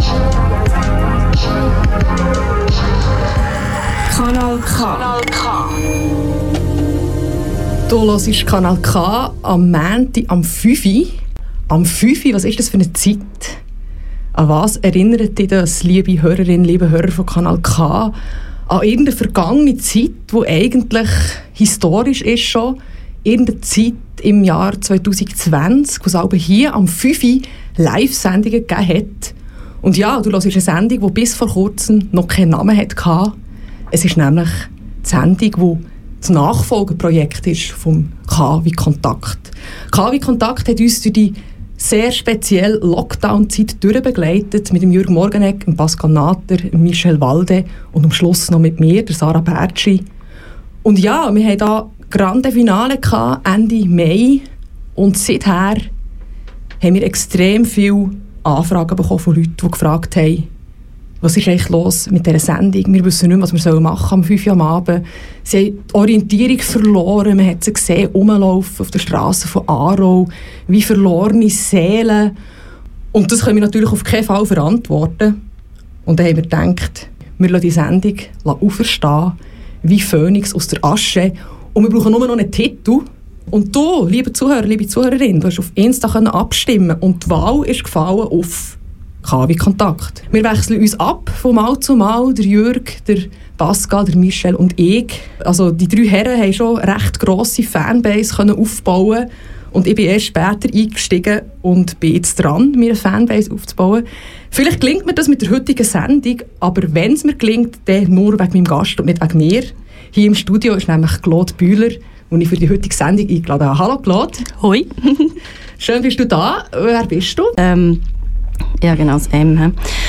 Kanal K. Du hörst Kanal K am Montag am 5 Uhr. Am 5 Uhr, was ist das für eine Zeit? An was erinnert dich das, liebe Hörerinnen, liebe Hörer von Kanal K? An irgendeine vergangene Zeit, die eigentlich historisch ist schon. Irgendeine Zeit im Jahr 2020, wo es auch hier am 5 Uhr Live-Sendungen gegeben hat. Und ja, du hörst eine Sendung, die bis vor kurzem noch keinen Namen hatte. Es ist nämlich die Sendung, die das Nachfolgeprojekt ist vom K wie Kontakt. K wie Kontakt hat uns durch die sehr spezielle Lockdown-Zeit durchbegleitet mit dem Jürg Morgenegg, dem Pascal Natter, Michel Walde und am Schluss noch mit mir, der Sarah Bertschi. Und ja, wir hatten hier Grande Finale Ende Mai und seither haben wir extrem viele Anfragen bekommen von Leuten, die gefragt haben, was ist eigentlich los mit dieser Sendung? Wir wissen nicht mehr, was wir machen am 5 Uhr am Abend. Sie haben die Orientierung verloren. Man hat sie gesehen, rumlaufen auf der Straße von Aarau, wie verlorene Seelen. Und das können wir natürlich auf keinen Fall verantworten. Und dann haben wir gedacht, wir lassen die Sendung auferstehen, wie Phönix aus der Asche. Und wir brauchen nur noch einen Titel. Und du, liebe Zuhörer, liebe Zuhörerin, du hast auf Insta abstimmen. Und die Wahl ist gefallen auf K wie Kontakt. Wir wechseln uns ab von Mal zu Mal, der Jürg, der Pascal, der Michel und ich. Also die 3 Herren haben schon eine recht grosse Fanbase aufbauen. Und ich bin erst später eingestiegen und bin jetzt dran, mir eine Fanbase aufzubauen. Vielleicht gelingt mir das mit der heutigen Sendung, aber wenn es mir gelingt, dann nur wegen meinem Gast und nicht wegen mir. Hier im Studio ist nämlich Claude Bühler, den ich für die heutige Sendung eingeladen habe. Hallo Claude. Hoi. Schön bist du da. Wer bist du? Ja, genau, das M.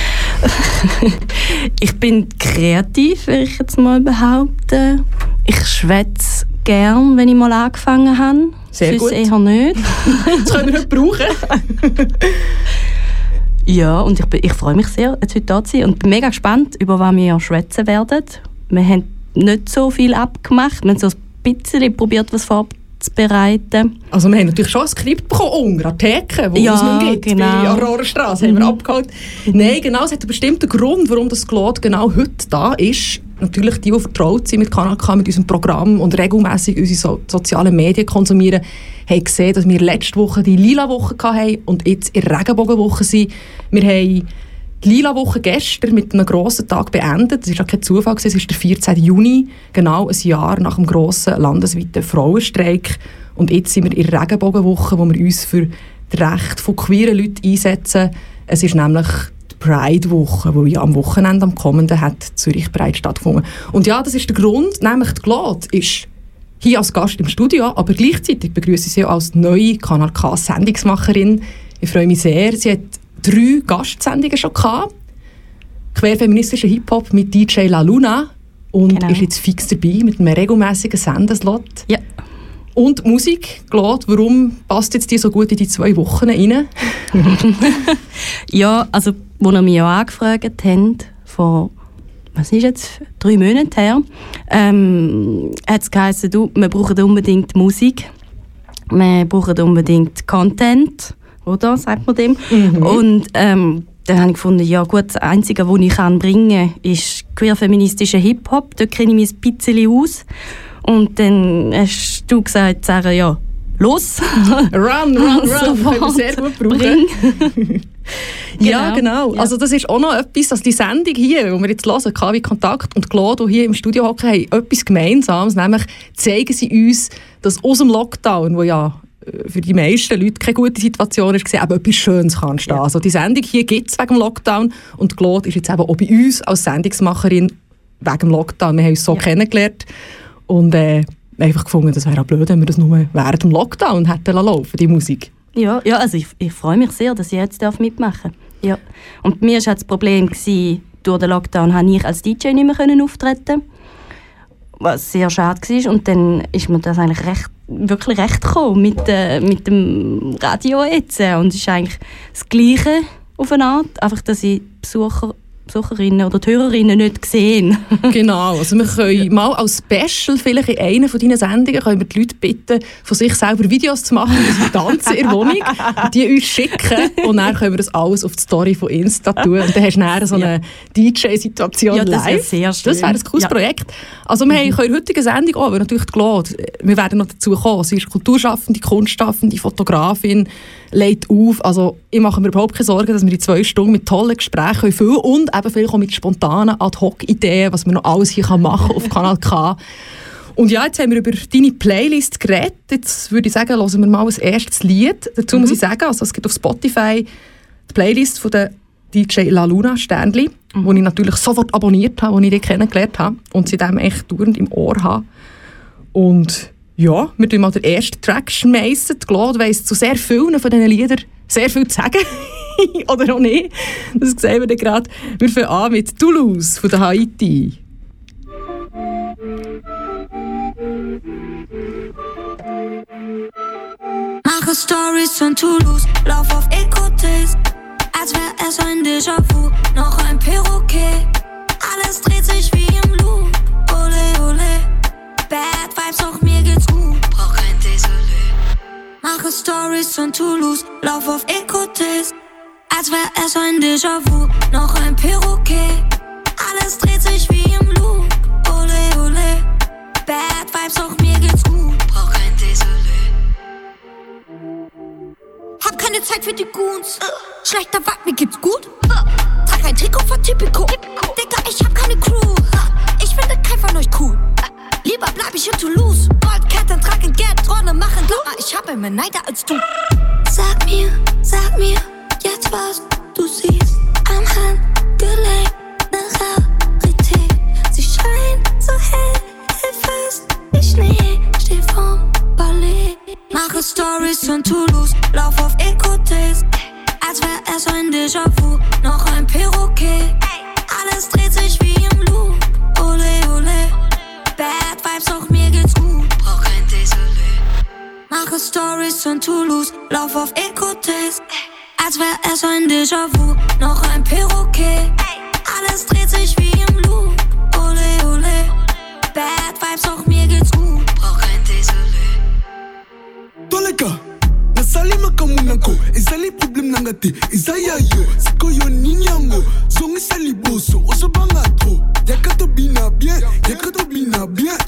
Ich bin kreativ, würde ich jetzt mal behaupten. Ich schwätze gern, wenn ich mal angefangen habe. Sehr gut. Eher nicht. Das können wir heute brauchen. Ja, und ich freue mich sehr, jetzt heute da zu sein und bin mega gespannt, über was wir schwätzen werden. Wir haben nicht so viel abgemacht, wir haben so ein bisschen probiert, was vorzubereiten. Also wir haben natürlich schon ein Skript bekommen, unter an Theke, wo es nicht gibt. Genau. Bei Aurorastrasse haben wir abgeholt. Nein, genau, es hat einen bestimmten Grund, warum das Claude genau heute da ist. Natürlich die vertraut sind mit Kanal K, mit unserem Programm und regelmässig unsere sozialen Medien konsumieren, haben gesehen, dass wir letzte Woche die Lila-Woche hatten und jetzt in der Regenbogenwoche sind. Wir haben die Lila-Woche gestern mit einem grossen Tag beendet. Das war auch kein Zufall, es ist der 14. Juni, genau ein Jahr nach dem grossen landesweiten Frauenstreik. Und jetzt sind wir in der Regenbogenwoche, wo wir uns für das Recht von queeren Leuten einsetzen. Es ist nämlich die Pride-Woche, die ja am Wochenende, am kommenden, hat Zürich Pride stattgefunden. Und ja, das ist der Grund, nämlich die Claude ist hier als Gast im Studio, aber gleichzeitig begrüße ich sie als neue Kanal K-Sendungsmacherin. Ich freue mich sehr. Sie hat 3 Gastsendungen schon gehabt. Querfeministischer Hip-Hop mit DJ La Luna und ist jetzt fix dabei mit einem regelmässigen Sendeslot. Ja. Und Musik, Claude, warum passt jetzt die so gut in die 2 Wochen rein? Ja, also, als wir mich ja angefragt haben, vor, was ist jetzt, 3 Monaten her, hat es geheißen, wir brauchen unbedingt Musik, wir brauchen unbedingt Content, oder, sagt man dem. Mhm. Und dann habe ich gefunden, ja gut, das Einzige, was ich bringen kann, ist queerfeministischer Hip-Hop. Dort kenne ich mich ein bisschen aus. Und dann hast du gesagt, Sarah, ja, los! Run! Das können wir sehr gut brauchen. Ja, genau. Ja. Also das ist auch noch etwas, dass die Sendung hier, die wir jetzt hören, K wie Kontakt und Claude, die hier im Studio hocken, haben etwas Gemeinsames, nämlich zeigen sie uns, dass aus dem Lockdown, wo ja für die meisten Leute keine gute Situation ist, eben etwas Schönes kann stehen. Ja. Also die Sendung hier gibt es wegen dem Lockdown und Claude ist jetzt eben auch bei uns als Sendungsmacherin wegen dem Lockdown. Wir haben uns so kennengelernt und einfach gefunden, das wäre auch blöd, wenn wir das nur während dem Lockdown hätten laufen, die Musik. Ja, also ich freue mich sehr, dass ich jetzt mitmachen darf. Ja. Und mir war das Problem, durch den Lockdown konnte ich als DJ nicht mehr auftreten, was sehr schade war. Und dann ist mir das eigentlich wirklich recht gekommen mit dem Radio jetzt. Und es ist eigentlich das Gleiche auf eine Art, einfach, dass ich Besucher Besucherinnen oder die Hörerinnen nicht sehen. Genau, also wir können mal als Special vielleicht in einer von deinen Sendungen können wir die Leute bitten, von sich selber Videos zu machen, wie sie tanzen in der Wohnung, die uns schicken und dann können wir das alles auf die Story von Insta tun und dann hast du dann so eine DJ-Situation live. Das wäre sehr schön. Das wäre ein cooles Projekt. Also wir haben in der heutigen Sendung auch, aber natürlich die Claude, wir werden noch dazu kommen, sie ist Kulturschaffende, Kunstschaffende, Fotografin, legt auf, also ich mache mir überhaupt keine Sorgen, dass wir in 2 Stunden mit tollen Gesprächen füllen und eben vielleicht auch mit spontanen Ad-Hoc-Ideen, was man noch alles hier machen kann auf Kanal K. Und ja, jetzt haben wir über deine Playlist geredet. Jetzt würde ich sagen, hören wir mal ein erstes Lied. Dazu muss ich sagen, also es gibt auf Spotify die Playlist von der DJ La Luna Sternli, die ich natürlich sofort abonniert habe, als ich die kennengelernt habe und sie dem echt dauernd im Ohr habe. Und ja, wir tun mal den ersten Track schmeissen. Die Claude weiss zu sehr vielen von diesen Liedern sehr viel zu sagen. Oder auch nicht. Das sehen wir dann gerade. Wir fangen an mit Toulouse von der Haiti. Mache Stories von Toulouse, lauf auf Écoutez, als wär es ein Déjà-vu, noch ein Perroquet. Alles dreht sich wie im Loop, ole ole. Bad Vibes, auch mir geht's gut, brauch kein Désolé. Mache Stories von Toulouse, lauf auf Écoutez, als wär es ein Déjà-vu, noch ein Perroquet. Alles dreht sich wie im Loop, ole ole. Bad Vibes, auch mir geht's gut, brauch kein Désolé. Hab keine Zeit für die Goons, schlechter Vibe, mir geht's gut. Trag ein Trikot von Typico, Digga, ich hab keine Crew. Ich finde kein von euch cool, lieber bleib ich in Toulouse. Goldketten tragen Geld, Drohne machen Glamour, ich hab immer Neider als du. Sag mir, jetzt was du siehst am Handgelenk, ne Rarität. Sie scheint so hell, fast wie Schnee, steh vorm Ballet. Mache Stories von Toulouse, lauf auf Écoutez, als wär es ein Déjà-vu, noch ein Perroquet. Alles dreht sich wie im Loop, ole ole. Bad Vibes, auch mir geht's gut, brauch kein Désolé. Mache Stories von Toulouse, lauf auf Écoutez, als wär es ein Déjà-vu, noch ein Perroquet. Alles dreht sich wie im Loop, ole ole. Bad Vibes, auch mir geht's gut, brauch kein Désolé. Toleka, nasali makamunako, ezali problem nangate, ezaya yo, sikoyo ninyango, zongi sali boso, osobanga tro. Yakato bina bien, yakato bina bien,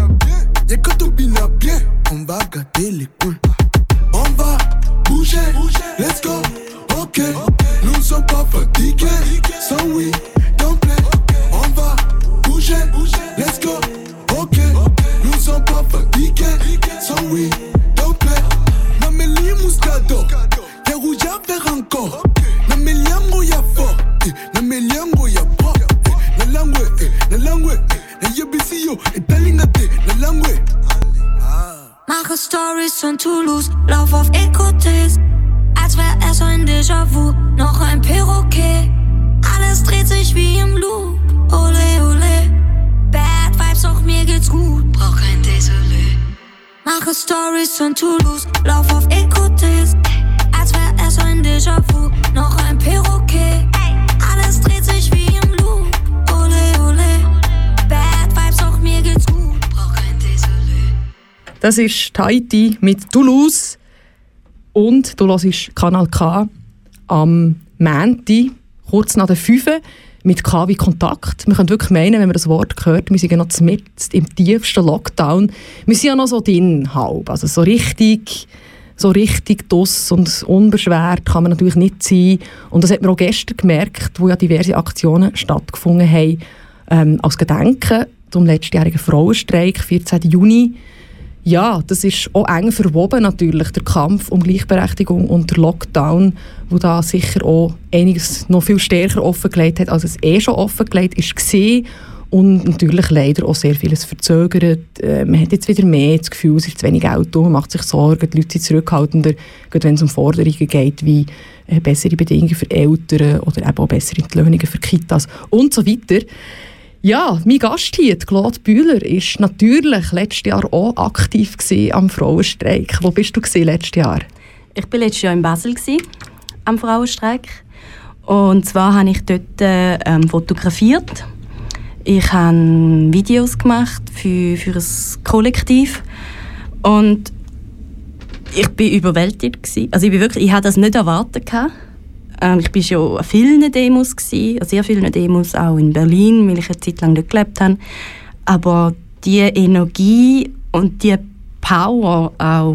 yakato bina bien. On va gâter les coins, on va bouger, let's go, ok. Nous ne sommes pas fatigués, so we don't play. On va bouger, let's go, ok. Nous ne sommes pas fatigués, so we don't play. Namelie Moscato, y'a rouge à faire encore. Nameliango y'a fort, nameliango y'a pop. La langue, la yabisiyo, et talingate, la langue. Mache Stories von Toulouse, lauf auf Écoutez, als wär es ein Déjà-vu, noch ein Perroquet. Alles dreht sich wie im Loop, ole ole. Bad Vibes, auch mir geht's gut, brauch kein Désolé. Mache Stories von Toulouse, lauf auf Écoutez, als wär es ein Déjà-vu, noch ein Perroquet. Alles dreht sich wie im Loop, ole ole. Bad Vibes, auch mir geht's gut, brauch kein Désolé. Das ist Haiti mit Toulouse und du hörst Kanal K am Montag, kurz nach der 5 mit K wie Kontakt. Wir können wirklich meinen, wenn man das Wort hört, wir sind ja noch mitten im tiefsten Lockdown. Wir sind ja noch so drin, halb. Also so richtig draus und unbeschwert kann man natürlich nicht sein. Und das hat man auch gestern gemerkt, wo ja diverse Aktionen stattgefunden haben, als Gedenken zum letztjährigen Frauenstreik, 14. Juni. Ja, das ist auch eng verwoben natürlich, der Kampf um Gleichberechtigung und der Lockdown, wo da sicher auch einiges noch viel stärker offengelegt hat, als es schon offengelegt war. Und natürlich leider auch sehr vieles verzögert. Man hat jetzt wieder mehr das Gefühl, es ist zu wenig Geld da, man macht sich Sorgen, die Leute sind zurückhaltender, gerade wenn es um Forderungen geht, wie bessere Bedingungen für Eltern oder eben auch bessere Entlöhnungen für Kitas und so weiter. Ja, mein Gast hier, Claude Bühler, war natürlich letztes Jahr auch aktiv am Frauenstreik. Wo bist du letztes Jahr? Ich war letztes Jahr in Basel am Frauenstreik. Und zwar habe ich dort fotografiert. Ich habe Videos gemacht für ein Kollektiv. Und ich war überwältigt gewesen. Also ich hatte das nicht erwartet. Ich war schon an vielen Demos gewesen, an sehr vielen Demos, auch in Berlin, weil ich eine Zeit lang dort gelebt habe. Aber die Energie und die Power auch,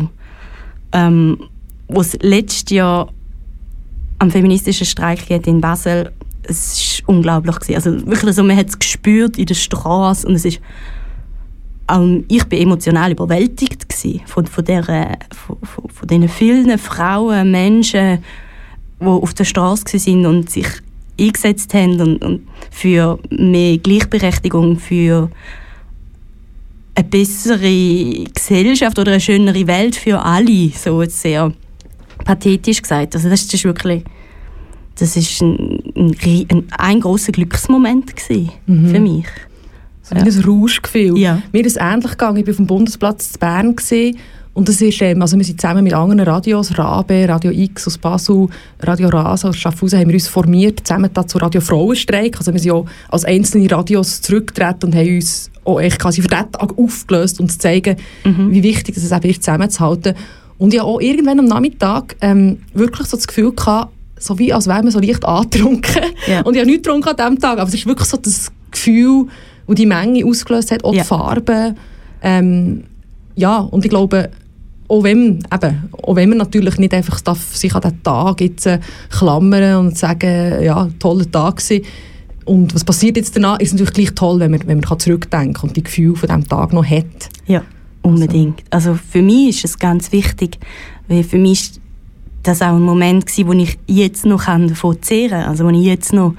was letztes Jahr am feministischen Streik in Basel, es war unglaublich gewesen. Also wirklich, also man hat es gespürt in der Straße und es ist ich war emotional überwältigt von diesen vielen Frauen, Menschen, die auf der Straße waren und sich eingesetzt haben und für mehr Gleichberechtigung, für eine bessere Gesellschaft oder eine schönere Welt für alle, so jetzt sehr pathetisch gesagt. Also das ist wirklich, das ist ein grosser Glücksmoment gewesen für mich. So wie ein Rauschgefühl. Ja. Mir ist es ähnlich gegangen. Ich war auf dem Bundesplatz in Bern gewesen, und das ist, also wir sind zusammen mit anderen Radios, Rabe, Radio X aus Basel, Radio Rasa aus Schaffhausen, haben wir uns formiert, zusammen zu Radio Frauenstreik. Also wir sind auch als einzelne Radios zurückgetreten und haben uns auch echt quasi für diesen Tag aufgelöst, um zu zeigen, wie wichtig es eben ist, zusammenzuhalten. Und ich hatte auch irgendwann am Nachmittag wirklich so das Gefühl gehabt, so wie als wäre man so leicht angetrunken. Ja. Und ich habe nichts getrunken an diesem Tag, aber es ist wirklich so das Gefühl, das die Menge ausgelöst hat, auch die Farben. Ja, und ich glaube, auch wenn man natürlich nicht einfach sich an diesen Tag jetzt klammern und sagen, ja, toller Tag war. Und was passiert jetzt danach, ist natürlich gleich toll, wenn man zurückdenken kann und die Gefühle von diesem Tag noch hat. Ja, unbedingt. Also für mich ist es ganz wichtig, weil für mich ist das auch ein Moment gewesen, wo ich jetzt noch davon zehren kann. Also wo mir jetzt noch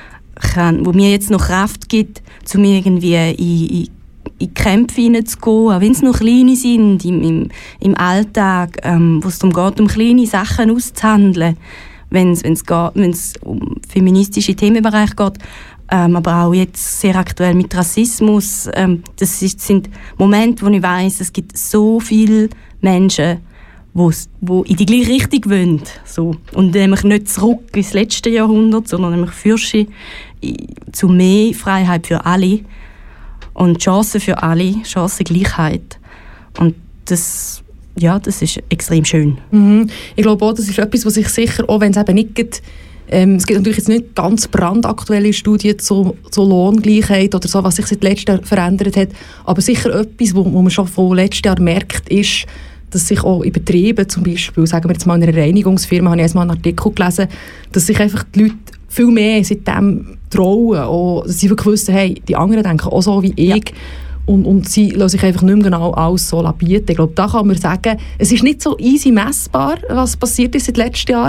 Kraft gibt, um irgendwie in Kämpfe hineinzugehen, auch wenn es noch kleine sind, im Alltag, wo es darum geht, um kleine Sachen auszuhandeln, wenn es um feministische Themenbereiche geht, aber auch jetzt sehr aktuell mit Rassismus. Das sind Momente, wo ich weiss, es gibt so viele Menschen, die in die gleiche Richtung wollen. So. Und nämlich nicht zurück ins letzte Jahrhundert, sondern nämlich Fürsche zu mehr Freiheit für alle und Chancen für alle, Chancengleichheit. Und das ist extrem schön. Ich glaube auch, das ist etwas, was sich sicher, auch wenn es eben nicht gibt, es gibt natürlich jetzt nicht ganz brandaktuelle Studien zu Lohngleichheit oder so, was sich seit letztem Jahr verändert hat, aber sicher etwas, wo man schon von letztem Jahr merkt, ist, dass sich auch in Betrieben, zum Beispiel, sagen wir jetzt mal in einer Reinigungsfirma, habe ich einmal einen Artikel gelesen, dass sich einfach die Leute viel mehr seitdem trauen, auch, dass sie wirklich wissen, hey, die anderen denken auch so wie ich. Ja. Und sie lassen sich einfach nicht mehr genau alles so bieten. Ich glaube, da kann man sagen, es ist nicht so easy messbar, was passiert ist seit letztem Jahr,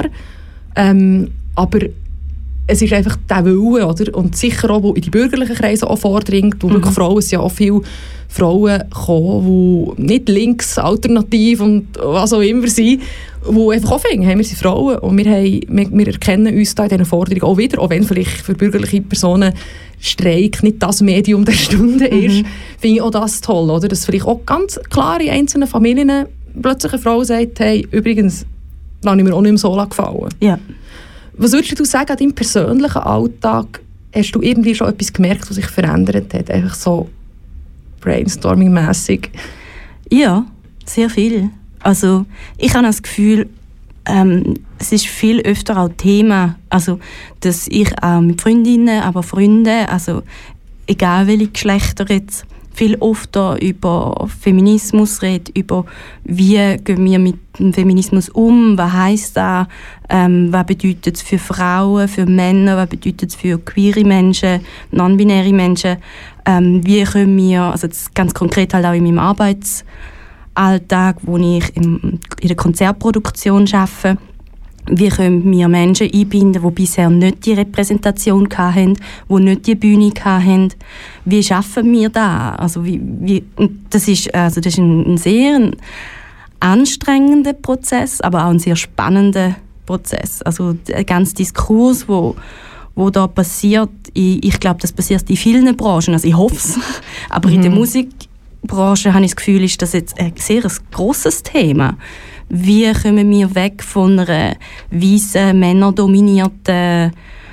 aber es ist einfach der Wille, oder? Und sicher auch, wo in die bürgerlichen Kreise auch vordringt, wo wirklich Frauen, es sind ja auch viele Frauen kommen, die nicht links, alternativ und was auch immer sind, die einfach auch finden, hey, wir sind Frauen und wir erkennen uns da in diesen Forderungen auch wieder, auch wenn vielleicht für bürgerliche Personen Streik nicht das Medium der Stunde ist, finde ich auch das toll, oder? Dass vielleicht auch ganz klar in einzelnen Familien plötzlich eine Frau sagt, hey, übrigens, lasse ich mir auch nicht mehr so gefallen. Ja. Was würdest du sagen an deinem persönlichen Alltag? Hast du irgendwie schon etwas gemerkt, was sich verändert hat? Einfach so brainstorming-mässig? Ja, sehr viel. Also ich habe das Gefühl, es ist viel öfter auch Thema, also dass ich auch mit Freundinnen, aber Freunden, also egal welche Geschlechter jetzt, viel öfter über Feminismus rede, über wie gehen wir mit dem Feminismus um, was heisst das, was bedeutet es für Frauen, für Männer, was bedeutet es für queere Menschen, non-binäre Menschen, wie können wir, also das ganz konkret halt auch in meinem Arbeitsalltag, wo ich in der Konzertproduktion arbeite, wie können wir Menschen einbinden, die bisher nicht die Repräsentation hatten, die nicht die Bühne hatten? Wie schaffen wir das? Also das ist ein sehr anstrengender Prozess, aber auch ein sehr spannender Prozess. Also der ganze Diskurs, wo da passiert, ich glaube, das passiert in vielen Branchen, also ich hoffe es, aber in der Musikbranche habe ich das Gefühl, ist das jetzt ein sehr grosses Thema. wie kommen wir weg von einer weißen, männerdominierten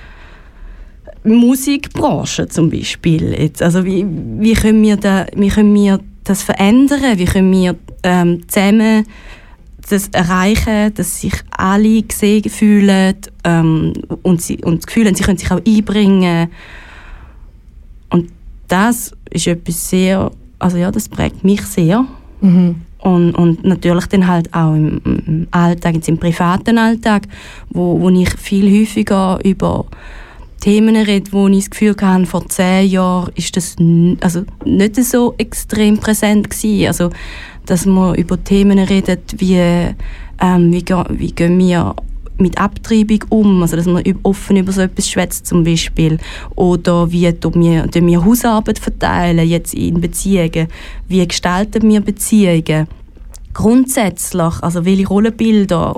Musikbranche zum Beispiel. Jetzt, also wie können wir das verändern? Wie können wir zusammen das erreichen, dass sich alle gesehen fühlen und das Gefühl haben, sie können sich auch einbringen. Und das ist etwas sehr, also ja, das prägt mich sehr. Mhm. Und natürlich dann halt auch im Alltag, jetzt im privaten Alltag, wo ich viel häufiger über Themen rede, wo ich das Gefühl hatte, vor 10 Jahren ist das also nicht so extrem präsent gewesen. Also, dass man über Themen redet, wie gehen wir mit Abtreibung um, also dass man offen über so etwas schwätzt zum Beispiel, oder wie tun wir Hausarbeit verteilen jetzt in Beziehungen, wie gestalten wir Beziehungen grundsätzlich, also welche Rollenbilder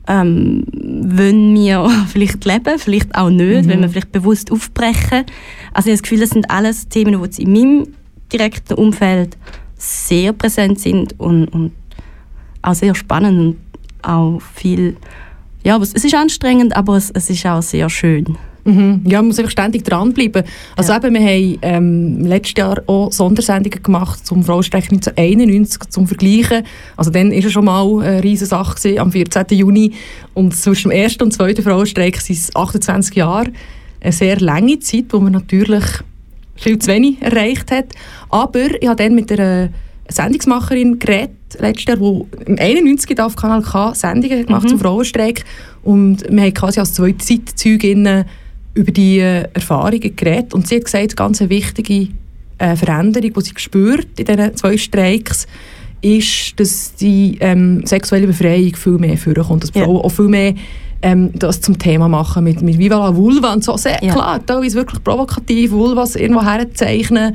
wollen wir vielleicht leben, vielleicht auch nicht, wenn wir vielleicht bewusst aufbrechen. Also ich habe das Gefühl, das sind alles Themen, die in meinem direkten Umfeld sehr präsent sind und auch sehr spannend und auch viel, ja, es ist anstrengend, aber es ist auch sehr schön. Mhm. Ja, man muss einfach ständig dranbleiben. Also eben, wir haben letztes Jahr auch Sondersendungen gemacht zum Frauenstreik 1991 zum Vergleichen. Also dann war es schon mal eine riesige Sache am 14. Juni. Und zwischen dem ersten und zweiten Frauenstreik sind es 28 Jahre. Eine sehr lange Zeit, wo man natürlich viel zu wenig erreicht hat. Aber ich habe dann mit einer Sendungsmacherin geredet, letztes Jahr, die im 91 auf Kanal K Sendungen gemacht zum Frauenstreik. Und wir haben quasi als zwei Zeitzeuginnen über die Erfahrungen geredet. Und sie hat gesagt, eine ganz wichtige Veränderung, die sie gespürt in diesen 2 Streiks, ist, dass die sexuelle Befreiung viel mehr vorkommt. Dass Frauen auch viel mehr das zum Thema machen mit Viva la Vulva und so. Sehr klar, da ist wirklich provokativ, Vulvas irgendwo herzeichnen.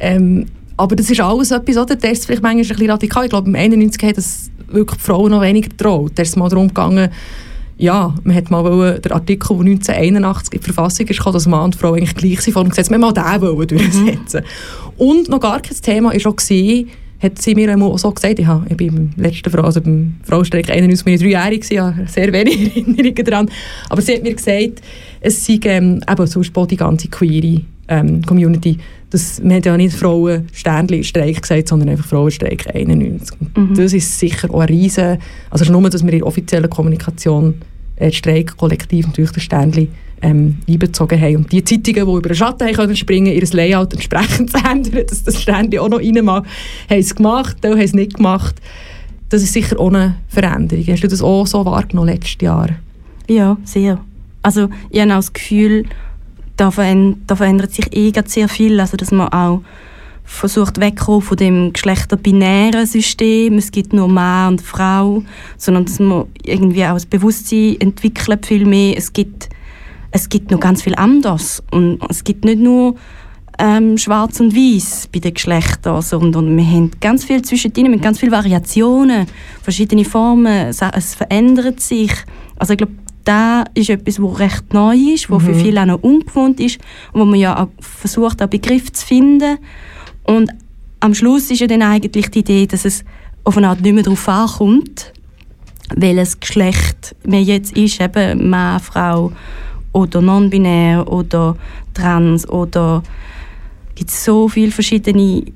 Aber das ist alles etwas, oder? Das ist vielleicht manchmal ein bisschen radikal. Ich glaube, im 91 hat das wirklich die Frauen noch weniger getraut. Da ist es mal darum gegangen, ja, man hat mal den Artikel, der 1981 in die Verfassung ist, dass Mann und Frau eigentlich gleich sind, vor dem Gesetz. Man wollte mal den durchsetzen. Und noch gar kein Thema war auch, hat sie mir auch so gesagt, ich bin beim Frauenstreik 91 3-jährig, ich habe sehr wenig Erinnerungen daran, aber sie hat mir gesagt, es sei eben zum Beispiel die ganze queere Community, man hat ja nicht Frauen-Sternli-Streik gesagt, sondern einfach Frauenstreik 91. Das ist sicher auch ein riesen, also nur, dass wir in der offiziellen Kommunikation Streikkollektiv natürlich den Sternli einbezogen haben. Und die Zeitungen, die über den Schatten können springen, ihr Layout entsprechend zu ändern, dass das Sternli auch noch rein mag, haben es gemacht, haben es nicht gemacht. Das ist sicher auch eine Veränderung. Hast du das auch so wahrgenommen letztes Jahr? Ja, sehr. Also ich habe auch das Gefühl, da verändert sich sehr viel, also dass man auch versucht wegzukommen von dem geschlechterbinären System, es gibt nur Mann und Frau, sondern dass man irgendwie auch das Bewusstsein entwickelt viel mehr. Es gibt noch ganz viel anderes und es gibt nicht nur schwarz und weiß bei den Geschlechtern, sondern wir haben ganz viel zwischendrin, mit ganz viele Variationen, verschiedene Formen, es verändert sich. Also ich glaube, das ist etwas, was recht neu ist, was für viele auch noch ungewohnt ist und wo man ja auch versucht, einen Begriff zu finden. Und am Schluss ist ja dann eigentlich die Idee, dass es auf eine Art nicht mehr darauf ankommt, welches Geschlecht man jetzt ist, eben Mann, Frau oder non-binär oder trans oder gibt es so viele verschiedene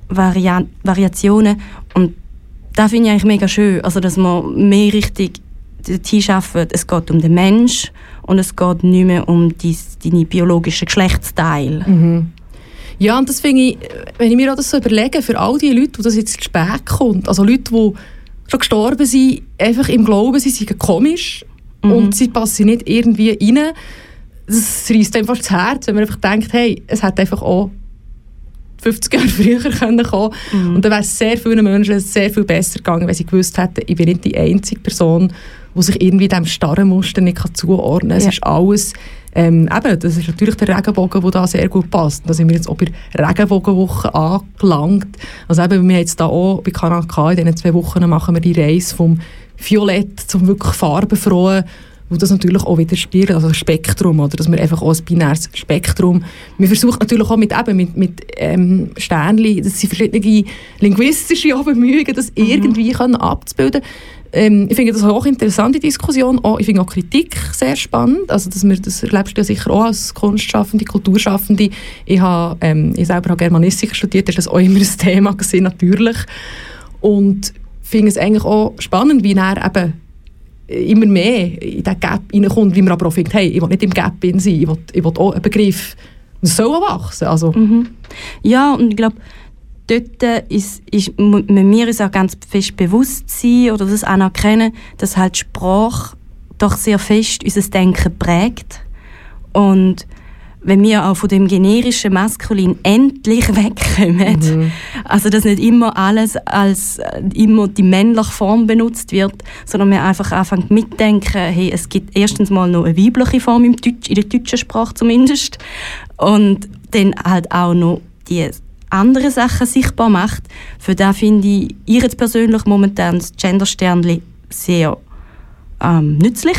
Variationen und das finde ich eigentlich mega schön, also dass man mehr richtig schaffen, es geht um den Mensch und es geht nicht mehr um deine biologischen Geschlechtsteile. Mhm. Ja, und das finde ich, wenn ich mir auch das so überlege, für all die Leute, die das jetzt zu spät kommt, also Leute, die schon gestorben sind, einfach im Glauben, sie seien komisch und sie passen nicht irgendwie rein, das reisst einem fast das Herz, wenn man einfach denkt, hey, es hätte einfach auch 50 Jahre früher kommen können. Und dann wäre es sehr vielen Menschen sehr viel besser gegangen, wenn sie gewusst hätten, ich bin nicht die einzige Person, die sich irgendwie diesem starren Muster nicht zuordnen kann. Es ist alles, das ist natürlich der Regenbogen, der da sehr gut passt. Da sind wir jetzt auch bei Regenbogenwoche angelangt. Also eben, wir haben jetzt da auch bei Kanal K in diesen 2 Wochen machen wir die Reise vom Violett zum wirklich farbenfrohen, wo das natürlich auch wieder spielt, also ein Spektrum, oder dass wir einfach auch ein binäres Spektrum, wir versuchen natürlich auch mit Sternchen, dass sie verschiedene linguistische Bemühungen, das irgendwie können abzubilden. Ich finde das eine hochinteressante Diskussion. Ich finde auch Kritik sehr spannend. Also, das erlebst du ja sicher auch als Kunstschaffende, Kulturschaffende. Ich selber habe Germanistik studiert, das war auch immer ein Thema gewesen, natürlich. Und finde es eigentlich auch spannend, wie er eben immer mehr in diesen Gap hineinkommt, wie man aber auch findet, hey, ich will nicht im Gap sein, ich will auch einen Begriff, das soll auch wachsen. Also. Ja, und ich glaube, dort müssen wir uns auch ganz fest bewusst sein oder das anerkennen, dass halt Sprache doch sehr fest unser Denken prägt. Und wenn wir auch von dem generischen Maskulin endlich wegkommen, also dass nicht immer alles als immer die männliche Form benutzt wird, sondern wir einfach anfangen mitdenken, hey, es gibt erstens mal noch eine weibliche Form in der deutschen Sprache zumindest und dann halt auch noch die andere Sachen sichtbar macht. Für das finde ich jetzt persönlich momentan das Gendersternchen sehr nützlich.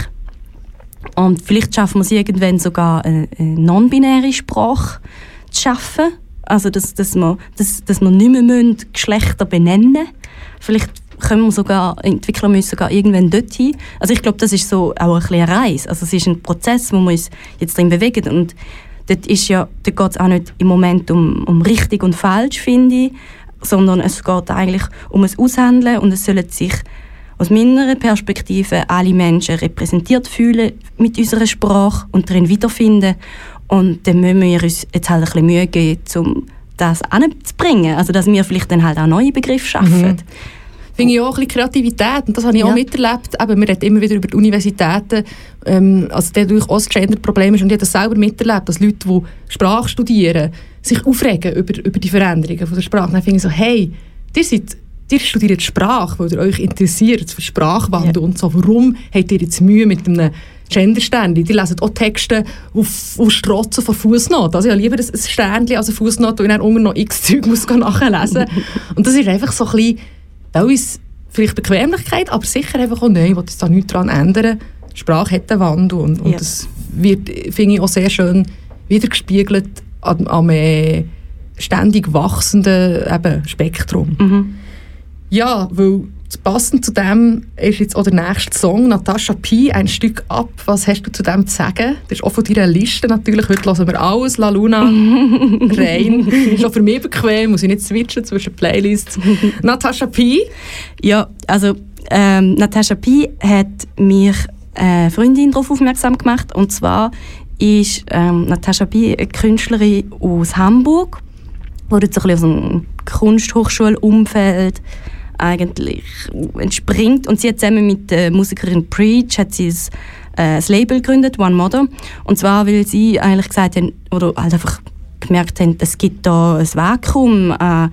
Und vielleicht schaffen wir es irgendwann sogar eine non-binäre Sprache zu schaffen. Also dass wir nicht mehr Geschlechter benennen müssen. Vielleicht entwickeln wir uns sogar irgendwann dorthin. Also ich glaube, das ist so auch ein bisschen eine Reise. Also es ist ein Prozess, wo wir uns jetzt drin bewegen. Und dort geht es auch nicht im Moment um richtig und falsch, finde ich, sondern es geht eigentlich um ein Aushandeln und es sollen sich aus meiner Perspektive alle Menschen repräsentiert fühlen mit unserer Sprache und darin wiederfinden. Und dann müssen wir uns jetzt halt ein bisschen Mühe geben, um das anzubringen. Also dass wir vielleicht dann halt auch neue Begriffe schaffen. Finde ich auch ein bisschen Kreativität, und das habe ich auch miterlebt. Eben, wir reden immer wieder über die Universitäten, also dadurch auch das Gender-Problem ist, und ich habe das selber miterlebt, dass Leute, die Sprache studieren, sich aufregen über die Veränderungen von der Sprache. Dann finde ich so, hey, ihr studiert Sprache, weil ihr euch interessiert für Sprachwandel und so. Warum habt ihr jetzt Mühe mit einem Gendersternchen? Die lesen auch Texte auf Strotzen von Fußnoten. Also ich habe lieber ein Sternchen als eine Fußnote, wo ich dann unten noch x-Zeug nachlesen muss. Und das ist einfach so ein bisschen, uns vielleicht Bequemlichkeit, aber sicher einfach auch, nein, ich will da nichts daran ändern. Sprache hat einen Wandel und das wird, finde ich, auch sehr schön wiedergespiegelt am ständig wachsenden Spektrum. Ja, weil passend zu dem ist jetzt auch der nächste Song, Natascha Pi, «Ein Stück ab». Was hast du zu dem zu sagen? Das ist auch von deiner Liste natürlich. Heute hören wir alles, La Luna, rein. Ist auch für mich bequem, muss ich nicht switchen zwischen Playlists. Natascha Pi? Ja, also Natascha Pi hat mich eine Freundin darauf aufmerksam gemacht. Und zwar ist Natascha Pi eine Künstlerin aus Hamburg, die jetzt so ein bisschen aus dem Kunsthochschulumfeld eigentlich entspringt. Und sie hat zusammen mit der Musikerin Preach hat sie ein Label gegründet, One Mother. Und zwar, weil sie eigentlich gesagt haben, oder halt einfach gemerkt haben, es gibt da ein Vakuum an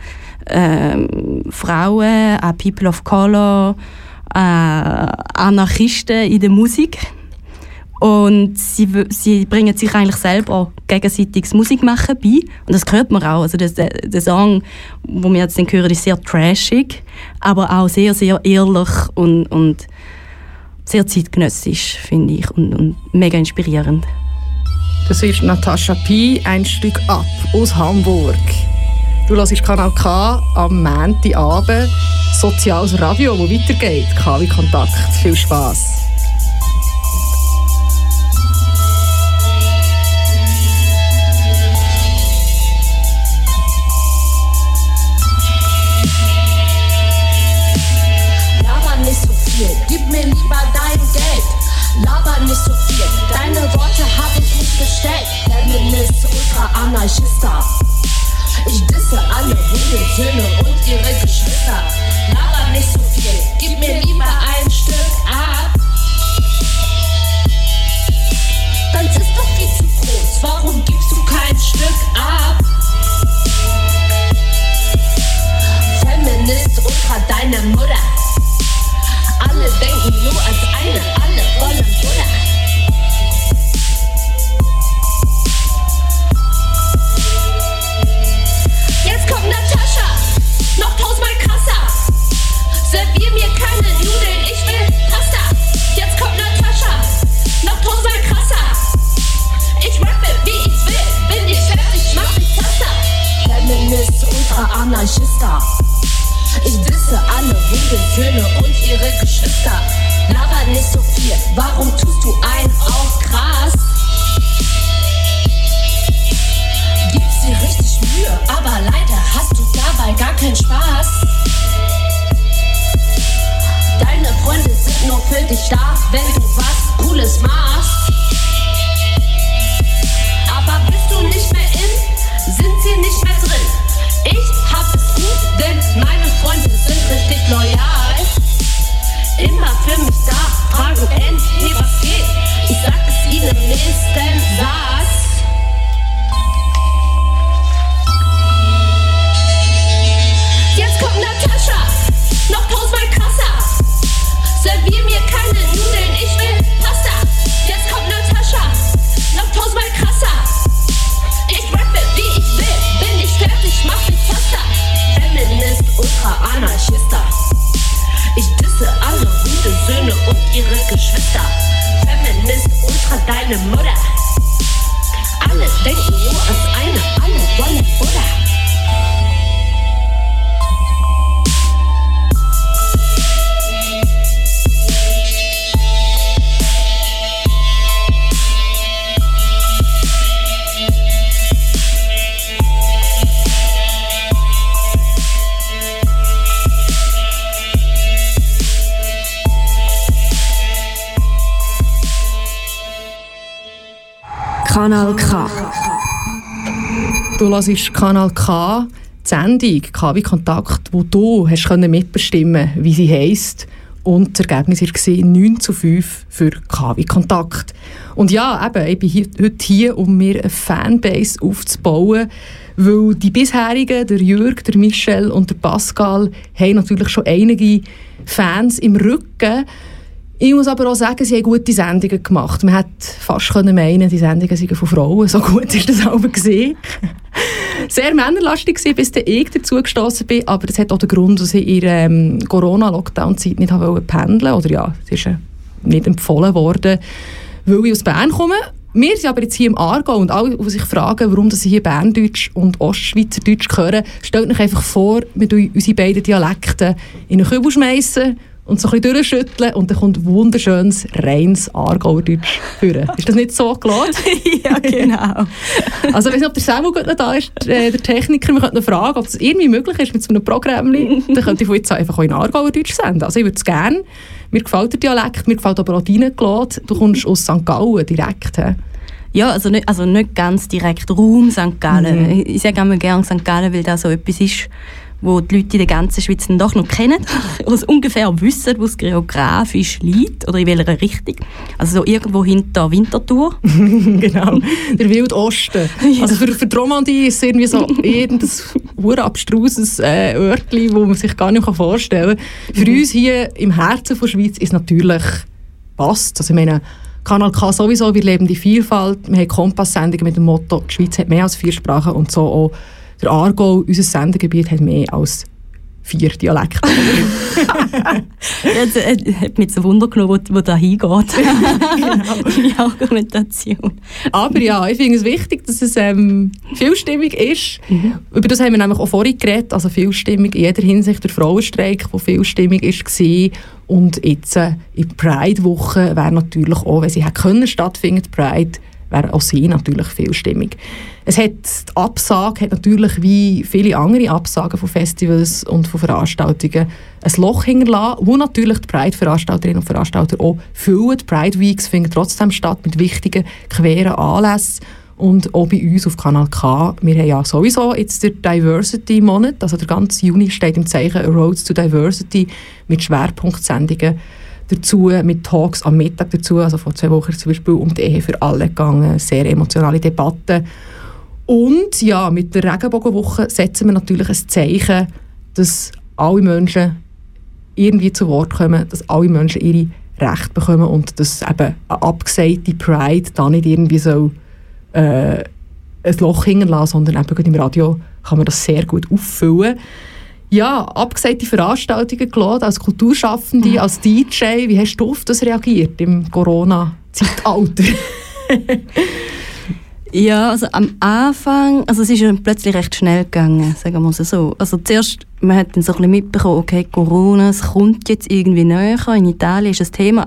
Frauen, an People of Color, Anarchisten in der Musik. Und sie bringen sich eigentlich selber gegenseitiges Musikmachen bei. Und das hört man auch. Also der Song, den wir jetzt hören, ist sehr trashig, aber auch sehr, sehr ehrlich und sehr zeitgenössisch, finde ich. Und mega inspirierend. Das ist Natascha Pi, «Ein Stück ab» aus Hamburg. Du hörst Kanal K am Montagabend. Soziales Radio, das weitergeht. KW Kontakt. Viel Spass. Gib mir lieber dein Geld, laber nicht so viel. Deine Worte hab ich nicht bestellt. Feminist, Ultra-Anarchista. Ich disse alle Hundesöhne und ihre Geschwister. Laber nicht so viel, gib mir lieber ein Stück ab. Deins ist doch viel zu groß, warum gibst du kein Stück ab? Feminist, Ultra, deine Mutter. Alle denken nur als eine, alle wollen Buddha. Jetzt kommt Natascha, noch 1000-mal krasser. Servier mir keine Nudeln, ich will Pasta. Anarchista. Ich disse alle Hundesöhne und ihre Geschwister. Laber nicht so viel, warum tust du einen auf krass? Gibst dir richtig Mühe, aber leider hast du dabei gar keinen Spaß. Deine Freunde sind nur für dich da, wenn du was Cooles machst. Aber bist du nicht mehr in, sind sie nicht mehr drin. Ich hab es gut, denn meine Freunde sind richtig loyal. Immer für mich da, fragen hey, was geht? Ich sag es ihnen nächsten Satz. Jetzt kommt Natascha, noch tausendmal krasser. Servier mir keine Nudeln, ich will Pasta. Jetzt kommt Natascha, noch tausendmal krasser. Ich rappe wie ich will, bin ich fertig, mach mich faster. Feminist, Ultra, Anarchista. Ich disse alle Hundesöhne und ihre Geschwister. Feminist, Ultra, deine Mutter. Alle denken nur ans eine, alle wollen Buddha. Kanal K. Du hörst Kanal K, die Sendung KW Kontakt, wo du hast mitbestimmen konntest, wie sie heisst. Und das Ergebnis war 9:5 für KW Kontakt. Und ja, eben, ich bin heute hier, um mir eine Fanbase aufzubauen, weil die bisherigen, der Jürg, der Michel und der Pascal, haben natürlich schon einige Fans im Rücken. Ich muss aber auch sagen, sie haben gute Sendungen gemacht. Man hätte fast meinen, die Sendungen seien von Frauen. So gut ist das auch gesehen. Sehr männerlastig war, bis ich dazu gestossen bin. Aber das hat auch den Grund, dass ich in ihrer Corona-Lockdown-Zeit nicht pendeln wollte. Oder ja, es ist nicht empfohlen worden, weil ich aus Bern komme. Wir sind aber jetzt hier im Aargau und alle, die sich fragen, warum sie hier Berndeutsch und Ostschweizerdeutsch hören, stellt euch einfach vor, wir unsere beiden Dialekte in einen Kübel schmeißen und so ein bisschen durchschütteln und dann kommt wunderschönes, reines Aargauerdeutsch führen. Ist das nicht so gelassen? Ja, genau. Also ich weiß nicht, ob der Samuel noch da ist, der Techniker. Wir könnten noch fragen, ob es irgendwie möglich ist mit so einem Programm. Dann könnte ich von jetzt einfach auch in Aargauerdeutsch senden. Also ich würde es gerne. Mir gefällt der Dialekt, mir gefällt aber auch deine gelassen. Du kommst aus St. Gallen direkt. He? Ja, also nicht ganz direkt Raum St. Gallen. Ich sage immer gerne St. Gallen, weil das so etwas ist, wo die Leute in der ganzen Schweiz dann doch noch kennen, was ungefähr wissen, wo es geografisch liegt oder in welcher Richtung. Also so irgendwo hinter Winterthur. Genau, der Wilde Osten. Ja. Also für die Romandie ist es irgendwie so irgendein urabstruses Örtchen, wo man sich gar nicht vorstellen kann. Für uns hier im Herzen der Schweiz ist natürlich passt. Also ich meine, Kanal K sowieso, wir leben die Vielfalt. Wir haben Kompass-Sendungen mit dem Motto, die Schweiz hat mehr als 4 Sprachen und so auch der Aargau, unser Sendegebiet, hat mehr als 4 Dialekte. Jetzt hat mich so Wunder genommen, wo da hingeht. Genau. Die Argumentation. Aber ja, ich finde es wichtig, dass es vielstimmig ist. Über das haben wir nämlich auch vorhin geredet. Also vielstimmig in jeder Hinsicht. Der Frauenstreik, der vielstimmig war. Und jetzt in Pride-Woche wäre natürlich auch, wenn sie stattfinden können, Pride, wäre auch sie natürlich vielstimmig. Die Absage hat natürlich wie viele andere Absagen von Festivals und von Veranstaltungen ein Loch hinterlassen, wo natürlich die Pride-Veranstalterinnen und Veranstalter auch füllen. Die Pride Weeks finden trotzdem statt mit wichtigen, queren Anlässen. Und auch bei uns auf Kanal K, wir haben ja sowieso jetzt den Diversity-Monat, also der ganze Juni steht im Zeichen Roads to Diversity mit Schwerpunktsendungen dazu, mit Talks am Mittag dazu, also vor 2 Wochen zum Beispiel um die Ehe für alle gegangen, sehr emotionale Debatten. Und ja, mit der Regenbogenwoche setzen wir natürlich ein Zeichen, dass alle Menschen irgendwie zu Wort kommen, dass alle Menschen ihre Rechte bekommen und dass eben eine abgesagte Pride da nicht irgendwie so ein Loch hinterlassen, sondern eben im Radio kann man das sehr gut auffüllen. Ja, abgesagte Veranstaltungen gelassen, als Kulturschaffende, als DJ. Wie hast du auf das reagiert im Corona-Zeitalter? Ja, also am Anfang, also es ist ja plötzlich recht schnell gegangen, sagen wir es so. Also zuerst, man hat dann so ein bisschen mitbekommen, okay, Corona, es kommt jetzt irgendwie näher, in Italien ist das Thema,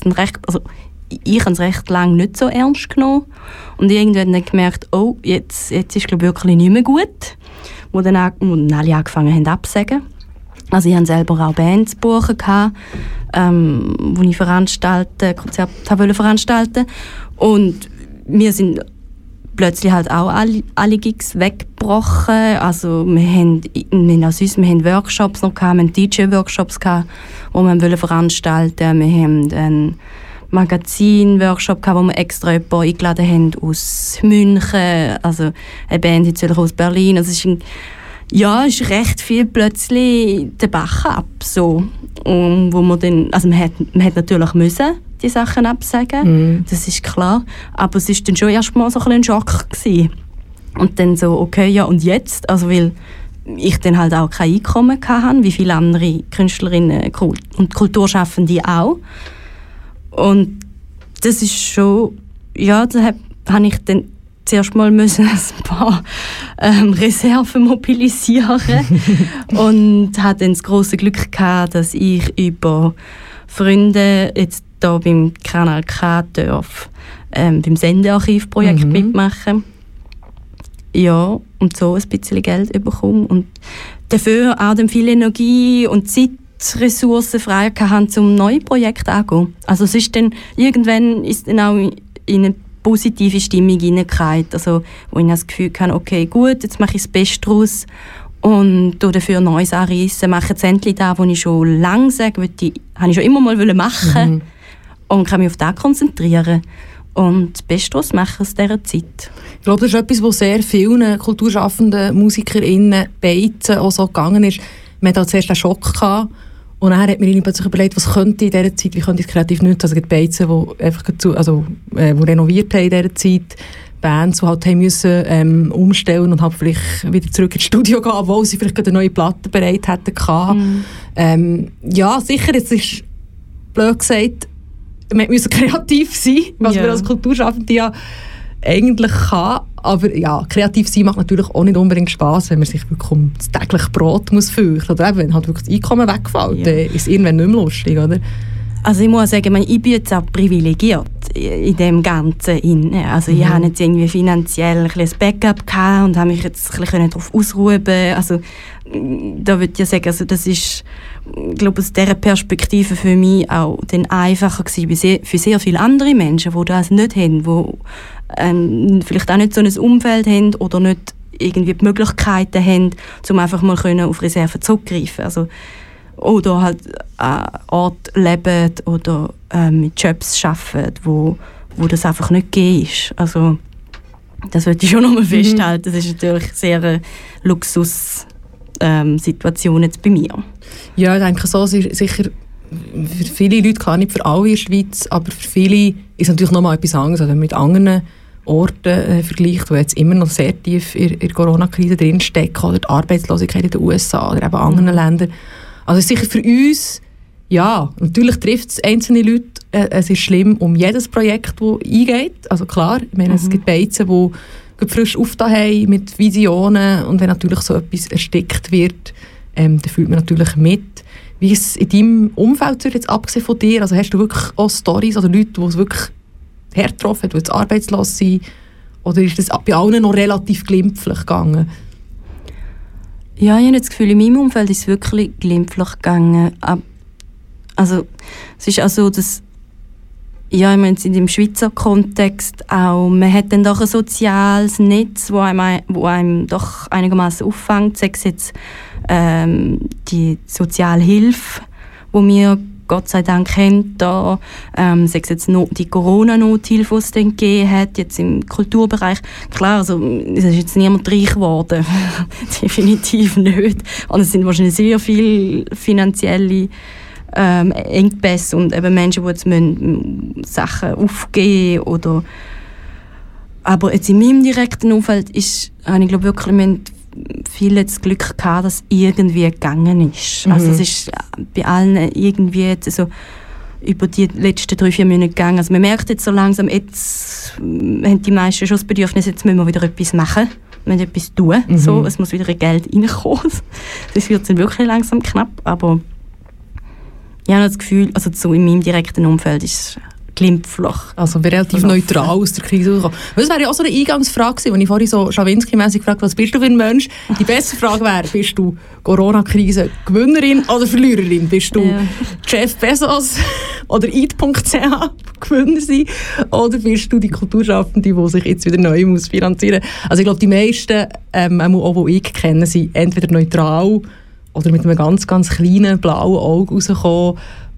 ich habe es recht lange nicht so ernst genommen und irgendwann dann gemerkt, oh, jetzt ist glaube ich wirklich nicht mehr gut, wo dann alle angefangen haben abzusagen. Also ich hatte selber auch Bands buchen, wo ich Konzerte wollte veranstalten. Und wir sind plötzlich halt auch alle Gigs weggebrochen. Also wir haben Workshops noch gehabt, wir haben DJ-Workshops gehabt, die wir veranstalten wollten. Wir haben einen Magazin-Workshop gehabt, wo wir extra jemanden eingeladen haben aus München, also eine Band jetzt aus Berlin. Also es ist recht viel plötzlich den Bach ab, so. Und wo man dann, also man hat natürlich müssen die Sachen absagen, das ist klar, aber es ist dann schon erstmal so ein Schock gewesen. Und dann so, okay, ja und jetzt, also weil ich dann halt auch kein Einkommen hatte, wie viele andere Künstlerinnen und Kulturschaffende auch. Und das ist schon, ja, da habe ich dann zuerst mal müssen ein paar Reserven mobilisieren und hatte dann das grosse Glück gehabt, dass ich über Freunde jetzt hier beim Kanal K beim Sendearchivprojekt mitmachen. Ja, und so ein bisschen Geld bekommen und dafür auch dann viel Energie und Zeitressourcen frei gehabt, um neue Projekte anzugehen. Also es ist dann, irgendwann ist dann auch in eine positive Stimmung hineingefallen, also wo ich das Gefühl hatte, okay, gut, jetzt mache ich das Beste daraus und dafür Neues anreissen, mache jetzt endlich das, was ich schon lange sage, habe ich schon immer mal machen und kann mich auf das konzentrieren und das Beste daraus machen aus dieser Zeit. Ich glaube, das ist etwas, was sehr vielen kulturschaffenden MusikerInnen beizen auch so gegangen ist. Man hatte zuerst einen Schock gehabt, und dann hat mir plötzlich überlegt, was könnte in dieser Zeit, wie könnte ich es kreativ nutzen. Also die Beizen, die einfach die renoviert haben in dieser Zeit, Bands, die halt haben müssen, umstellen und halt vielleicht wieder zurück ins Studio gehen, obwohl sie vielleicht eine neue Platte bereit hätten. Ja, sicher, es ist blöd gesagt, man muss kreativ sein, was man als Kulturschaffende ja eigentlich kann. Aber ja, kreativ sein macht natürlich auch nicht unbedingt Spass, wenn man sich wirklich um das tägliche Brot muss fürchten. Oder eben, wenn halt wirklich das Einkommen wegfällt, dann ist es irgendwann nicht mehr lustig, oder? Also ich muss sagen, ich bin jetzt auch privilegiert in dem Ganzen. Also ich habe jetzt irgendwie finanziell ein Backup gehabt und habe mich jetzt ein bisschen darauf ausruhen. Also da würde ich ja sagen, also das ist, ich glaube, aus dieser Perspektive für mich auch dann einfacher gewesen für sehr viele andere Menschen, die das nicht haben, die vielleicht auch nicht so ein Umfeld haben oder nicht irgendwie die Möglichkeiten haben, um einfach mal auf Reserven zurückgreifen. Also, oder halt an Ort leben oder mit Jobs arbeiten, wo das einfach nicht gegeben ist. Also, das würde ich schon noch mal festhalten. Das ist natürlich eine sehr Luxussituation jetzt bei mir. Ja, ich denke, so ist sicher für viele Leute, klar nicht für alle in der Schweiz, aber für viele ist es natürlich noch mal etwas anderes, also mit anderen Orten vergleicht, die jetzt immer noch sehr tief in der Corona-Krise drinstecken, oder die Arbeitslosigkeit in den USA oder eben anderen Ländern. Also es ist sicher für uns, ja, natürlich trifft es einzelne Leute, es ist schlimm um jedes Projekt, das eingeht, also klar, ich meine, es gibt Beizen, die frisch aufgetan haben mit Visionen und wenn natürlich so etwas erstickt wird, dann fühlt man natürlich mit. Wie ist es in deinem Umfeld jetzt abgesehen von dir? Also hast du wirklich auch Storys oder Leute, die es wirklich hart getroffen haben, die jetzt arbeitslos sind? Oder ist das bei allen noch relativ glimpflich gegangen? Ja, ich habe das Gefühl, in meinem Umfeld ist es wirklich glimpflich gegangen. Also es ist auch so, dass ja, ich meine, in dem Schweizer Kontext auch, man hat dann doch ein soziales Netz, wo einem doch einigermaßen auffängt, sei es jetzt die Sozialhilfe, die wir Gott sei Dank haben, da, sei es jetzt die Corona-Nothilfe, die es dann gegeben hat, jetzt im Kulturbereich. Klar, also, es ist jetzt niemand reich geworden. Definitiv nicht. Und es sind wahrscheinlich sehr viele finanzielle Engpässe und eben Menschen, die jetzt Sachen aufgeben oder. Aber jetzt in meinem direkten Umfeld habe ich glaube wirklich, viele das Glück gehabt, dass es irgendwie gegangen ist. Also es ist bei allen irgendwie jetzt, also über die letzten 3-4 Monate gegangen. Also man merkt jetzt so langsam, jetzt haben die meisten schon das Bedürfnis, jetzt müssen wir wieder etwas machen, wir müssen etwas tun, so, es muss wieder Geld reinkommen. Das wird dann wirklich langsam knapp, aber ich habe das Gefühl, also so in meinem direkten Umfeld ist es glimpflich. Also relativ neutral aus der Krise rausgekommen. Das wäre ja auch so eine Eingangsfrage gewesen, als ich vorhin so Schawinski-mässig gefragt habe, was bist du für ein Mensch? Die beste Frage wäre, bist du Corona-Krise Gewinnerin oder Verliererin? Bist du Jeff Bezos oder Eat.ch Gewinner sein? Oder bist du die Kulturschaffende, die sich jetzt wieder neu muss finanzieren muss? Also ich glaube, die meisten, auch die ich kenne, sind entweder neutral oder mit einem ganz, ganz kleinen blauen Auge rausgekommen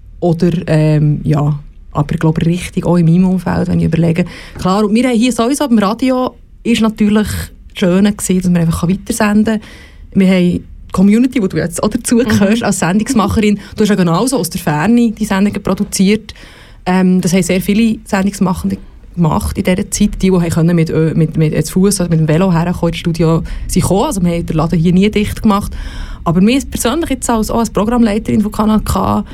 oder ja. Aber ich glaube richtig, auch in meinem Umfeld, wenn ich überlege. Klar, und wir haben hier sowieso beim Radio, ist natürlich schön gewesen, dass wir einfach weitersenden können. Wir haben die Community, wo du jetzt auch dazugehörst, als Sendungsmacherin. Du hast ja genauso aus der Ferne die Sendungen produziert. Das haben sehr viele Sendungsmachende gemacht in dieser Zeit. Die können mit zu Fuß oder mit dem Velo herkommen ins Studio sind gekommen. Also wir haben den Laden hier nie dicht gemacht. Aber mir persönlich jetzt auch als Programmleiterin von Kanal K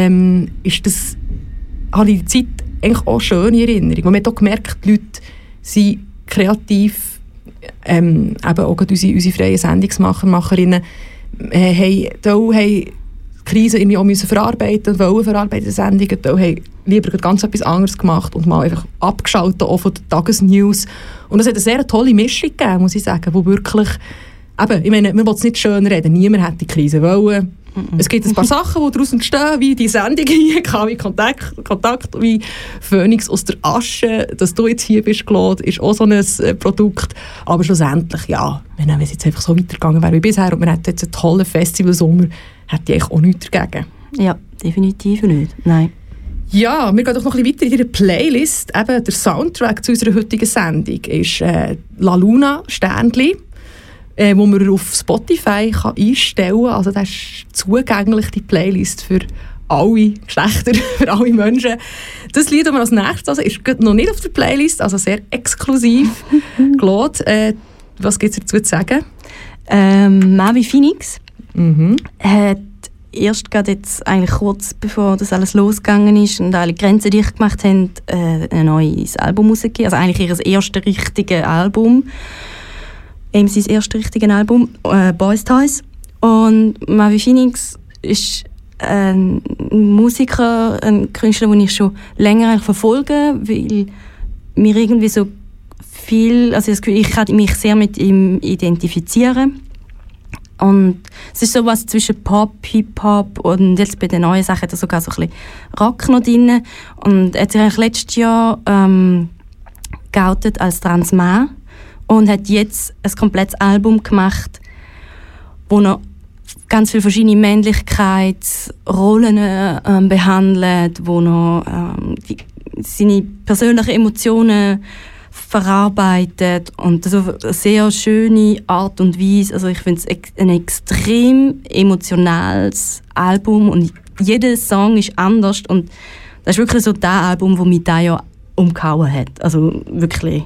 ist das... habe ich die Zeit eigentlich auch schön in Erinnerung. Man hat auch gemerkt, die Leute sind kreativ, eben auch unsere freien Sendungsmacherinnen haben die Krise irgendwie auch müssen verarbeiten, wollen verarbeiten Sendungen, die haben lieber ganz etwas anderes gemacht und mal einfach abgeschaltet, auch von den Tagesnews. Und es hat eine sehr tolle Mischung gegeben, muss ich sagen, wo wirklich, eben, ich meine, man will es nicht schön reden, niemand hätte die Krise wollen. Es gibt ein paar Sachen, die daraus entstehen, wie die Sendung hier, wie Kontakt, wie Phönix aus der Asche, dass du jetzt hier bist geladen, ist auch so ein Produkt. Aber schlussendlich, ja, wenn es jetzt einfach so weitergegangen wäre wie bisher und man hätte jetzt einen tollen Festivalsommer, hätte ich eigentlich auch nichts dagegen. Ja, definitiv nicht, nein. Ja, wir gehen doch noch ein bisschen weiter in der Playlist. Eben der Soundtrack zu unserer heutigen Sendung ist «La Luna» Sternli, wo man auf Spotify kann einstellen kann. Also das ist zugänglich, die Playlist für alle Geschlechter, für alle Menschen. Das Lied, das wir als nächstes also ist noch nicht auf der Playlist, also sehr exklusiv geladen. Was gibt es dazu zu sagen? Mavi Phoenix hat erst gerade jetzt eigentlich kurz bevor das alles losgegangen ist und alle Grenzen dicht gemacht haben, ein neues Album rausgegeben. Also eigentlich ihr erstes richtiges Album. sein erstes richtiges Album, Boys Toys. Und Mavi Phoenix ist ein Musiker, ein Künstler, den ich schon länger verfolge, weil mir irgendwie so viel, also ich kann mich sehr mit ihm identifizieren. Und es ist sowas zwischen Pop, Hip-Hop und jetzt bei den neuen Sachen hat er sogar so ein bisschen Rock noch drin. Und er hat sich eigentlich letztes Jahr geoutet als Transmann und hat jetzt ein komplettes Album gemacht, wo er ganz viele verschiedene Männlichkeitsrollen behandelt, wo er seine persönlichen Emotionen verarbeitet und das auf eine sehr schöne Art und Weise. Also ich finde es ein extrem emotionales Album und jeder Song ist anders und das ist wirklich so das Album, das mich dieses Jahr umgehauen hat. Also wirklich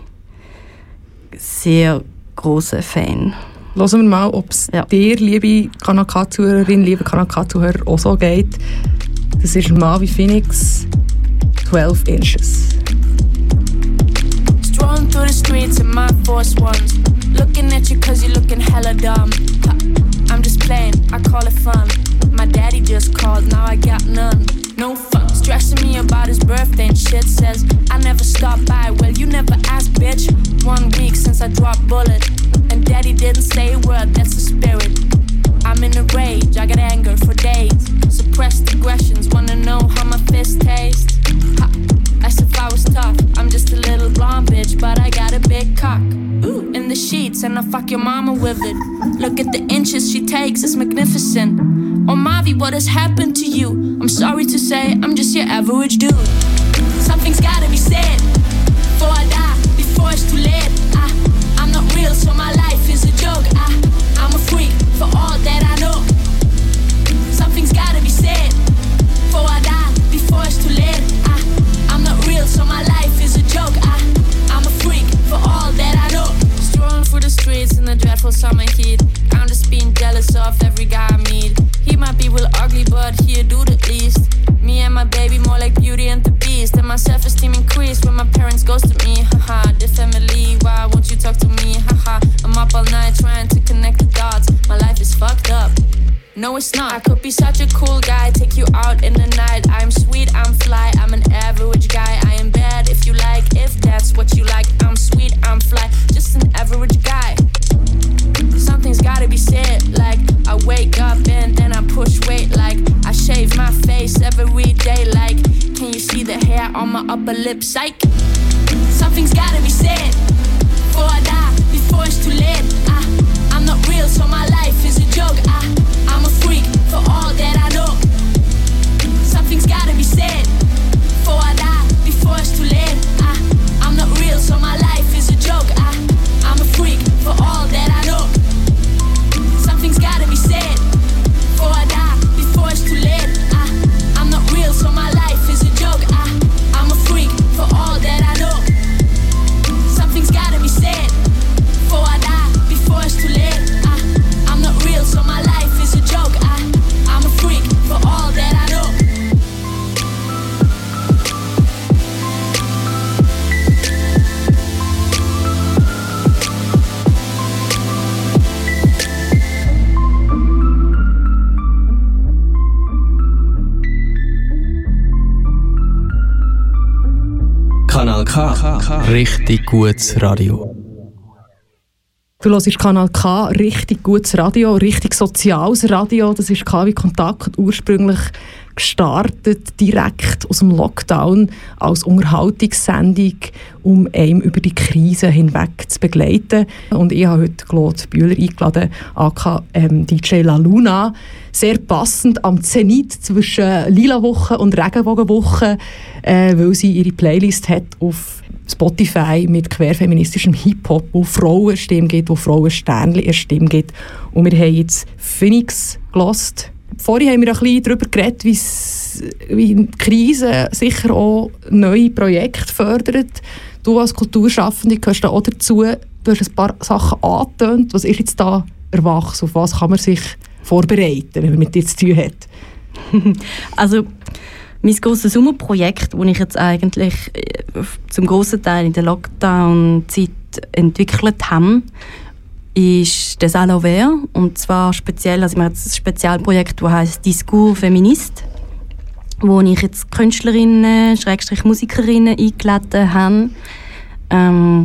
sehr grosser Fan. Hören wir mal, ob es dir, liebe Kanal K-Zuhörerin, liebe Kanal K-Zuhörer, auch so geht. Das ist Mavi Phoenix, 12 Inches. Strolling through the streets in my force ones, looking at you cause you're looking hella dumb. I'm just playing, I call it fun. My daddy just called, now I got none. No fun, stressing me about his birthday and shit. Says I never stop by, well you never asked, bitch. 1 week since I dropped bullet, and daddy didn't say a word, that's the spirit. I'm in a rage, I got anger for days. Suppressed aggressions, wanna know how my fist tastes. Ha, as if I was tough, I'm just a little blonde bitch, but I got a big cock. Ooh, in the sheets, and I fuck your mama with it. Look at the inches she takes, it's magnificent. Oh Mavi, what has happened to you? I'm sorry to say, I'm just your average dude. Something's gotta be said, before I die, before it's too late. I'm not real, so my life is a joke. I'm a freak, for all that I know. Something's gotta be said, before I die, before it's too late. I'm not real, so my life is a joke. I'm a freak, for all that I know. Strolling through the streets in the dreadful summer heat. I'm just being jealous of every guy I meet. He might be real ugly, but he'll do the least. Me and my baby more like Beauty and the Beast. And my self-esteem increased when my parents ghosted me. Haha, this it's not. I could be such a cool guy, take you out in the night. I'm sweet, I'm fly, I'm an average guy. I am bad if you like, if that's what you like. I'm sweet, I'm fly, just an average guy. Something's gotta be said, like I wake up and then I push weight, like I shave my face every day, like can you see the hair on my upper lip, psych? Something's gotta be said, before I die, before it's too late. I'm not real, so my life is a joke. I'm a freak for all that I know. Something's gotta be said, before I die, before it's too late. I'm not real, so my life is a joke. I'm a freak for all that I know. Something's gotta be said, before I die, before it's too late. I'm not real, so my life is a joke. I'm a freak for all that I know. Something's gotta be said, before I die, before it's too late. I'm not real, so my life is a joke. I'm a freak for all that I know. Kanal K. Richtig gutes Radio. Du hörst Kanal K, richtig gutes Radio, richtig soziales Radio. Das ist KW Kontakt, ursprünglich gestartet direkt aus dem Lockdown als Unterhaltungssendung, um einem über die Krise hinweg zu begleiten. Und ich habe heute Claude Bühler eingeladen, aka DJ La Luna. Sehr passend am Zenit zwischen Lila-Woche und Regenbogenwoche, weil sie ihre Playlist hat auf Spotify mit queerfeministischem Hip-Hop, wo Frauen Stimme gibt, wo Frauen Sternchen eine Stimme gibt. Und wir haben jetzt Phoenix gehört. Vorhin haben wir ein bisschen darüber geredet, wie die Krise sicher auch neue Projekte fördert. Du als Kulturschaffende gehörst da auch dazu. Du hast ein paar Sachen angetönt. Was ist jetzt da erwachsen? Auf was kann man sich vorbereiten, wenn man mit dir zu tun hat? Also, mein grosses Sommerprojekt, das ich jetzt eigentlich zum grossen Teil in der Lockdown-Zeit entwickelt habe, ist das Aloe Vera. Und zwar speziell, also wir haben ein Spezialprojekt, das heisst «Discours Feminist», wo ich jetzt Künstlerinnen, Musikerinnen eingeladen habe,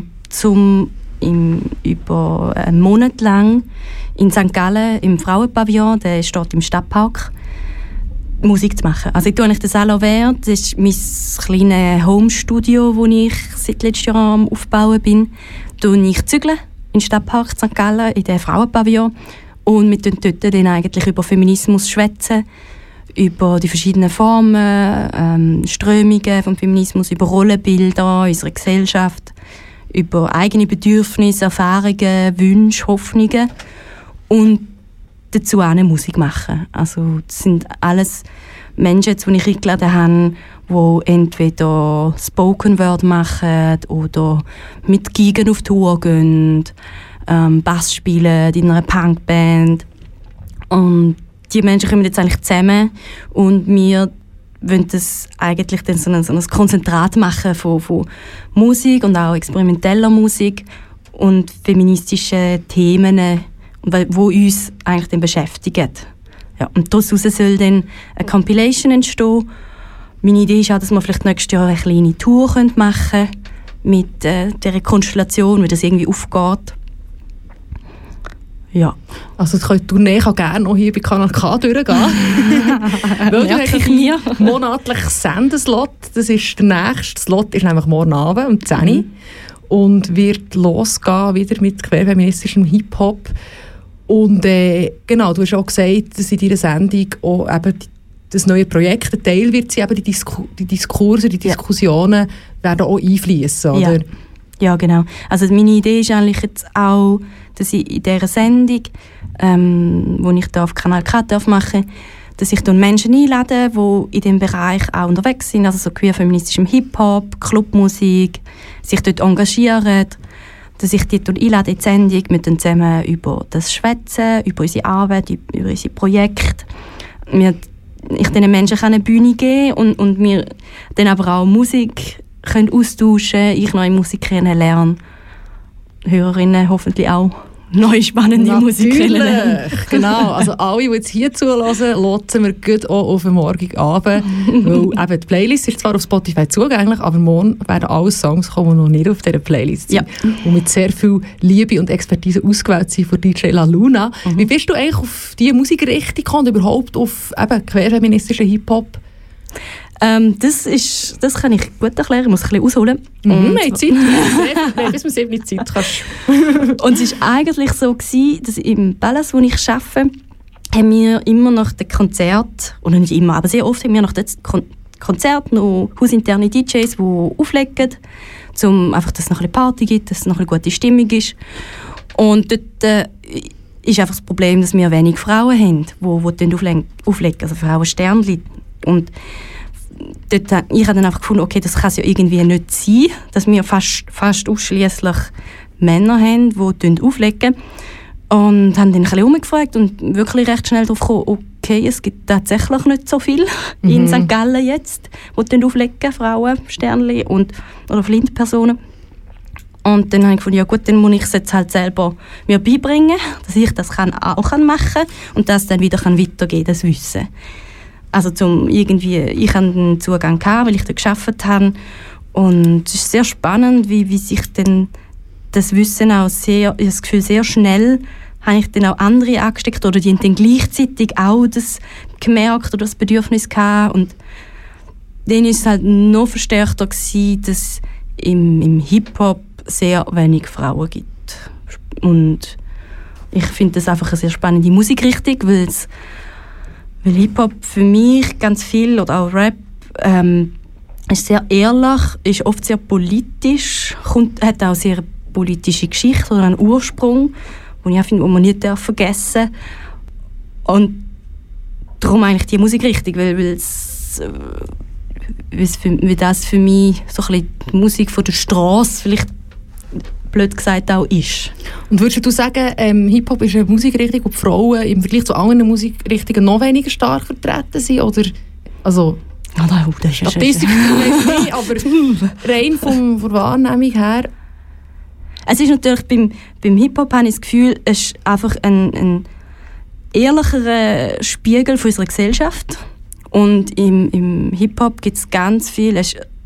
über einen Monat lang in St. Gallen im Frauenpavillon, der steht im Stadtpark, Musik zu machen. Also ich tue nicht das Aloe Vera, das ist mein kleines Home-Studio, das ich seit letztem Jahr am Aufbauen bin. Ich zügle in den Stadtpark St. Gallen, in den Frauenpavillon, und wir schwätzen dort dann eigentlich über Feminismus, über die verschiedenen Formen, Strömungen vom Feminismus, über Rollenbilder unserer Gesellschaft, über eigene Bedürfnisse, Erfahrungen, Wünsche, Hoffnungen und dazu auch eine Musik machen. Also das sind alles Menschen, die ich eingeladen habe, die entweder Spoken Word machen oder mit Gigen auf Tour gehen, Bass spielen in einer Punkband. Und die Menschen kommen jetzt eigentlich zusammen und wir wollen das eigentlich dann so ein Konzentrat machen von Musik und auch experimenteller Musik und feministischen Themen, die uns eigentlich dann beschäftigen. Ja, und daraus soll dann eine Compilation entstehen. Meine Idee ist auch, dass wir vielleicht nächstes Jahr eine kleine Tour machen können mit dieser Konstellation, wie das irgendwie aufgeht. Ja. Also die Tournee kann gerne noch hier bei Kanal K durchgehen. Weil du hast mir monatlich Sendeslot. Das ist der nächste Slot, ist nämlich morgen Abend um 10 Uhr. Und wird losgehen wieder mit queerfeministischem Hip-Hop. Und genau, du hast auch gesagt, dass in deiner Sendung auch eben das neue Projekt, ein Teil wird sie eben die Diskurse, die Diskussionen werden auch einfließen, oder? Ja, genau. Also meine Idee ist eigentlich jetzt auch, dass ich in dieser Sendung, die ich hier auf Kanal K machen darf, dass ich Menschen einlade, die in diesem Bereich auch unterwegs sind, also so queer-feministischem Hip-Hop, Clubmusik, sich dort engagieren, dass ich die einlade in die Sendung, wir dann zusammen über das schwätzen, über unsere Arbeit, über unsere Projekte. Ich diesen Menschen eine Bühne geben und wir dann aber auch Musik können austauschen, ich neue Musik kennenlernen, Hörerinnen hoffentlich auch. neue spannende Musik kennenlernen. Genau, also alle, die jetzt hier zuhören, hören wir gut auch auf den morgigen Abend. Weil eben die Playlist ist zwar auf Spotify zugänglich, aber morgen werden alle Songs kommen, die noch nicht auf dieser Playlist sind. Ja. Und mit sehr viel Liebe und Expertise ausgewählt sind von DJ La Luna. Wie bist du eigentlich auf diese Musikrichtung gekommen und überhaupt auf eben queerfeministischen Hip-Hop? Das kann ich gut erklären, ich muss ein bisschen ausholen. Wir haben Zeit, bis wir 7 Zeit kannst. Und es war eigentlich so, dass im Palace, wo ich arbeite, haben wir immer nach dem Konzert, oder nicht immer, aber sehr oft haben wir nach dem Konzert noch hausinterne DJs, die auflegen, einfach, dass es noch ein bisschen Party gibt, dass es noch eine gute Stimmung ist. Und dort ist einfach das Problem, dass wir wenig Frauen haben, die dann auflegen, also Frauensternchen. Und dort, ich habe dann einfach gefunden, okay, das kann es ja irgendwie nicht sein, dass wir fast ausschliesslich Männer haben, die auflegen. Und haben dann ein bisschen umgefragt und wirklich recht schnell darauf gekommen, okay, es gibt tatsächlich nicht so viel in St. Gallen jetzt, die auflegen, Frauen, Sternchen oder Flintpersonen. Und dann habe ich gefunden, ja gut, dann muss ich es jetzt halt selber mir beibringen, dass ich das auch machen kann und das dann wieder weitergeben kann, das Wissen. Also ich hatte einen Zugang gehabt, weil ich da gearbeitet habe. Und es ist sehr spannend, wie sich dann das Wissen auch ich habe das Gefühl, sehr schnell habe ich dann auch andere angesteckt oder die haben dann gleichzeitig auch das gemerkt oder das Bedürfnis gehabt. Und dann war es halt noch verstärkter gewesen, dass es im Hip-Hop sehr wenig Frauen gibt. Und ich finde das einfach eine sehr spannende Musikrichtung, weil Hip-Hop für mich ganz viel, oder auch Rap, ist sehr ehrlich, ist oft sehr politisch, hat auch sehr politische Geschichte oder einen Ursprung, den ich auch finde, den man nicht vergessen darf. Und darum eigentlich die Musikrichtung, weil das für mich so ein bisschen die Musik von der Straße vielleicht blöd gesagt auch ist. Und würdest du sagen, Hip-Hop ist eine Musikrichtung, wo die Frauen im Vergleich zu anderen Musikrichtungen noch weniger stark vertreten sind? Oder, also, das ist Statistik weiß nicht, aber rein von der Wahrnehmung her? Es ist natürlich beim Hip-Hop, habe ich das Gefühl, es ist einfach ein ehrlicherer Spiegel von unserer Gesellschaft. Und im Hip-Hop gibt es ganz viel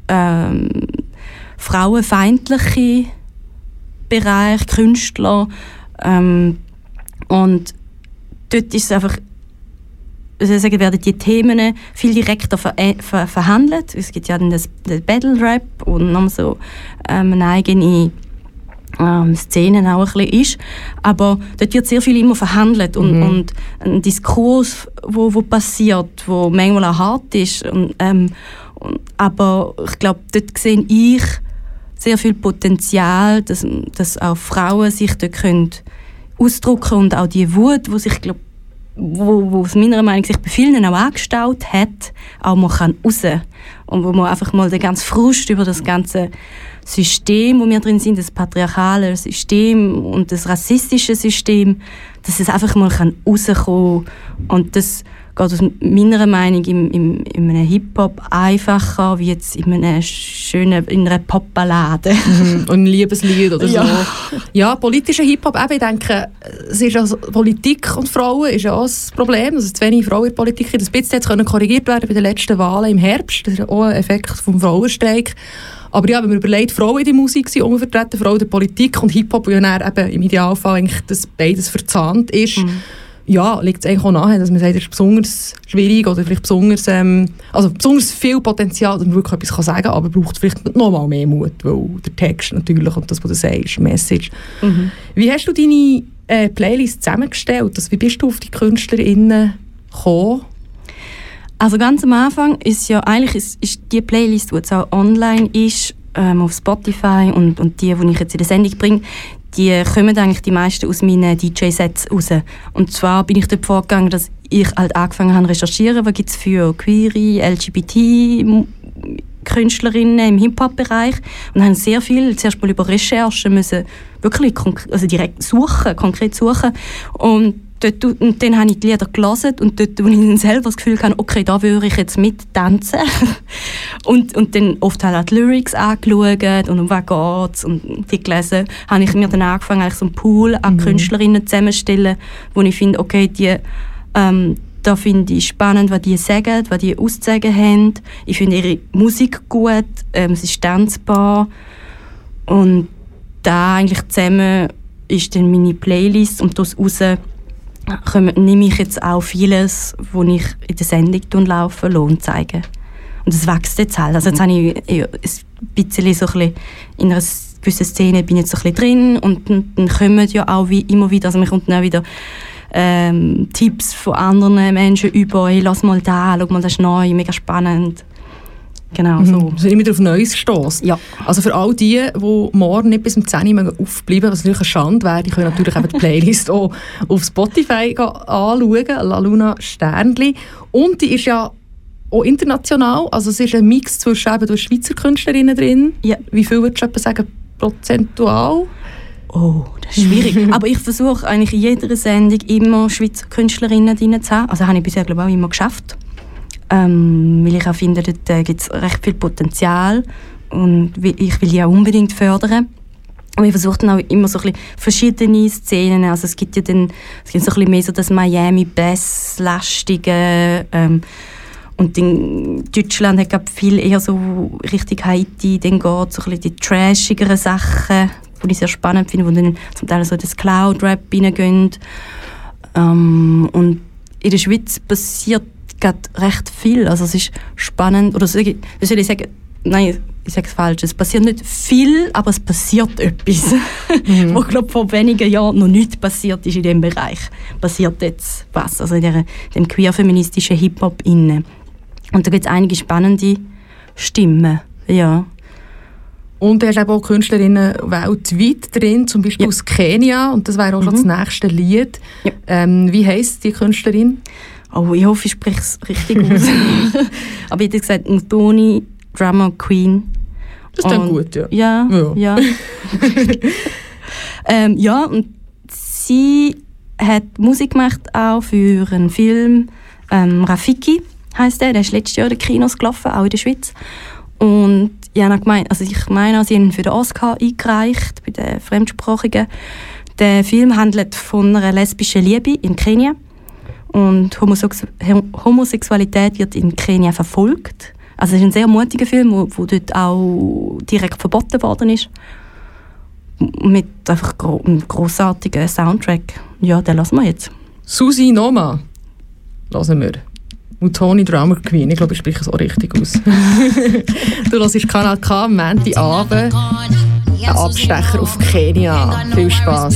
frauenfeindliche Bereich, Künstler. Und dort ist es einfach, werden die Themen viel direkter verhandelt. Es gibt ja dann das Battle Rap und noch so eine eigene Szenen auch ein bisschen ist. Aber dort wird sehr viel immer verhandelt und ein Diskurs, wo passiert, wo manchmal auch hart ist. Aber ich glaube, dort sehe ich sehr viel Potenzial, dass auch Frauen sich dort ausdrücken können und auch die Wut, wo sich, glaub, wo aus meiner Meinung sich bei vielen auch angestaut hat, auch mal raus kann. Und wo man einfach mal den ganzen Frust über das ganze System, wo wir drin sind, das patriarchale System und das rassistische System, dass es einfach mal rauskommen kann. Und das geht aus meiner Meinung in einem Hip-Hop einfacher, wie jetzt in einer Pop-Ballade. Und ein Liebeslied oder so. Ja, politischer Hip-Hop, ich denke, es ist also Politik und Frauen ist ja auch das Problem, dass es zu wenig Frauen in der Politik sind. Das bisschen jetzt korrigiert werden bei den letzten Wahlen im Herbst. Das ist auch ein Effekt vom Frauenstreik. Aber ja, wenn man überlegt, Frauen in der Musik sind unvertreten, Frauen in der Politik und Hip-Hop, wo ja dann eben im Idealfall eigentlich das beides verzahnt ist, ja, liegt es eigentlich auch nahe, dass man sagt, es ist besonders schwierig oder vielleicht besonders viel Potenzial, dass man wirklich etwas sagen kann, aber braucht vielleicht noch mal mehr Mut, weil der Text natürlich und das, was du sagst, Message. Wie hast du deine Playlist zusammengestellt? Also, wie bist du auf die KünstlerInnen gekommen? Also ganz am Anfang ist ja eigentlich ist die Playlist, die jetzt auch online ist, auf Spotify und die ich jetzt in der Sendung bringe, die kommen eigentlich die meisten aus meinen DJ-Sets raus. Und zwar bin ich dort vorgegangen, dass ich halt angefangen habe zu recherchieren, was gibt es für queere, LGBT-Künstlerinnen im Hip-Hop-Bereich und haben sehr viel, zuerst mal über Recherchen müssen wirklich direkt konkret suchen. Und und dann habe ich die Lieder gelesen und dort, wo ich dann selber das Gefühl hatte, okay, da würde ich jetzt mittanzen. und dann oft halt auch die Lyrics angeschaut und um was geht's und die gelesen, habe ich mir dann angefangen, eigentlich so einen Pool an Künstlerinnen zusammenzustellen, wo ich finde, okay, die da finde ich spannend, was die sagen, was die auszusagen haben. Ich finde ihre Musik gut, sie ist tanzbar. Und da eigentlich zusammen ist dann meine Playlist und daraus nehme ich jetzt auch vieles, was ich in der Sendung laufen lasse und zeige. Und das wächst jetzt halt. Also jetzt habe ich ein bisschen so ein bisschen in einer gewissen Szene bin ich jetzt so ein bisschen drin und dann kommen ja auch immer wieder, also mir kommt dann auch wieder Tipps von anderen Menschen über, hey, lass mal da, schau mal, das ist neu, mega spannend. Genau, so. Sind immer wieder auf Neues gestossen. Ja. Also für all die morgen nicht bis um 10 Uhr aufbleiben, was natürlich eine Schande wäre, die können natürlich eben die Playlist auch auf Spotify anschauen, La Luna Sternli. Und die ist ja auch international, also es ist ein Mix zwischen eben Schweizer Künstlerinnen drin. Ja. Wie viel würdest du etwa sagen, prozentual? Oh, das ist schwierig. Aber ich versuche eigentlich in jeder Sendung immer Schweizer Künstlerinnen drin zu haben. Also habe ich bisher, glaube ich, auch immer geschafft. Weil ich auch finde, dort gibt es recht viel Potenzial und ich will die auch unbedingt fördern. Und ich versuche dann auch immer so ein bisschen verschiedene Szenen. Also es gibt ja dann so ein bisschen mehr so das Miami-Bass-lastige. Und in Deutschland hat viel eher so Richtung Haiti, dann geht so ein bisschen die trashigeren Sachen, die ich sehr spannend finde, wo dann zum Teil so das Cloud-Rap reingehen. Und in der Schweiz passiert gerade recht viel. Also es ist spannend, oder soll ich sagen, nein, ich sage es falsch, es passiert nicht viel, aber es passiert etwas. Wo ich glaube, vor wenigen Jahren noch nichts passiert ist in diesem Bereich. Passiert jetzt was, also in dem queer-feministischen Hip-Hop innen. Und da gibt es einige spannende Stimmen, ja. Und du hast eben auch Künstlerinnen weltweit drin, zum Beispiel aus Kenia, und das wäre auch schon das nächste Lied. Ja. Wie heisst die Künstlerin? Oh, ich hoffe, ich spreche es richtig aus. Aber ich hätte gesagt, Muthoni Drama Queen. Das ist dann gut, ja. Ja. Ja, und sie hat Musik gemacht auch für einen Film, Rafiki heisst der ist letztes Jahr in den Kinos gelaufen, auch in der Schweiz. Und ich meine, sie haben ihn für den Oscar eingereicht, bei den Fremdsprachigen. Der Film handelt von einer lesbischen Liebe in Kenia. Und Homosexualität wird in Kenia verfolgt. Also es ist ein sehr mutiger Film, wo dort auch direkt verboten worden ist. Mit einfach einem grossartigen Soundtrack. Ja, den lassen wir jetzt. Susi Noma hören wir. Muthoni Drama Queen, ich glaube, ich spreche es auch richtig aus. Du hörst Kanal K am Montagabend. Ein Abstecher auf Kenia. Viel Spass.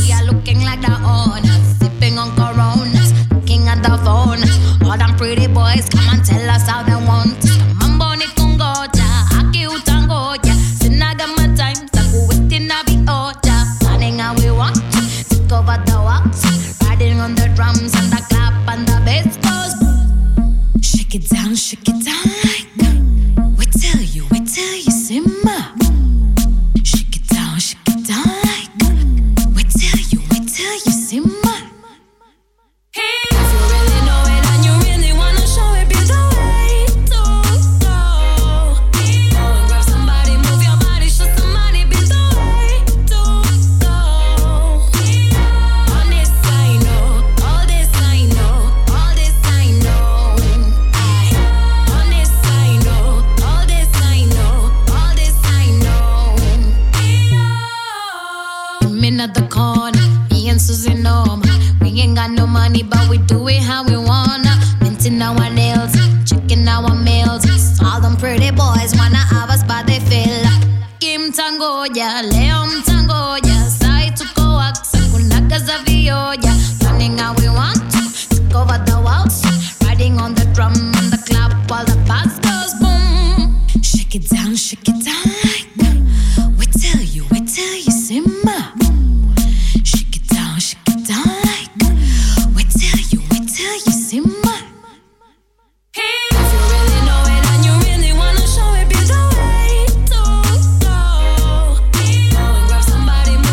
All them pretty boys come and tell us how they want. Mambo ni kungoja, aki utangoja. Sinaga my time, taku waiting na be oja. Planning how we want, take over the walks. Riding on the drums and the clap and the bass goes boom. Shake it down like we tell you, simmer. Shake it down like we tell you, simmer. At the corner, me and Susie Norma. We ain't got no money, but we do it how we wanna. Minting our nails, checking our mails. All them pretty boys wanna have us, but they feel Kim Tangoya, Leon Tangoya, Sai to Coax, Kunaga Zavioya. Running how we want to, take over the walls. Riding on the drum and the clap while the bass goes boom. Shake it down like we tell you, simmer. Somebody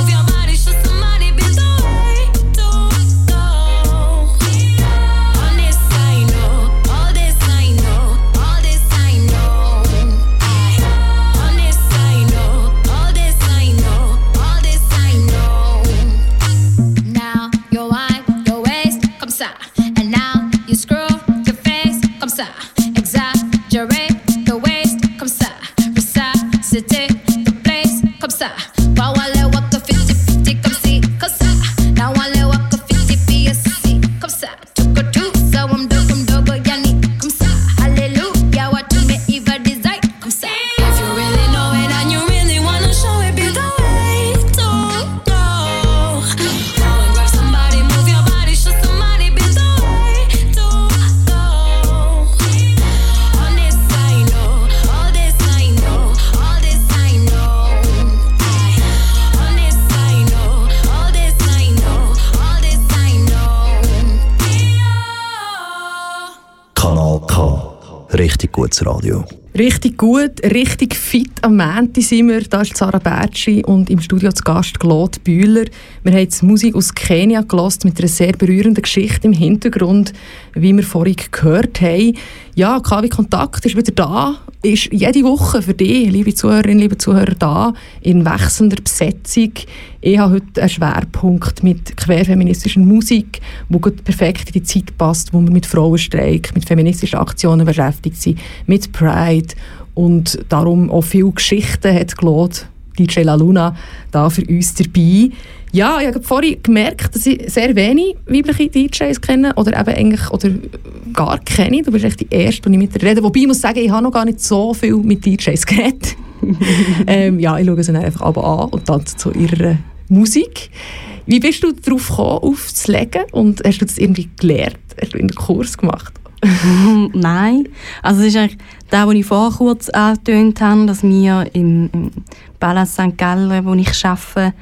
richtig gutes Radio. Richtig gut, richtig fit am Montag sind wir. Da ist Sarah Bertschi und im Studio zu Gast Claude Bühler. Wir haben jetzt Musik aus Kenia gehört mit einer sehr berührenden Geschichte im Hintergrund, wie wir vorhin gehört haben. Ja, KW Kontakt ist wieder da, ist jede Woche für dich, liebe Zuhörerinnen, liebe Zuhörer, da, in wechselnder Besetzung. Ich habe heute einen Schwerpunkt mit queerfeministischer Musik, die perfekt in die Zeit passt, wo wir mit Frauenstreik, mit feministischen Aktionen beschäftigt sind, mit Pride und darum auch viele Geschichten hat Claude, DJ La Luna, da für uns dabei. Ja, ich habe vorhin gemerkt, dass ich sehr wenig weibliche DJs kenne oder eben eigentlich oder gar kenne. Du bist echt die Erste, die ich mit dir rede. Wobei ich muss sagen, ich habe noch gar nicht so viel mit DJs geredet. Ja, ich schaue sie dann einfach an und tanze zu ihrer Musik. Wie bist du darauf gekommen, aufzulegen? Und hast du das irgendwie gelernt? Hast du einen Kurs gemacht? Nein. Also es ist eigentlich das, was ich vorher kurz angetönt habe, dass wir im Palace St. Gallen, wo ich arbeite,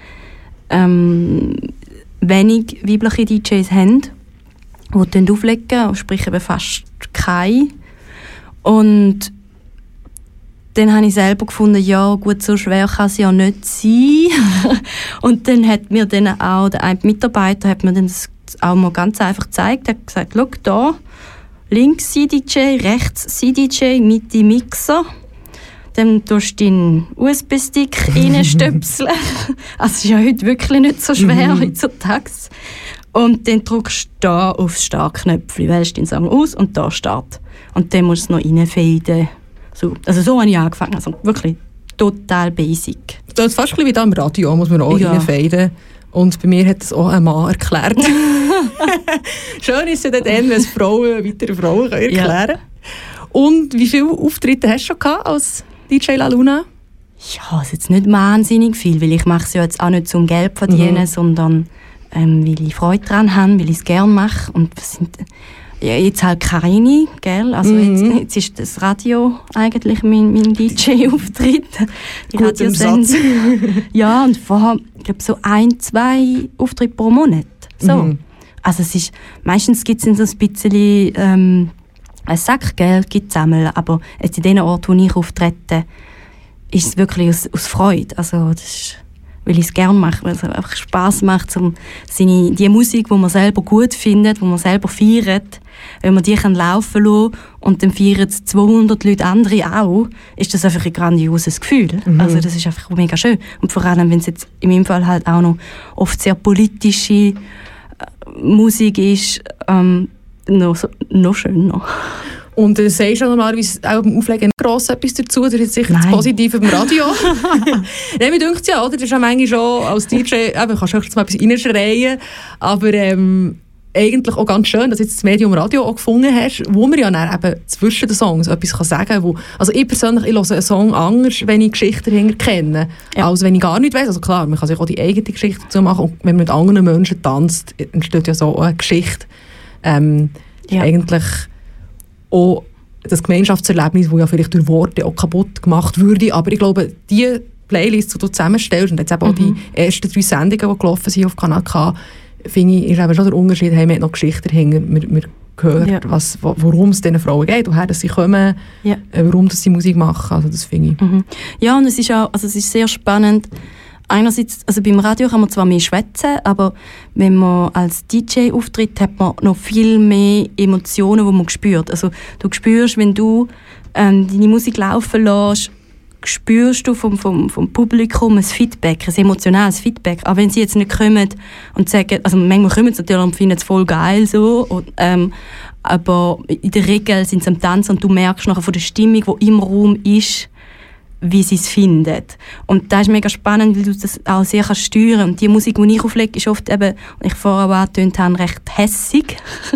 wenig weibliche DJs haben, die dann auflegen, sprich eben fast keine. Und dann habe ich selber gefunden, ja gut, so schwer kann es ja nicht sein. Und dann hat mir dann auch der eine Mitarbeiter hat mir dann das auch mal ganz einfach gezeigt. Er hat gesagt, schau da, links CDJ, rechts CDJ, Mitte Mixer. Dann tust du deinen USB-Stick reinstöpseln. Also es ist ja heute wirklich nicht so schwer heutzutage. Und dann drückst du da aufs Startknöpfchen, wählst den Song aus und da Start. Und dann musst du es noch reinfaden. So. Also so habe ich angefangen. Also wirklich total basic. Das ist fast wie da im Radio, muss man auch reinfaden. Und bei mir hat es auch ein Mann erklärt. Schön ist es ja dann, wenn es Frauen, weitere Frauen erklären können. Und wie viele Auftritte hast du schon gehabt als DJ La Luna? Ja, ist jetzt nicht wahnsinnig viel, weil ich mache es ja jetzt auch nicht zum Geld verdienen, sondern weil ich Freude daran habe, weil ich es gerne mache. Und ja, jetzt halt keine, gell? Also jetzt ist das Radio eigentlich mein DJ-Auftritt. Die Radiosendung. Ja, und vorher, ich glaube, so 1-2 Auftritte pro Monat. So. Also es ist, meistens gibt es so ein bisschen ein Sackgeld gibt's einmal, aber jetzt in den Orten, wo ich auftrete, ist es wirklich aus Freude. Also das ist, weil ich es gerne mache, weil es einfach Spass macht, die Musik, die man selber gut findet, die man selber feiert, wenn man die laufen lassen und dann feiern 200 Leute andere auch, ist das einfach ein grandioses Gefühl. Also das ist einfach mega schön. Und vor allem, wenn es jetzt in meinem Fall halt auch noch oft sehr politische Musik ist, noch schöner. Und du sagst ja normalerweise auch beim Auflegen gross etwas dazu, das ist jetzt sicher das Positive beim Radio. Nein, mir denkt es ja, oder? Das ist ja manchmal schon als DJ, kannst du höchstens mal etwas reinschreien, aber eigentlich auch ganz schön, dass du jetzt das Medium Radio auch gefunden hast, wo man ja dann eben zwischen den Songs etwas kann sagen kann. Also ich persönlich, ich höre einen Song anders, wenn ich Geschichten dahinter kenne, als wenn ich gar nicht weiss. Also klar, man kann sich auch die eigene Geschichte dazu machen und wenn man mit anderen Menschen tanzt, entsteht ja so eine Geschichte. Eigentlich auch das Gemeinschaftserlebnis, das ja vielleicht durch Worte auch kaputt gemacht würde. Aber ich glaube, die Playlist, die du zusammenstellst, und jetzt eben auch die ersten 3 Sendungen, die gelaufen sind auf Kanal K, finde ich, ist eben schon der Unterschied, hey, man hat noch Geschichten dahinter, man hört, worum es diesen Frauen geht, woher sie kommen, warum sie Musik machen. Also das finde ich. Ja, und es ist auch, also es ist sehr spannend. Einerseits, also beim Radio kann man zwar mehr schwätzen, aber wenn man als DJ auftritt, hat man noch viel mehr Emotionen, die man spürt. Also du spürst, wenn du deine Musik laufen lässt, spürst du vom Publikum ein Feedback, ein emotionales Feedback. Auch wenn sie jetzt nicht kommen und sagen, also manchmal kommen sie natürlich und finden es voll geil so, und, aber in der Regel sind sie am Tanzen und du merkst nachher von der Stimmung, die im Raum ist, wie sie es finden. Und das ist mega spannend, weil du das auch sehr kannst steuern. Und die Musik, die ich auflege, ist oft eben, wie ich vorher auch angetönt habe, recht hässig.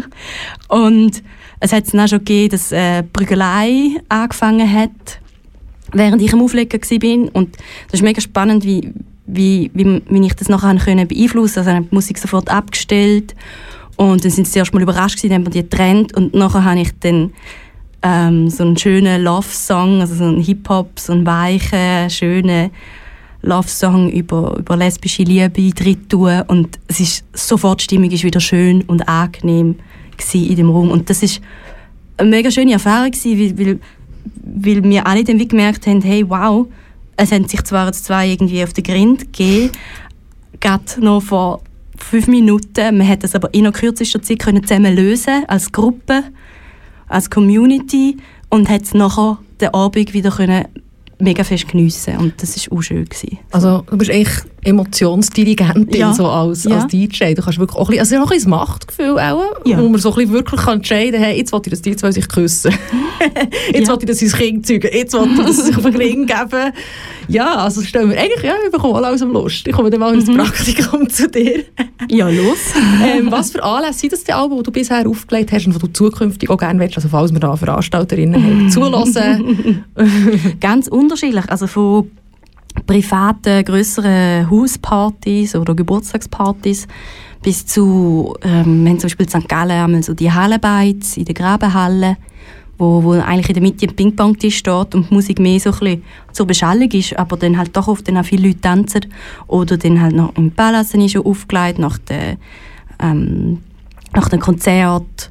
Und es hat es dann auch schon gegeben, dass Prügelei angefangen hat, während ich am Auflegen war. Und das ist mega spannend, wie ich das nachher beeinflussen konnte. Also ich habe die Musik sofort abgestellt. Und dann sind sie erst mal überrascht gewesen, dann haben wir die getrennt. Und nachher habe ich dann so einen schönen Love-Song, also so einen Hip-Hop, so einen weichen, schönen Love-Song über lesbische Liebe drin tun. Und es ist sofort, die Stimmung ist wieder schön und angenehm in dem Raum. Und das ist eine mega schöne Erfahrung gewesen, weil wir alle dann wie gemerkt haben, hey, wow, es haben sich zwar jetzt zwei irgendwie auf den Grind gegeben, gerade noch vor 5 Minuten, man hat das aber in kürzester Zeit zusammen lösen als Gruppe, als Community und hat es nachher den Abend wieder können mega fest geniessen und das war auch schön gewesen. Also du bist echt Emotionsdirigentin so als DJ. Du kannst wirklich auch ein bisschen, also auch ein bisschen das Machtgefühl auch, wo man so ein bisschen wirklich entscheiden kann, hey, jetzt will ich, dass die zwei sich küssen. Jetzt will ich, dass sie das Kind zeugen. Jetzt will ich, dass sie sich auf den Ring geben. Ja, also stellen wir eigentlich, ich bekomme alle aus dem Lust. Ich komme dann mal ins Praktikum zu dir. Ja, los. Was für Anlässe sind das die Alben, die du bisher aufgelegt hast und die du zukünftig auch gerne willst, also falls wir da Veranstalterinnen haben, zulassen? Ganz unterschiedlich, also von privaten, grösseren Hauspartys oder Geburtstagspartys bis zu, wir haben zum Beispiel in St. Gallen einmal so die Hallenbeiz in der Grabenhalle, wo eigentlich in der Mitte ein Ping-Pong-Tisch steht und die Musik mehr so ein bisschen zur Beschallung ist, aber dann halt doch oft dann auch viele Leute tanzen. Oder dann halt noch im Palace ist schon aufgelegt, nach dem Konzert.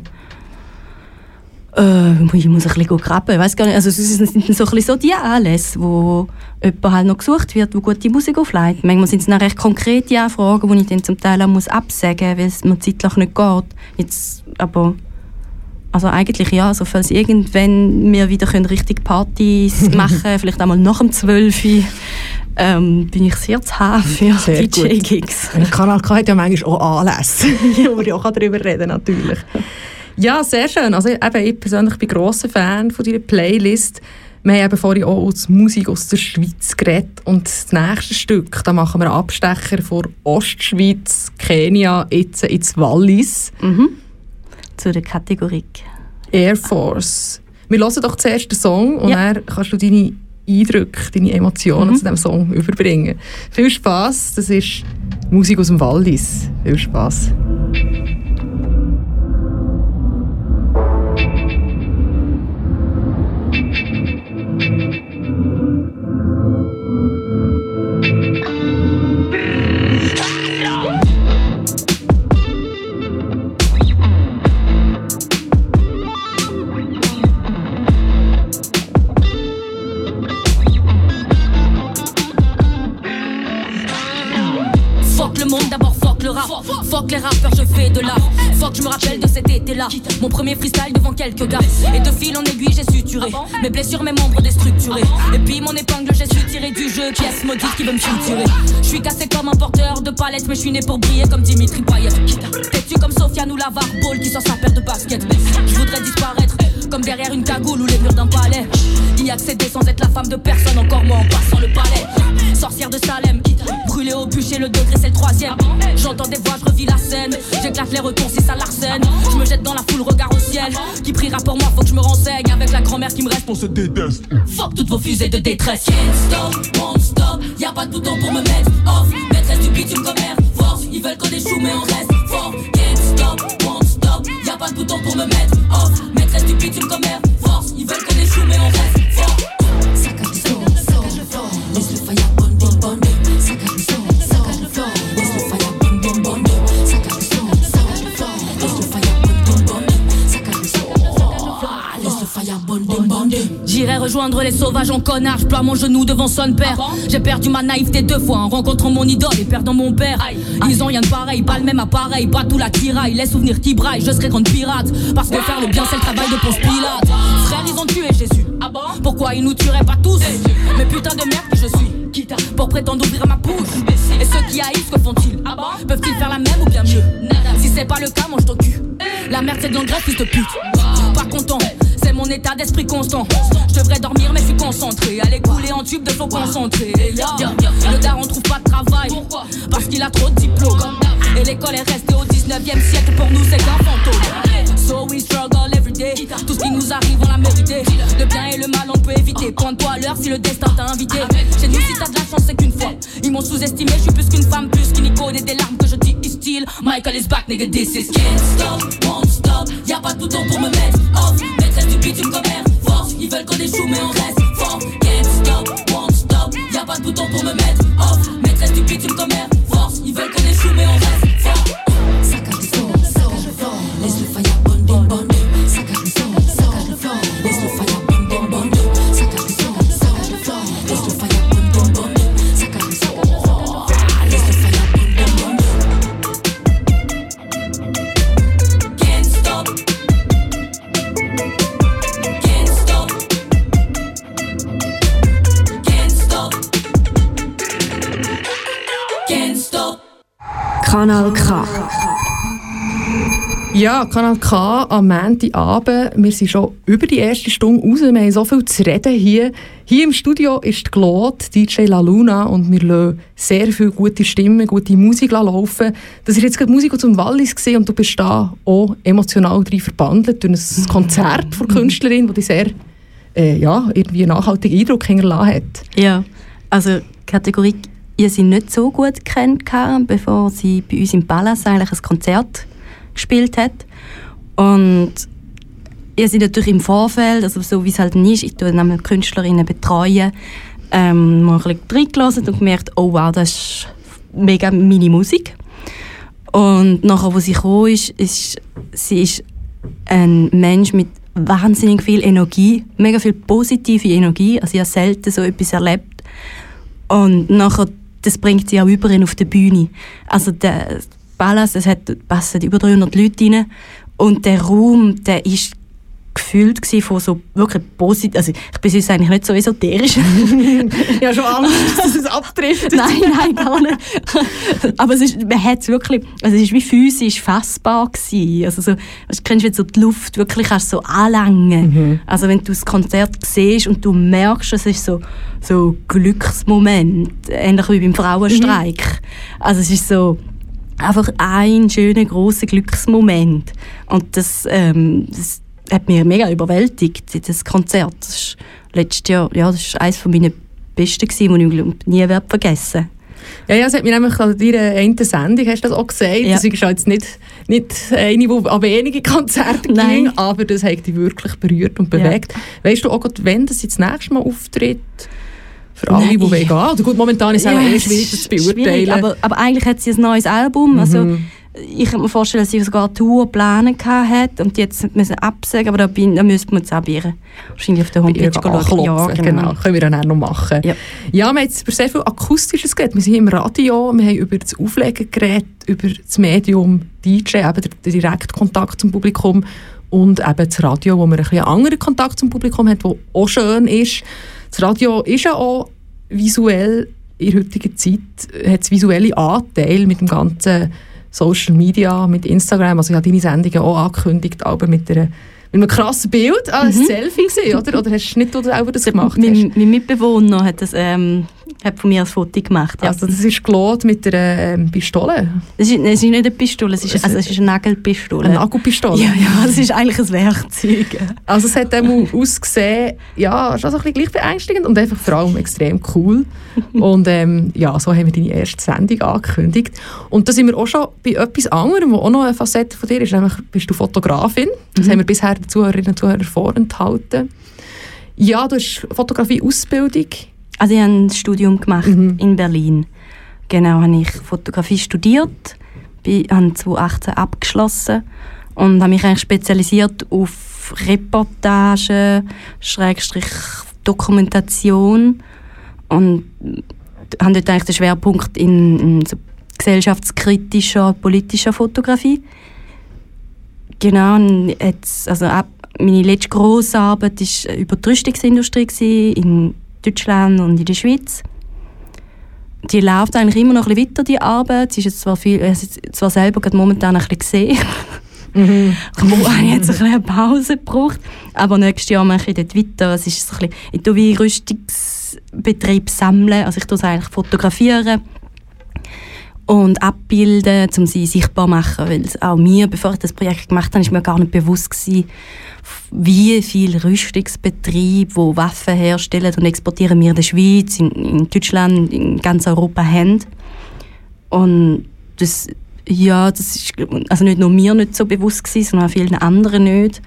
Ich muss ein bisschen graben, ich weiss gar nicht. Also es sind so ein bisschen so die Anlässe, wo jemand halt noch gesucht wird, der gute Musik auflegt. Manchmal sind es dann recht konkrete Anfragen, die ich dann zum Teil auch absagen muss, weil es mir zeitlich nicht geht. Jetzt, aber also eigentlich ja, also falls irgendwann wir wieder richtig Partys machen können, vielleicht einmal nach dem 12 Uhr, bin ich sehr zu haben für DJ-Gigs. Kanal K hat ja manchmal auch Anlässe, wo wir auch darüber reden natürlich. Ja, sehr schön. Also eben, ich persönlich bin grosser Fan von deiner Playlist. Wir haben eben vorhin auch aus Musik aus der Schweiz geredet. Und das nächste Stück, da machen wir einen Abstecher von Ostschweiz, Kenia, jetzt ins Wallis. Zu der Kategorie Air Force. Wir hören doch zuerst den Song und dann kannst du deine Eindrücke, deine Emotionen zu diesem Song überbringen. Viel Spass, das ist Musik aus dem Wallis. Viel Spass. Fuck les rappeurs, je fais de l'art. Fuck, je me rappelle de cet été-là. Mon premier freestyle devant quelques gars. Et de fil en aiguille, j'ai suturé mes blessures, mes membres déstructurés. Et puis mon épingle, j'ai su tirer du jeu. Pièce maudite qui veut me suturer. Je suis cassé comme un porteur de palette, mais je suis né pour briller comme Dimitri Payet. T'es-tu comme Sofiane ou Lavar Ball qui sort sa paire de baskets? Je voudrais disparaître comme derrière une cagoule ou les murs d'un palais. Y accéder sans être la femme de personne, encore moins en passant le palais. Sorcière de Salem, brûlée au bûcher, le degré c'est le 3e. J'entends des voix, je revis la scène. J'éclate les retours si ça l'arsène. Je me jette dans la foule, regard au ciel. Qui priera pour moi, faut que je me renseigne. Avec la grand-mère qui me reste, on se déteste. Fuck toutes vos fusées de détresse. Can't stop, won't stop. Y'a pas de bouton pour me mettre off. Maîtresse du bitume comme Air Force. Ils veulent qu'on échoue mais on reste fort. Can't stop, won't stop. Y'a pas de bouton pour me mettre off. Maîtresse du bitume comme Air Force. Ils veulent qu'on échoue mais on reste fort. Saccage le son, saccage le floor. Laisse le fire bonne, bonne, bonne. Saccage le son, saccage le floor. Laisse le fire bonne, bonne, bonne. Saccage le son, saccage le floor. Laisse le fire bonne, bonne, bonne. Saccage le son, laisse le fire bonne, bonne, bonne. J'irai rejoindre les sauvages en connard. Je ploie mon genou devant son père. J'ai perdu ma naïveté 2 fois en rencontrant mon idole et perdant mon père. Ils ont rien de pareil, pas le même appareil, pas tout la tiraille. Les souvenirs qui braillent, je serai grande pirate. Parce que faire le bien c'est le travail de Ponce Pilate. Frère, ils ont tué Jésus. Pourquoi ils nous tueraient pas tous? Mais putain de merde que je suis. Pour prétendre ouvrir ma bouche. Et ceux qui haïssent, que font-ils? Peuvent-ils faire la même ou bien mieux? Si c'est pas le cas, mange ton cul. La merde c'est de l'engrais, fils de pute. Pas content, c'est mon état d'esprit constant. Je devrais dormir mais je suis concentré. Aller couler en tube de flow concentré. Le daron trouve pas de travail. Pourquoi? Parce qu'il a trop de diplômes. Et l'école est restée au 19e siècle. Pour nous c'est qu'un fantôme. So we struggle every day. Tout ce qui nous arrive on l'a mérité. Le bien et le mal on peut éviter. Pointe-toi à l'heure si le destin t'a invité. Chez nous si t'as de la chance c'est qu'une fois. Ils m'ont sous-estimé, je suis plus qu'une femme. Plus qu'une icône et des larmes que je dis is still. Michael is back nigga, this is can't stop, won't stop. Y'a pas de bouton pour me mettre off. Maîtresse du bitume comme Air Force. Ils veulent qu'on échoue mais on reste fort. Can't stop, won't stop. Y'a pas de bouton pour me mettre off. Maîtresse du bitume comme Air Force. Ils veulent qu'on échoue mais on reste fort. Saccage le son, saccage le floor. Laisse le fire bonne, bonne, bonne. Saccage le son, saccage Kanal K. Ja, Kanal K am Montagabend. Wir sind schon über die erste Stunde raus. Wir haben so viel zu reden hier. Hier im Studio ist Claude, DJ La Luna, und wir lassen sehr viel gute Stimmen, gute Musik laufen. Das ist jetzt gerade Musik zum Wallis gewesen, und du bist da auch emotional drin verbandelt durch ein Konzert von der Künstlerin, das dich sehr irgendwie einen nachhaltigen Eindruck hinterlassen hat. Ja, also Kategorie, ich sie nicht so gut kennt, bevor sie bei uns im Palace eigentlich ein Konzert gespielt hat. Und ich sie natürlich im Vorfeld, also so wie es halt ist, ich betreue nämlich Künstlerinnen, mal ein bisschen reingelassen und gemerkt, oh wow, das ist mega meine Musik. Und nachher, wo sie kam, sie ist ein Mensch mit wahnsinnig viel Energie, mega viel positive Energie, also ich habe selten so etwas erlebt. Und nachher, das bringt sie auch überall auf der Bühne. Also der Palace, es passen über 300 Leute rein, und der Raum, der ist gefüllt von so wirklich positiv, also ich bin sonst eigentlich nicht so esoterisch. Ja, schon Angst, dass es abtrifft. Nein, gar nicht. Aber man hat es wirklich, also es ist wie physisch fassbar gewesen. Also so, du kennst, wenn du die Luft wirklich kannst so anlangen. Also wenn du das Konzert siehst und du merkst, es ist so Glücksmoment, ähnlich wie beim Frauenstreik. Also es ist so einfach ein schöner, grosser Glücksmoment. Und das hat mich mega überwältigt, das Konzert. Das ist letztes Jahr, das war eines meiner besten, die ich nie vergessen werde. Ja, es hat mir nämlich an deiner einen Sendung, hast du das auch gesagt, ja. Das ist jetzt nicht eine, die an wenige Konzerte ging, aber das hat dich wirklich berührt und bewegt. Ja. Weißt du auch, wenn das jetzt das nächste Mal auftritt? Für alle, die gehen. Oder gut, momentan ist es auch schwierig, das zu beurteilen. Aber eigentlich hat sie ein neues Album. Also, ich kann mir vorstellen, dass sie sogar eine Tourpläne hatte und die jetzt müssen absagen, aber da müsste man es anbieten. Wahrscheinlich auf der Homepage schauen. Ja, genau. Können wir dann auch noch machen. Ja, wir haben jetzt über sehr viel Akustisches geredet. Wir sind im Radio, wir haben über das Auflegen geredet, über das Medium DJ, eben den Direktkontakt zum Publikum, und eben das Radio, wo man ein bisschen einen anderen Kontakt zum Publikum hat, der auch schön ist. Das Radio ist ja auch visuell, in der heutigen Zeit hat es visuelle Anteile mit dem ganzen Social Media, mit Instagram. Also ich habe deine Sendungen auch angekündigt, aber mit einem krassen Bild, ein Selfie gesehen, oder? Oder hast du nicht selber das gemacht? Mein Mitbewohner hat von mir ein Foto gemacht. Ja. Also das ist Claude mit einer Pistole? Es ist nicht eine Pistole, es ist eine Nagelpistole. Eine Nagelpistole? Ja, es ist eigentlich ein Werkzeug. Also es hat ausgesehen, ja, schon so ein bisschen gleich beängstigend und einfach vor allem extrem cool. Und so haben wir deine erste Sendung angekündigt. Und da sind wir auch schon bei etwas anderem, was auch noch eine Facette von dir ist, nämlich bist du Fotografin. Das haben wir bisher den Zuhörerinnen und Zuhörern vorenthalten. Ja, du hast Fotografie-Ausbildung. Also ich habe ein Studium gemacht in Berlin. Genau, habe ich Fotografie studiert, habe 2018 abgeschlossen und habe mich eigentlich spezialisiert auf Reportage, Dokumentation, und habe dort eigentlich den Schwerpunkt in so gesellschaftskritischer, politischer Fotografie. Genau, und jetzt, meine letzte grosse Arbeit war über die Rüstungsindustrie in Deutschland und in der Schweiz. Die läuft eigentlich immer noch ein bisschen weiter, die Arbeit. Es ist jetzt zwar selber gerade momentan ein bisschen gesehen. Wo habe ich jetzt ein bisschen eine Pause gebraucht. Aber nächstes Jahr mache ich dort weiter. Es ist so ein bisschen, ich tue wie Rüstungsbetrieb sammeln. Also ich tue es eigentlich fotografieren und abbilden, um sie sichtbar zu machen. Weil auch mir, bevor ich das Projekt gemacht habe, ist mir gar nicht bewusst gewesen, wie viele Rüstungsbetriebe, die Waffen herstellen und exportieren, wir in der Schweiz, in Deutschland, in ganz Europa haben. Und das ist also nicht nur mir nicht so bewusst gewesen, sondern auch vielen anderen nicht.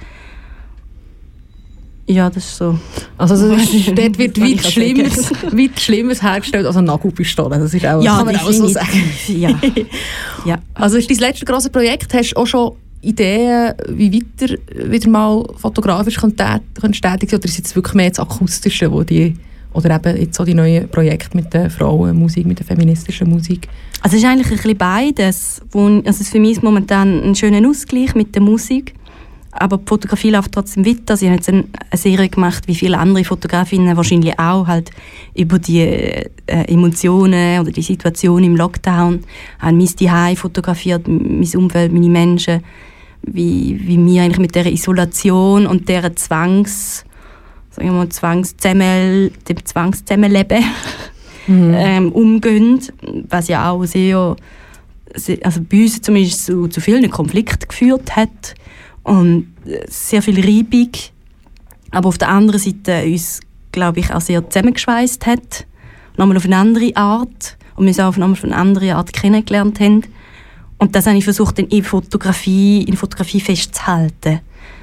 Ja, das ist so. Also dort wird weit Schlimmeres hergestellt als eine Nagelpistole. Das ist auch, kann man auch so sagen. Ja. Also ist dein letztes grosses Projekt, hast du auch schon Ideen, wie weiter wieder mal fotografisch tätig sein, oder ist es jetzt wirklich mehr das Akustische, oder eben jetzt so die neuen Projekte mit der Frauenmusik, mit der feministischen Musik? Also es ist eigentlich ein bisschen beides. Es ist für mich momentan ein schöner Ausgleich mit der Musik, aber die Fotografie läuft trotzdem weiter. Sie haben jetzt eine Serie gemacht, wie viele andere Fotografinnen wahrscheinlich auch, halt über die Emotionen oder die Situation im Lockdown. Haben mein Zuhause fotografiert, mein Umfeld, meine Menschen, wie wir eigentlich mit dieser Isolation und dieser dem Zwangszusammenleben umgehen, was ja auch sehr, also bei uns zumindest zu vielen Konflikten geführt hat und sehr viel Reibung, aber auf der anderen Seite uns, glaube ich, auch sehr zusammengeschweißt hat, nochmal auf eine andere Art und wir uns auch nochmal auf eine andere Art kennengelernt haben. Und das habe ich versucht, in Fotografie festzuhalten.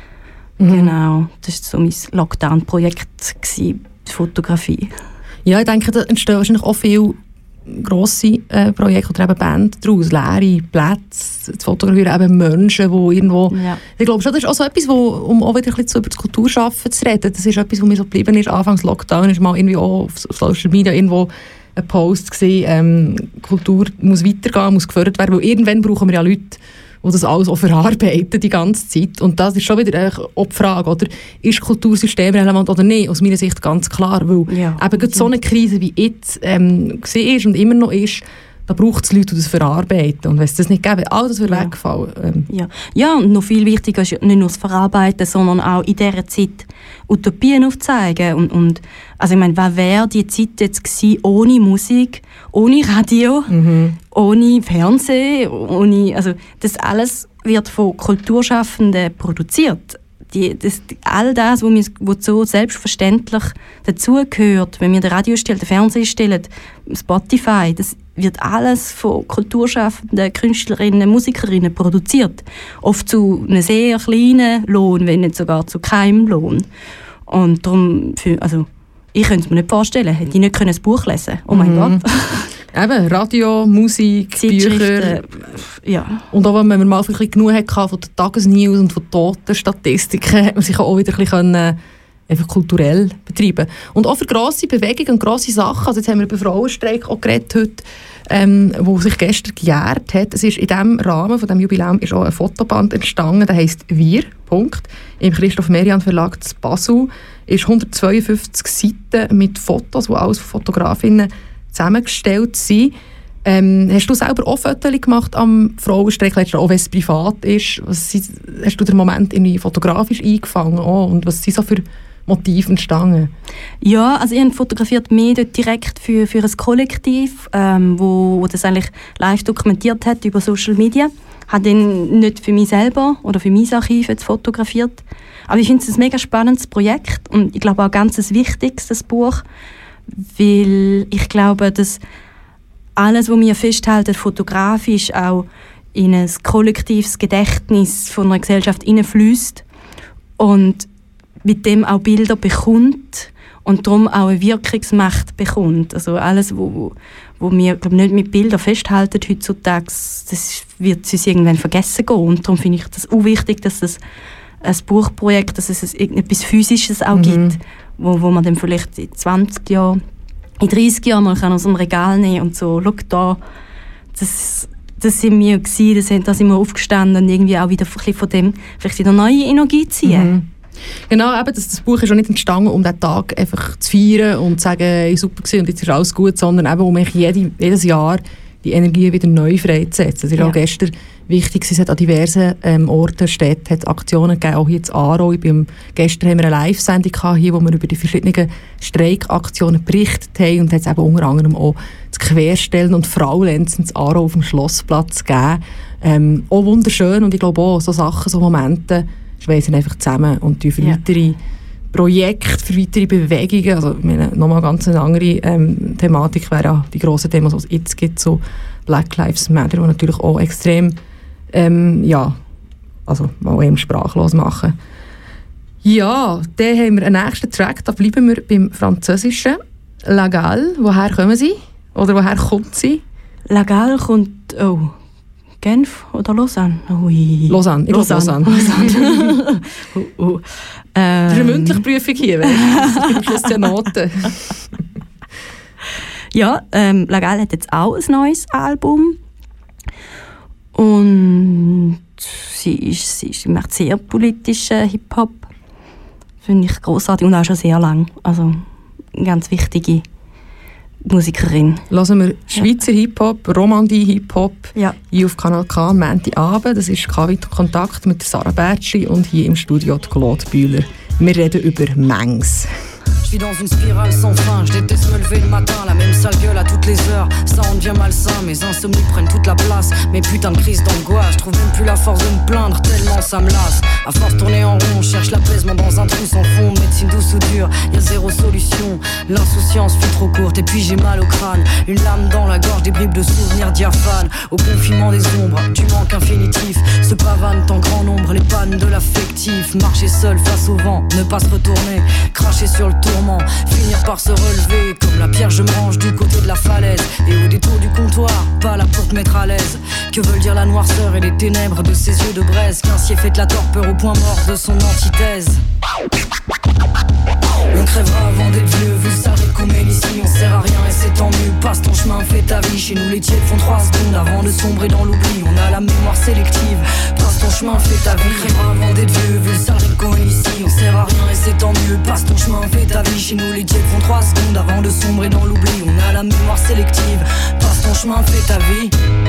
Genau, das war so mein Lockdown-Projekt, die Fotografie. Ja, ich denke, da entstehen wahrscheinlich auch viele grosse Projekte oder eben Bands daraus, leere Plätze zu fotografieren, eben Menschen, die irgendwo... Ja. Ich glaube schon, das ist auch so etwas, um auch wieder ein bisschen über das Kulturschaffen zu reden, das ist etwas, was mir so geblieben ist. Anfangs Lockdown ist mal irgendwie auch auf Social Media irgendwo ein Post gesehen, Kultur muss weitergehen, muss gefördert werden, weil irgendwann brauchen wir ja Leute, die das alles auch verarbeiten die ganze Zeit. Und das ist schon wieder auch die Frage, oder? Ist Kultursystem relevant oder nicht? Aus meiner Sicht ganz klar, weil eben so eine Krise wie jetzt war und immer noch ist, da braucht es Leute, die das verarbeiten. Und wenn es das nicht gäbe, all das würde wegfallen. Ja, und noch viel wichtiger ist nicht nur das Verarbeiten, sondern auch in dieser Zeit Utopien aufzeigen. Und also ich meine, was wäre die Zeit jetzt gewesen ohne Musik, ohne Radio, ohne Fernsehen, also das alles wird von Kulturschaffenden produziert. All das, was so selbstverständlich dazugehört, wenn wir den Radio stellen, den Fernseher stellen, Spotify, das wird alles von kulturschaffenden Künstlerinnen, Musikerinnen produziert. Oft zu einem sehr kleinen Lohn, wenn nicht sogar zu keinem Lohn. Und darum, ich könnte es mir nicht vorstellen, hätte ich nicht ein Buch lesen können. Oh mein Gott. Eben, Radio, Musik, Bücher. Ja. Und auch wenn man mal ein bisschen genug hatte von den Tagesnews und von Totenstatistiken, hat man sich auch wieder ein bisschen einfach kulturell betreiben. Und auch für grosse Bewegungen und grosse Sachen. Also jetzt haben wir über Frauenstreik auch geredet heute, wo sich gestern gejährt hat. Es ist in diesem Rahmen von diesem Jubiläum ist auch ein Fotoband entstanden, der heisst «Wir», Punkt, im Christoph Merian Verlag zu Basel. Ist 152 Seiten mit Fotos, die alles von Fotografinnen zusammengestellt sind. Hast du selber auch Fotos gemacht am Frauenstreik, auch wenn es privat ist? Hast du den Moment irgendwie fotografisch eingefangen? Und was sind so für Motive entstanden? Ja, also ich habe fotografiert mehr dort direkt für ein Kollektiv, wo das eigentlich live dokumentiert hat über Social Media. Ich habe dann nicht für mich selber oder für mein Archiv jetzt fotografiert. Aber ich finde es ein mega spannendes Projekt und ich glaube auch ganz ein wichtiges, das Buch, weil ich glaube, dass alles, was wir festhalten, fotografisch auch in ein kollektives Gedächtnis von einer Gesellschaft hineinfließt und mit dem auch Bilder bekommt und darum auch eine Wirkungsmacht bekommt. Also alles, wo wir nicht mit Bildern festhalten heutzutage, das wird uns irgendwann vergessen gehen. Und darum finde ich das auch wichtig, dass es ein Buchprojekt, dass es etwas Physisches auch gibt, wo man dann vielleicht in 20 Jahren, in 30 Jahren mal aus dem Regal nehmen und so, schau da, das sind wir gewesen, da sind wir aufgestanden und irgendwie auch wieder ein bisschen von dem vielleicht wieder neue Energie ziehen. Genau, eben, das Buch ist auch nicht entstanden, um den Tag einfach zu feiern und zu sagen, hey, super gewesen und jetzt ist alles gut, sondern eben, um jedes Jahr die Energie wieder neu freizusetzen. Das ist auch gestern wichtig. Es hat an diversen Orten, Städten hat Aktionen gegeben, auch hier in Aarau. Gestern haben wir eine Live-Sendung hier, wo wir über die verschiedenen Streikaktionen berichtet haben und hat es eben unter anderem auch das Querstellen und Fraulenzen in Aarau auf dem Schlossplatz gegeben. Auch wunderschön und ich glaube auch, so Sachen, so Momente schweissen einfach zusammen und für weitere Projekte, für weitere Bewegungen, also nochmal ganz eine andere Thematik wäre ja die grossen Themen, die es jetzt gibt, so Black Lives Matter, die natürlich auch extrem also mal eben sprachlos machen. Ja, dann haben wir einen nächsten Track, da bleiben wir beim Französischen. La Gale, woher kommen sie? Oder woher kommt sie? La Gale kommt, Genf oder Lausanne? Ui. Lausanne, ich glaube Lausanne. Das ist eine mündliche Prüfung hier, weißt du? Das ja Noten. Ja, La Gale hat jetzt auch ein neues Album. Und sie macht sehr politischen Hip-Hop. Finde ich grossartig und auch schon sehr lang. Also eine ganz wichtige Musikerin. Hören wir Schweizer Hip-Hop, Romandie-Hip-Hop hier auf Kanal K am Montagabend. Das ist KW Kontakt mit Sarah Bertschi und hier im Studio die Claude Bühler. Wir reden über Mengs. Je vis dans une spirale sans fin, je déteste me lever le matin, la même sale gueule à toutes les heures, ça en devient malsain, mes insomnies prennent toute la place, mes putains de crises d'angoisse, je trouve même plus la force de me plaindre, tellement ça me lasse, à force tourner en rond, je cherche l'apaisement dans un trou sans fond, médecine douce ou dure, y'a zéro solution, l'insouciance fut trop courte et puis j'ai mal au crâne, une lame dans la gorge, des bribes de souvenirs diaphanes, au confinement des ombres, du manque infinitif, se pavanent en grand nombre, les pannes de l'affectif, marcher seul face au vent, ne pas se retourner, cracher sur le tourment, finir par se relever comme la pierre je me range du côté de la falaise et au détour du comptoir, pas là pour te mettre à l'aise. Que veulent dire la noirceur et les ténèbres de ses yeux de braise, qu'ainsi est faite la torpeur au point mort de son antithèse. On crèvera avant d'être vieux, vu le sale qu'on mène ici, on sert à rien et c'est tant mieux. Passe ton chemin, fais ta vie, chez nous les tièdes font 3 secondes avant de sombrer dans l'oubli. On a la mémoire sélective, passe ton chemin, fais ta vie. On crèvera avant d'être vieux, vu le sale qu'on mène ici, on sert à rien et c'est tant mieux. Passe ton chemin, fais ta vie, chez nous les tièdes font 3 secondes avant de sombrer dans l'oubli. On a la mémoire sélective, passe ton chemin, fais ta vie.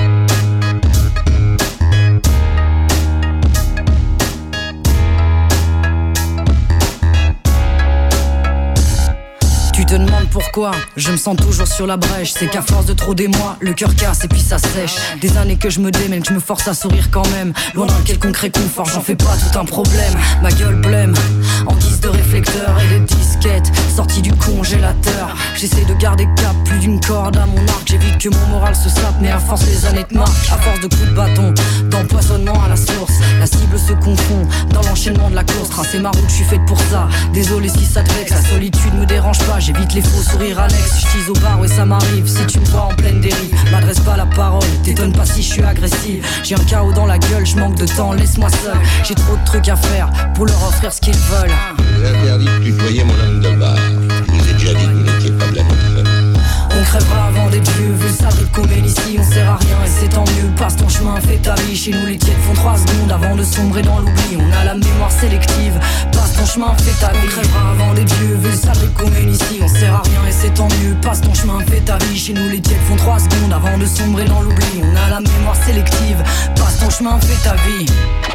Tu te demandes pourquoi, je me sens toujours sur la brèche. C'est qu'à force de trop d'émoi, le cœur casse et puis ça sèche. Des années que je me démène, que je me force à sourire quand même. Loin d'un quelconque réconfort, j'en fais pas tout un problème. Ma gueule blême, en guise de réflecteur et de disquette, sortie du congélateur. J'essaie de garder cap, plus d'une corde à mon arc. J'évite que mon moral se sape, mais à force les années te marquent. À force de coups de bâton, d'empoisonnement à la source, la cible se confond dans l'enchaînement de la course. Tracer ma route, je suis faite pour ça. Désolé si ça te vexe, la solitude me dérange pas. J'évite les faux sourires annexes, je tease au bar, ouais ça m'arrive. Si tu me vois en pleine dérive, m'adresse pas la parole, t'étonne pas si je suis agressive. J'ai un chaos dans la gueule, je manque de temps, laisse-moi seul. J'ai trop de trucs à faire pour leur offrir ce qu'ils veulent. Je vous interdis de tutoyer mon homme de bar. Je vous ai déjà dit que vous n'étiez pas de la même famille. On crèvera avant d'être vieux, vu le sale qu'on mène ici, on sert à rien et c'est tant mieux. Passe ton chemin, fais ta vie, chez nous les tièdes font 3 secondes avant de sombrer dans l'oubli. On a la mémoire sélective, passe ton chemin, fais ta vie. On crèvera avant d'être vieux, vu le sale qu'on mène ici, on sert à rien et c'est tant mieux. Passe ton chemin, fais ta vie, chez nous les tièdes font 3 secondes avant de sombrer dans l'oubli. On a la mémoire sélective, passe ton chemin, fais ta vie.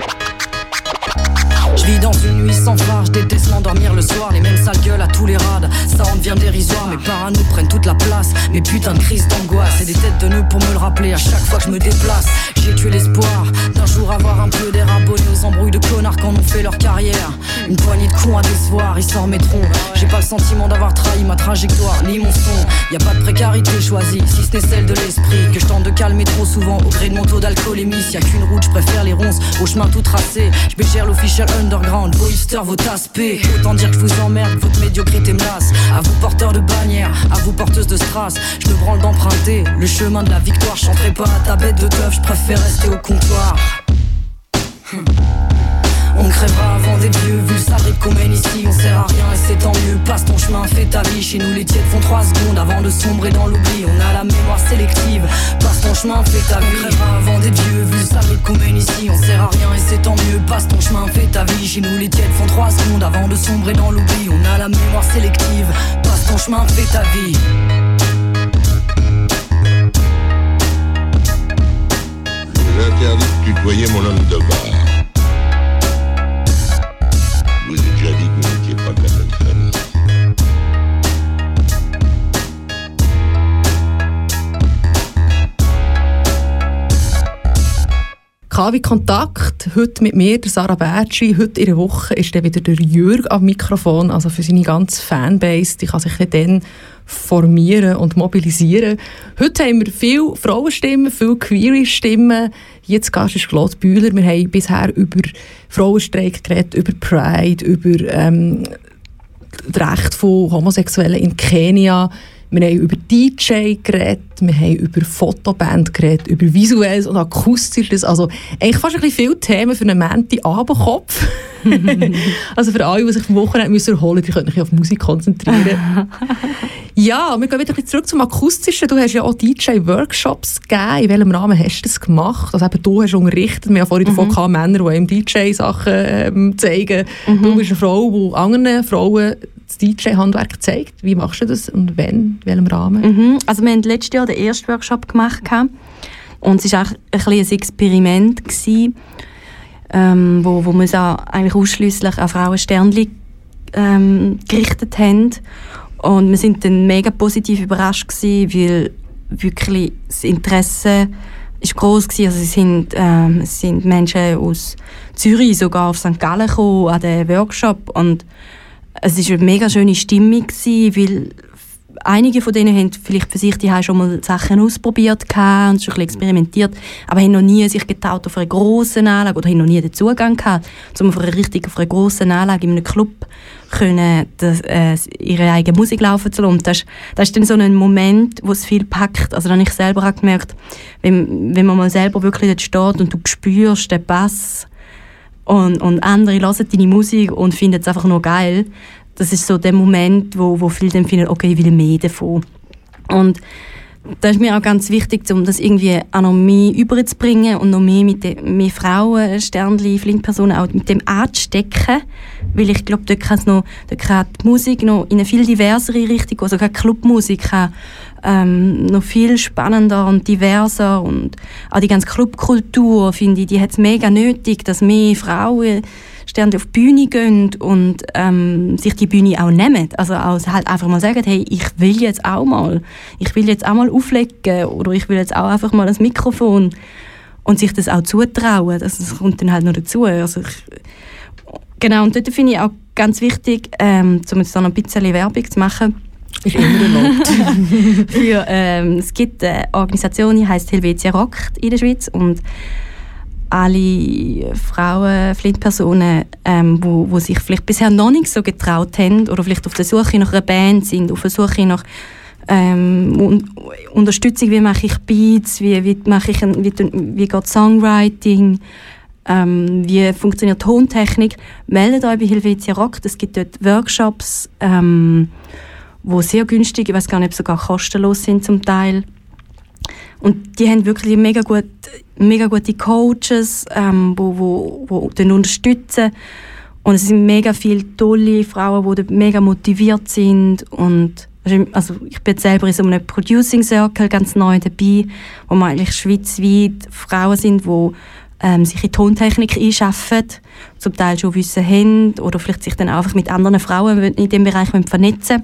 Je vis dans une nuit sans phare, je déteste m'endormir le soir. Les mêmes sales gueules à tous les rades, ça en devient dérisoire. Mes parano prennent toute la place, mes putains de crises d'angoisse. Et des têtes de nœuds pour me le rappeler à chaque fois que je me déplace. J'ai tué l'espoir d'un jour avoir un peu d'air abonné aux embrouilles de connards quand on fait leur carrière. Une poignée de cons à décevoir, ils s'en remettront. J'ai pas le sentiment d'avoir trahi ma trajectoire, ni mon son. Y'a pas de précarité choisie, si ce n'est celle de l'esprit, que je tente de calmer trop souvent au gré de mon taux d'alcoolémie. S'il y a qu'une route, je préfère les ronces au chemin tout tracé. Je bégère l'official underground, vos hipsters, vos tasse-pés. Autant dire que je vous emmerde, votre médiocrité me lasse. À vous porteurs de bannières, à vous porteuses de strass, je me branle d'emprunter le chemin de la victoire. Je chanterai pas à ta bête de teuf, je préfère rester au comptoir. On crèvera avant d'être vieux, vu le sale qu'on mène ici, on sert à rien et c'est tant mieux. Passe ton chemin, fais ta vie, chez nous les tièdes font 3 secondes avant de sombrer dans l'oubli. On a la mémoire sélective, passe ton chemin, fais ta vie. On crèvera avant d'être vieux, vu le sale qu'on mène ici, on sert à rien et c'est tant mieux. Passe ton chemin, fais ta vie, chez nous les tièdes font 3 secondes avant de sombrer dans l'oubli. On a la mémoire sélective, passe ton chemin, fais ta vie. Je vous interdis de tutoyer mon homme de bar. Je vous ai déjà dit que vous n'étiez pas de la même famille. KW Kontakt, heute mit mir, der Sarah Bertschi. Heute in der Woche ist dann wieder der Jürg am Mikrofon, also für seine ganze Fanbase. Die kann sich dann formieren und mobilisieren. Heute haben wir viele Frauenstimmen, viele Queer-Stimmen. Jetzt Gast ist Claude Bühler. Wir haben bisher über Frauenstreik geredet, über Pride, über das Recht von Homosexuellen in Kenia. Wir haben über DJ geredet, wir haben über Fotoband geredet, über Visuelles und Akustisches. Also eigentlich fast ein bisschen viele Themen für einen Mänti-Abendkopf. Also für alle, die sich vom Wochenende erholen müssen, die können sich auf Musik konzentrieren. Ja, wir gehen wieder ein bisschen zurück zum Akustischen. Du hast ja auch DJ-Workshops gegeben. In welchem Rahmen hast du das gemacht? Also eben, du hast unterrichtet. Wir haben vorhin davon gehabt, Männer, die einem DJ-Sachen zeigen. Du bist eine Frau, die anderen Frauen das DJ-Handwerk zeigt. Wie machst du das und wann? In welchem Rahmen? Also wir haben letztes Jahr den ersten Workshop gemacht. Und es war auch ein Experiment, wo wir es eigentlich ausschliesslich an Frauensternchen gerichtet haben. Und wir waren dann mega positiv überrascht gewesen, weil wirklich das Interesse ist gross gewesen. Also es sind Menschen aus Zürich, sogar auf St. Gallen gekommen, an den Workshop. Und es war eine mega schöne Stimmung gewesen, weil einige von denen haben vielleicht für sich die haben schon mal Sachen ausprobiert und schon ein bisschen experimentiert, aber haben noch nie sich getraut auf einer grossen Anlage oder haben noch nie den Zugang gehabt, um auf einer grossen Anlage in einem Club können, ihre eigene Musik laufen zu lassen. Das ist dann so ein Moment, wo es viel packt. Also dann habe ich selber auch gemerkt, wenn man mal selber wirklich dort steht und du spürst den Bass und andere hören deine Musik und finden es einfach nur geil. Das ist so der Moment, wo viele dann finden, okay, ich will mehr davon. Und da ist mir auch ganz wichtig, um das irgendwie auch noch mehr überzubringen und noch mehr mit mehr Frauen, Sternchen, Flintpersonen auch mit dem anzustecken. Weil ich glaube, dort kann die Musik noch in eine viel diversere Richtung, also gerade Clubmusik noch viel spannender und diverser. Und auch die ganze Clubkultur, finde ich, die hat es mega nötig, dass mehr Frauen Sterne auf die Bühne gehen und sich die Bühne auch nehmen. Also halt einfach mal sagen, hey, ich will jetzt auch mal auflegen oder ich will jetzt auch einfach mal das Mikrofon und sich das auch zutrauen. Das kommt dann halt noch dazu. Also genau, und dort finde ich auch ganz wichtig, um jetzt da noch ein bisschen Werbung zu machen. Ist immer erlaubt. Es gibt eine Organisation, die heisst Helvetia Rockt in der Schweiz und alle Frauen, Flintpersonen, wo sich vielleicht bisher noch nicht so getraut haben oder vielleicht auf der Suche nach einer Band sind, auf der Suche nach Unterstützung, wie mache ich Beats, wie geht Songwriting, wie funktioniert Tontechnik, meldet euch bei Helvetia Rockt. Es gibt dort Workshops, die sehr günstig, ich weiß gar nicht, ob sogar kostenlos sind zum Teil. Und die haben wirklich mega gute Coaches, die dann unterstützen. Und es sind mega viele tolle Frauen, die mega motiviert sind. Und also ich bin selber in so einem Producing Circle ganz neu dabei, wo wir eigentlich schweizweit Frauen sind, die sich in Tontechnik einschaffen, zum Teil schon Wissen haben oder vielleicht sich dann einfach mit anderen Frauen in diesem Bereich vernetzen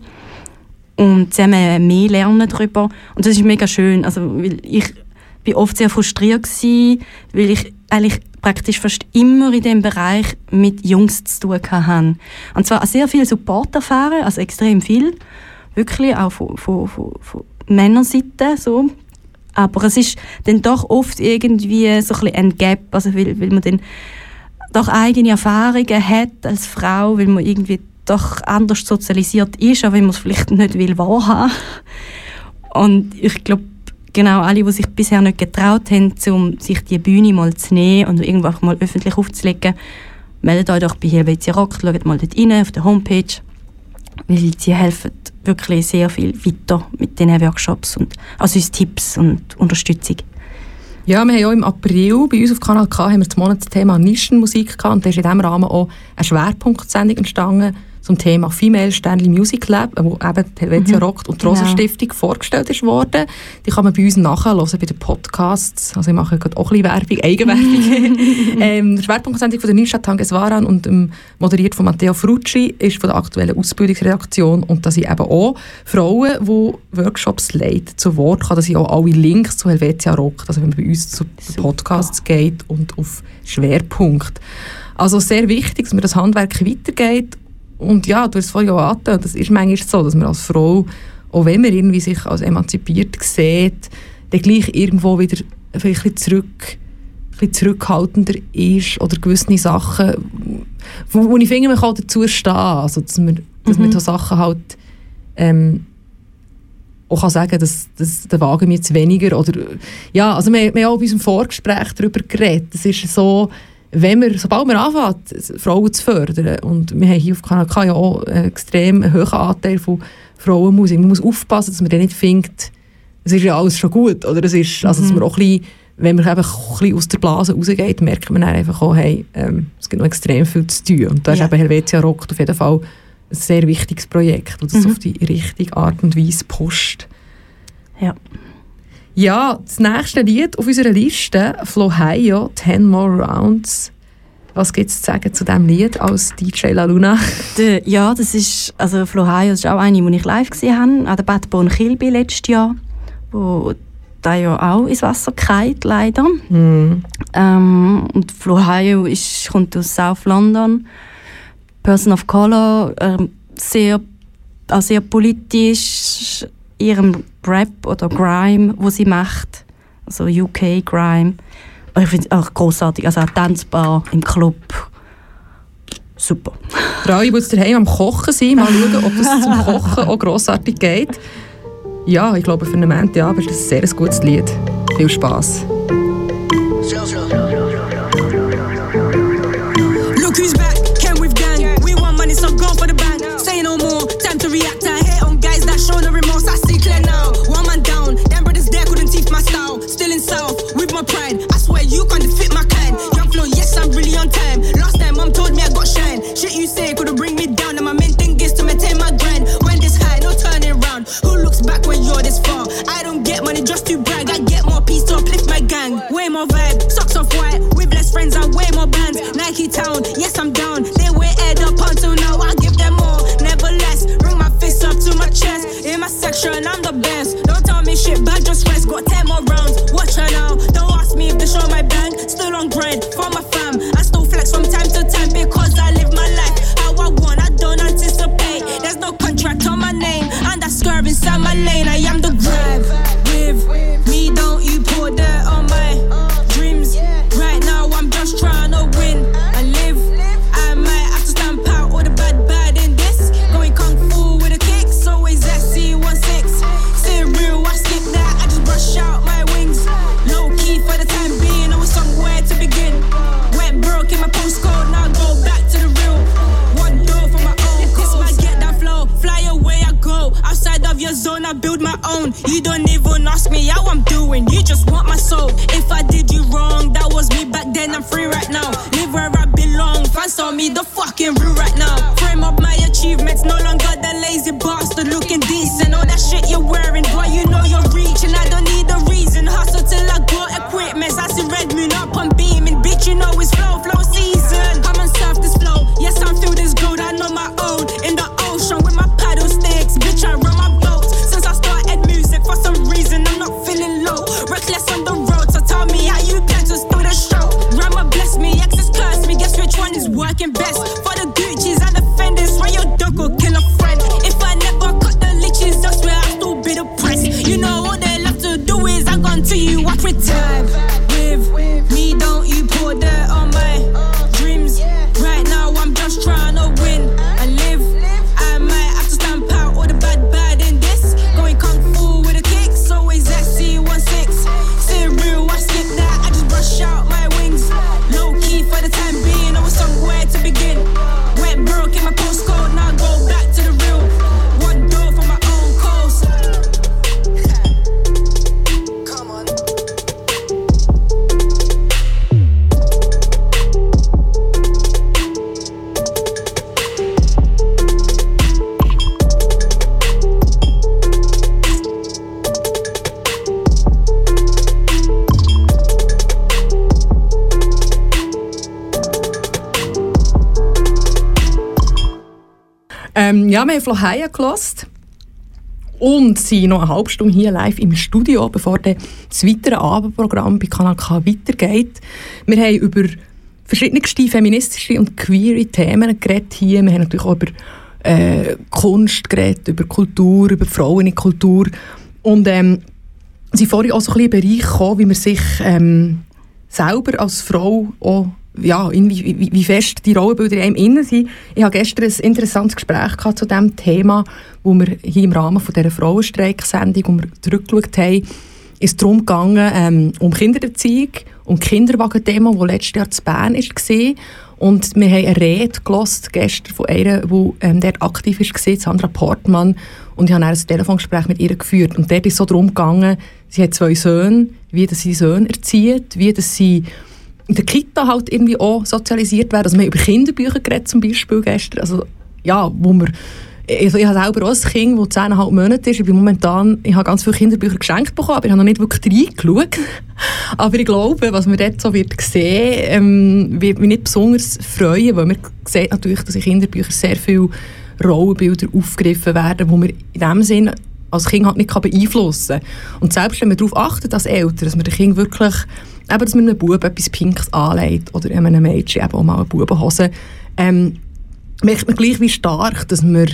und zusammen mehr lernen darüber. Und das ist mega schön. Also, weil ich war oft sehr frustriert gewesen, weil ich eigentlich praktisch fast immer in diesem Bereich mit Jungs zu tun hatte. Und zwar sehr viel Support erfahren, also extrem viel. Wirklich, auch von Männerseite. So. Aber es ist dann doch oft irgendwie so ein bisschen ein Gap, also weil man dann doch eigene Erfahrungen hat als Frau, weil man irgendwie doch anders sozialisiert ist, auch wenn man es vielleicht nicht wahrhaben will. Und ich glaube, genau alle, die sich bisher nicht getraut haben, um sich die Bühne mal zu nehmen und irgendwo einfach mal öffentlich aufzulegen, meldet euch doch bei Helvetia Rockt, schaut mal dort rein auf der Homepage, weil sie helfen wirklich sehr viel weiter mit diesen Workshops und also uns Tipps und Unterstützung. Ja, wir haben ja im April bei uns auf Kanal K haben wir das Monatsthema Nischenmusik gehabt und da ist in diesem Rahmen auch eine Schwerpunktsendung entstanden zum Thema Female Sternli Music Lab, wo eben die Helvetia Rockt und die Rosa-Stiftung vorgestellt ist worden. Die kann man bei uns nachhören bei den Podcasts. Also ich mache gerade auch ein bisschen Werbung, Eigenwerbung. Die Schwerpunktsendung von der Nisha Tangeswaran und moderiert von Matteo Frucci ist von der aktuellen Ausbildungsredaktion und da sind eben auch Frauen, die Workshops leiten, zu Wort kommen. Da sind auch alle Links zu Helvetia Rockt, also wenn man bei uns zu Podcasts geht und auf Schwerpunkt. Also sehr wichtig, dass man das Handwerk weitergeht. Und ja, du hast es vorhin auch angetönt, das ist manchmal so, dass man als Frau, auch wenn man irgendwie sich als emanzipiert sieht, dann gleich irgendwo wieder ein bisschen zurückhaltender ist oder gewisse Sachen, wo ich finde, man kann dazu stehen, also dass man so Sachen halt auch kann sagen, dass der Wagen mir jetzt weniger oder ja, also wir haben auch bei unserem Vorgespräch darüber geredet, das ist so, sobald man anfängt, Frauen zu fördern, und wir haben hier auf Kanal K ja auch einen extrem hohen Anteil von Frauenmusik. Man muss aufpassen, dass man dann nicht findet, es ist ja alles schon gut. Oder es ist, also, dass man auch ein bisschen, wenn man eben ein bisschen aus der Blase rausgeht, merkt man dann einfach auch, hey, es gibt noch extrem viel zu tun. Und da ist eben Helvetia rockt auf jeden Fall ein sehr wichtiges Projekt, das das auf die richtige Art und Weise pusht. Ja. Ja, das nächste Lied auf unserer Liste, Flohaio, 10 More Rounds. Was gibt es zu sagen zu diesem Lied als DJ La Luna? Ja, das ist, also Flohaio ist auch eine, die ich live gesehen habe, an der Bad Born Kilby letztes Jahr, wo da ja auch ins Wasser gefallen, leider. Und Flohaio kommt aus South London, Person of Color, sehr politisch, ihrem Rap oder Grime, wo sie macht, also UK Grime. Ich finde es auch grossartig, also auch tanzbar im Club. Super. Für alle, die jetzt daheim am Kochen sind, mal schauen, ob das zum Kochen auch grossartig geht. Ja, ich glaube, für einen Montagabend ist das ein sehr gutes Lied. Viel Spass. Look who's back, came with gang. We want money, so go for the bank. Say no more, time to react. I hate on guys that show no remorse. I see clear now. One man down, them brothers there couldn't teeth my style. Still in South, with my pride. I swear you can't defeat my kind. Young flow, yes, I'm really on time. Last time, mom told me I got shine. Shit you say couldn't bring me down. And my main thing is to maintain my grind. When this high, no turning round. Who looks back when you're this far? I don't get money just to brag. I get more peace to uplift my gang. Way more vibe, socks off white. With less friends and way more bands. Nike Town, yes, I'm down. They were aired up until now. I give them more, never less. Bring my fist up to my chest. In my section, I'm the best. Don't tell me shit, bad, just rest. Got 10 more rounds, watch her now. Don't ask me if they show my bang. Still on grind for my fam. I still flex from time to time because I live my life how I want. I don't anticipate. There's no contract on my name. And I swerve inside my lane. I am the drive. With me, don't you pour dirt on my dreams. Right now, I'm just trying to win and live. I might have to stamp out all the bad in this. Going kung fu with a kick, always SC16. Say real, I skip that, I just brush out my wings. Low key for the time being, I was somewhere to begin. Went broke in my postcode, now go back to the real. One door for my own, this might get that flow. Fly away I go, outside of your zone I build my own. You don't even ask me how I'm doing, you just want my soul. If I did you wrong, that was me back then, I'm free right now. Live where I belong, fans saw me the fucking real right now. Frame up my achievements, no longer the lazy bastard looking decent. All that shit you're wearing, boy, you know you're reaching. I don't need a reason, hustle till I got equipment. I see red moon up, I'm beaming. Bitch, you know it's flow season. Come and surf this flow, yes, I'm through this gold, I know my own. In the ocean with my paddle sticks, bitch, I run my boat. Since I started music, for some reason, I'm not feeling low. Reckless on the road, so tell me how you plan to steal the show. Rama bless me, exes curse me, guess which one is working best? For the Gucci's and the Fenders, when your dog will kill a friend. If I never cut the leeches, I swear I'll still be the press. You know all they love to do is I gone to you, I pretend. With me, don't you pour dirt on my dreams. Right now, I'm just trying to win and live. I might have to stamp out all the bad in this. Going kung fu with a kick, always SC16. Say real, I skip that, I just brush out my wings. Low key for the time being, I was somewhere to begin. Went broke in my postcode, now go back to the real. One door for my own coast. Come on. Ja, wir haben Flohaio gehört und sind noch eine halbe Stunde hier live im Studio, bevor das weitere Abendprogramm bei Kanal K weitergeht. Wir haben über verschiedenste feministische und queere Themen geredet hier. Wir haben natürlich auch über Kunst geredet, über Kultur, über Frauen in Kultur und sind vorhin auch so ein bisschen in den Bereich gekommen, wie man sich selber als Frau auch ja, wie fest die Rollenbilder in einem innen sind. Ich hatte gestern ein interessantes Gespräch zu diesem Thema, wo wir hier im Rahmen von dieser Frauenstreik-Sendung, wo wir zurückgeschaut haben, ist darum gegangen, um Kindererziehung um Kinderwagen-Thema, das letztes Jahr zu Bern war. Und wir haben eine Rede gehört, gestern von einer, die dort aktiv war, Sandra Portmann. Und ich habe ein Telefongespräch mit ihr geführt. Und dort ist es so darum gegangen, sie hat 2 Söhne, wie sie Söhne erzieht, wie sie in der Kita halt irgendwie auch sozialisiert werden. Also wir haben über Kinderbücher geredet, zum Beispiel gestern. Also, ja, wo wir... Also ich habe selber auch ein Kind, das 10,5 Monate ist. Ich habe ganz viele Kinderbücher geschenkt bekommen, aber ich habe noch nicht wirklich reingeschaut. Aber ich glaube, was man dort so wird sehen, wird mich nicht besonders freuen, weil man sieht natürlich, dass in Kinderbüchern sehr viele Rollenbilder aufgegriffen werden, die man in dem Sinn als Kind halt nicht beeinflussen kann. Und selbst wenn man darauf achtet als Eltern, dass man dem Kind wirklich, eben, dass man einem Bub etwas Pinkes anlegt oder einem Mädchen eben auch mal eine Bubenhose, merkt man gleich, wie stark, dass man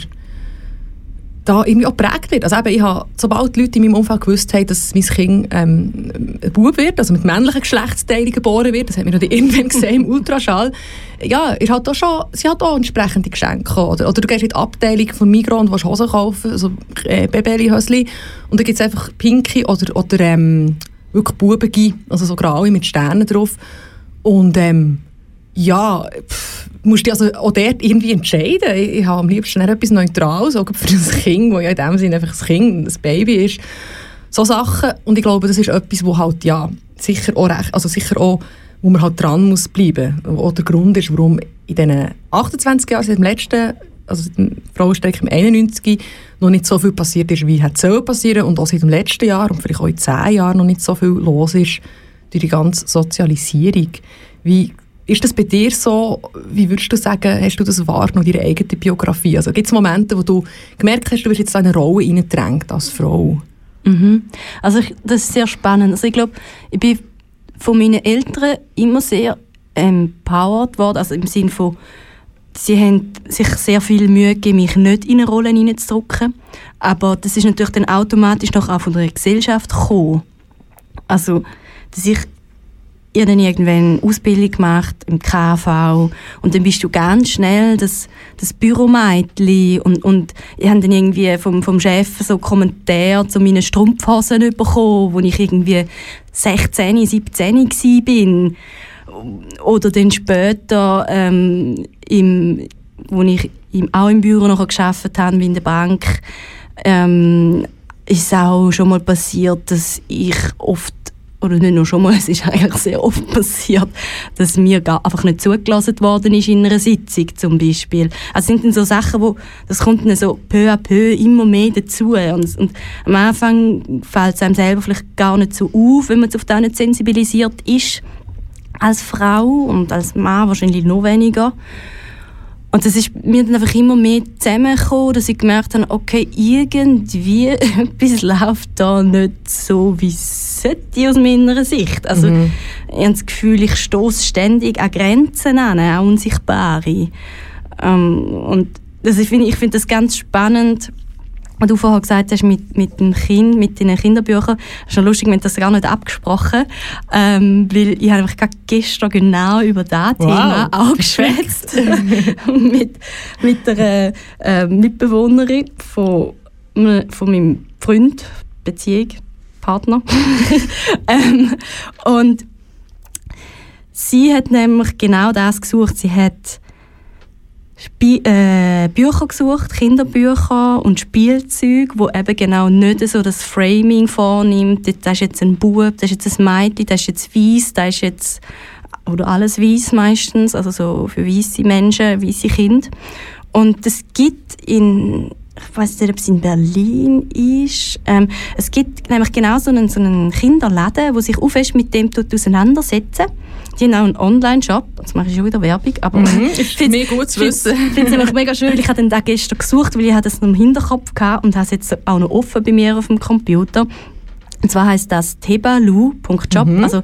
da irgendwie auch geprägt wird. Also eben, ich habe, sobald die Leute in meinem Umfeld gewusst haben, dass mein Kind ein Bub wird, also mit männlichen Geschlechtsteilen geboren wird, das hat mir noch irgendwann gesehen im Ultraschall, ja, sie hat auch entsprechende Geschenke gehabt. Oder du gehst in die Abteilung von Migros und willst Hosen kaufen, also Babeli-Hösli, und da gibt es einfach pinke oder wirklich bubige, also so graue mit Sternen drauf. Und ja, musst du also auch dort irgendwie entscheiden. Ich habe am liebsten etwas Neutrales, auch für ein Kind, das ja in dem Sinne einfach ein Kind, ein Baby ist. So Sachen. Und ich glaube, das ist etwas, wo halt, ja, sicher auch, wo man halt dran muss bleiben. Auch der Grund ist, warum in diesen 28 Jahren, seit dem letzten, also seit dem Frauenstreik im 91, noch nicht so viel passiert ist, wie es passieren soll. Und auch seit dem letzten Jahr und vielleicht auch in 10 Jahren noch nicht so viel los ist durch die ganze Sozialisierung. Wie ist das bei dir so? Wie würdest du sagen, hast du das wahrgenommen in deiner eigenen Biografie? Also gibt es Momente, wo du gemerkt hast, du wirst jetzt in eine Rolle hineingedrängt als Frau? Mhm. Also das ist sehr spannend. Also ich glaube, ich bin von meinen Eltern immer sehr empowered worden, also im Sinne von, sie haben sich sehr viel Mühe gegeben, mich nicht in eine Rolle hineinzudrücken. Aber das ist natürlich dann automatisch noch auch von der Gesellschaft gekommen. Also, dass ich habe dann irgendwann eine Ausbildung gemacht im KV und dann bist du ganz schnell das Büromädchen und ich habe dann irgendwie vom Chef so Kommentare zu meinen Strumpfhosen bekommen, wo ich irgendwie 16, 17 war. Oder dann später, wo ich auch im Büro noch gearbeitet habe, wie in der Bank, ist es auch schon mal passiert, dass ich oft, oder nicht nur schon mal, es ist eigentlich sehr oft passiert, dass mir einfach nicht zugelassen worden ist in einer Sitzung zum Beispiel. Also sind dann so Sachen, das kommt dann so peu à peu immer mehr dazu. Und am Anfang fällt es einem selber vielleicht gar nicht so auf, wenn man auf das nicht sensibilisiert ist, als Frau und als Mann wahrscheinlich noch weniger. Und das ist mir dann einfach immer mehr zusammengekommen, dass ich gemerkt habe, okay, irgendwie etwas läuft da nicht so, wie es sollte aus meiner Sicht. Also ich habe das Gefühl, ich stoße ständig an Grenzen an, auch unsichtbare. Und ich finde das ganz spannend, was du vorher gesagt hast mit dem Kind, mit deinen Kinderbüchern. Das ist schon lustig, wir haben das gar nicht abgesprochen, weil ich habe gerade gestern genau über dieses Thema auch geschwätzt mit einer Mitbewohnerin von meinem Freund, Beziehung, Partner. Und sie hat nämlich genau das gesucht. Sie hat Bücher gesucht, Kinderbücher und Spielzeuge, wo eben genau nicht so das Framing vornimmt. Das ist jetzt ein Bub, das ist jetzt ein Mädchen, das ist jetzt weiss, das ist jetzt, oder alles weiss meistens, also so für weisse Menschen, weisse Kinder. Und es gibt ich weiss nicht, ob es in Berlin ist, es gibt nämlich genau so einen Kinderladen, der sich auch fest mit dem auseinandersetzt. Die haben auch einen Online-Shop, jetzt mache ich schon wieder Werbung, aber ist für mich gut zu wissen. Ich finde es nämlich mega schön, ich habe den gestern gesucht, weil ich das noch im Hinterkopf hatte und habe es jetzt auch noch offen bei mir auf dem Computer. Und zwar heisst das tebalou.job, also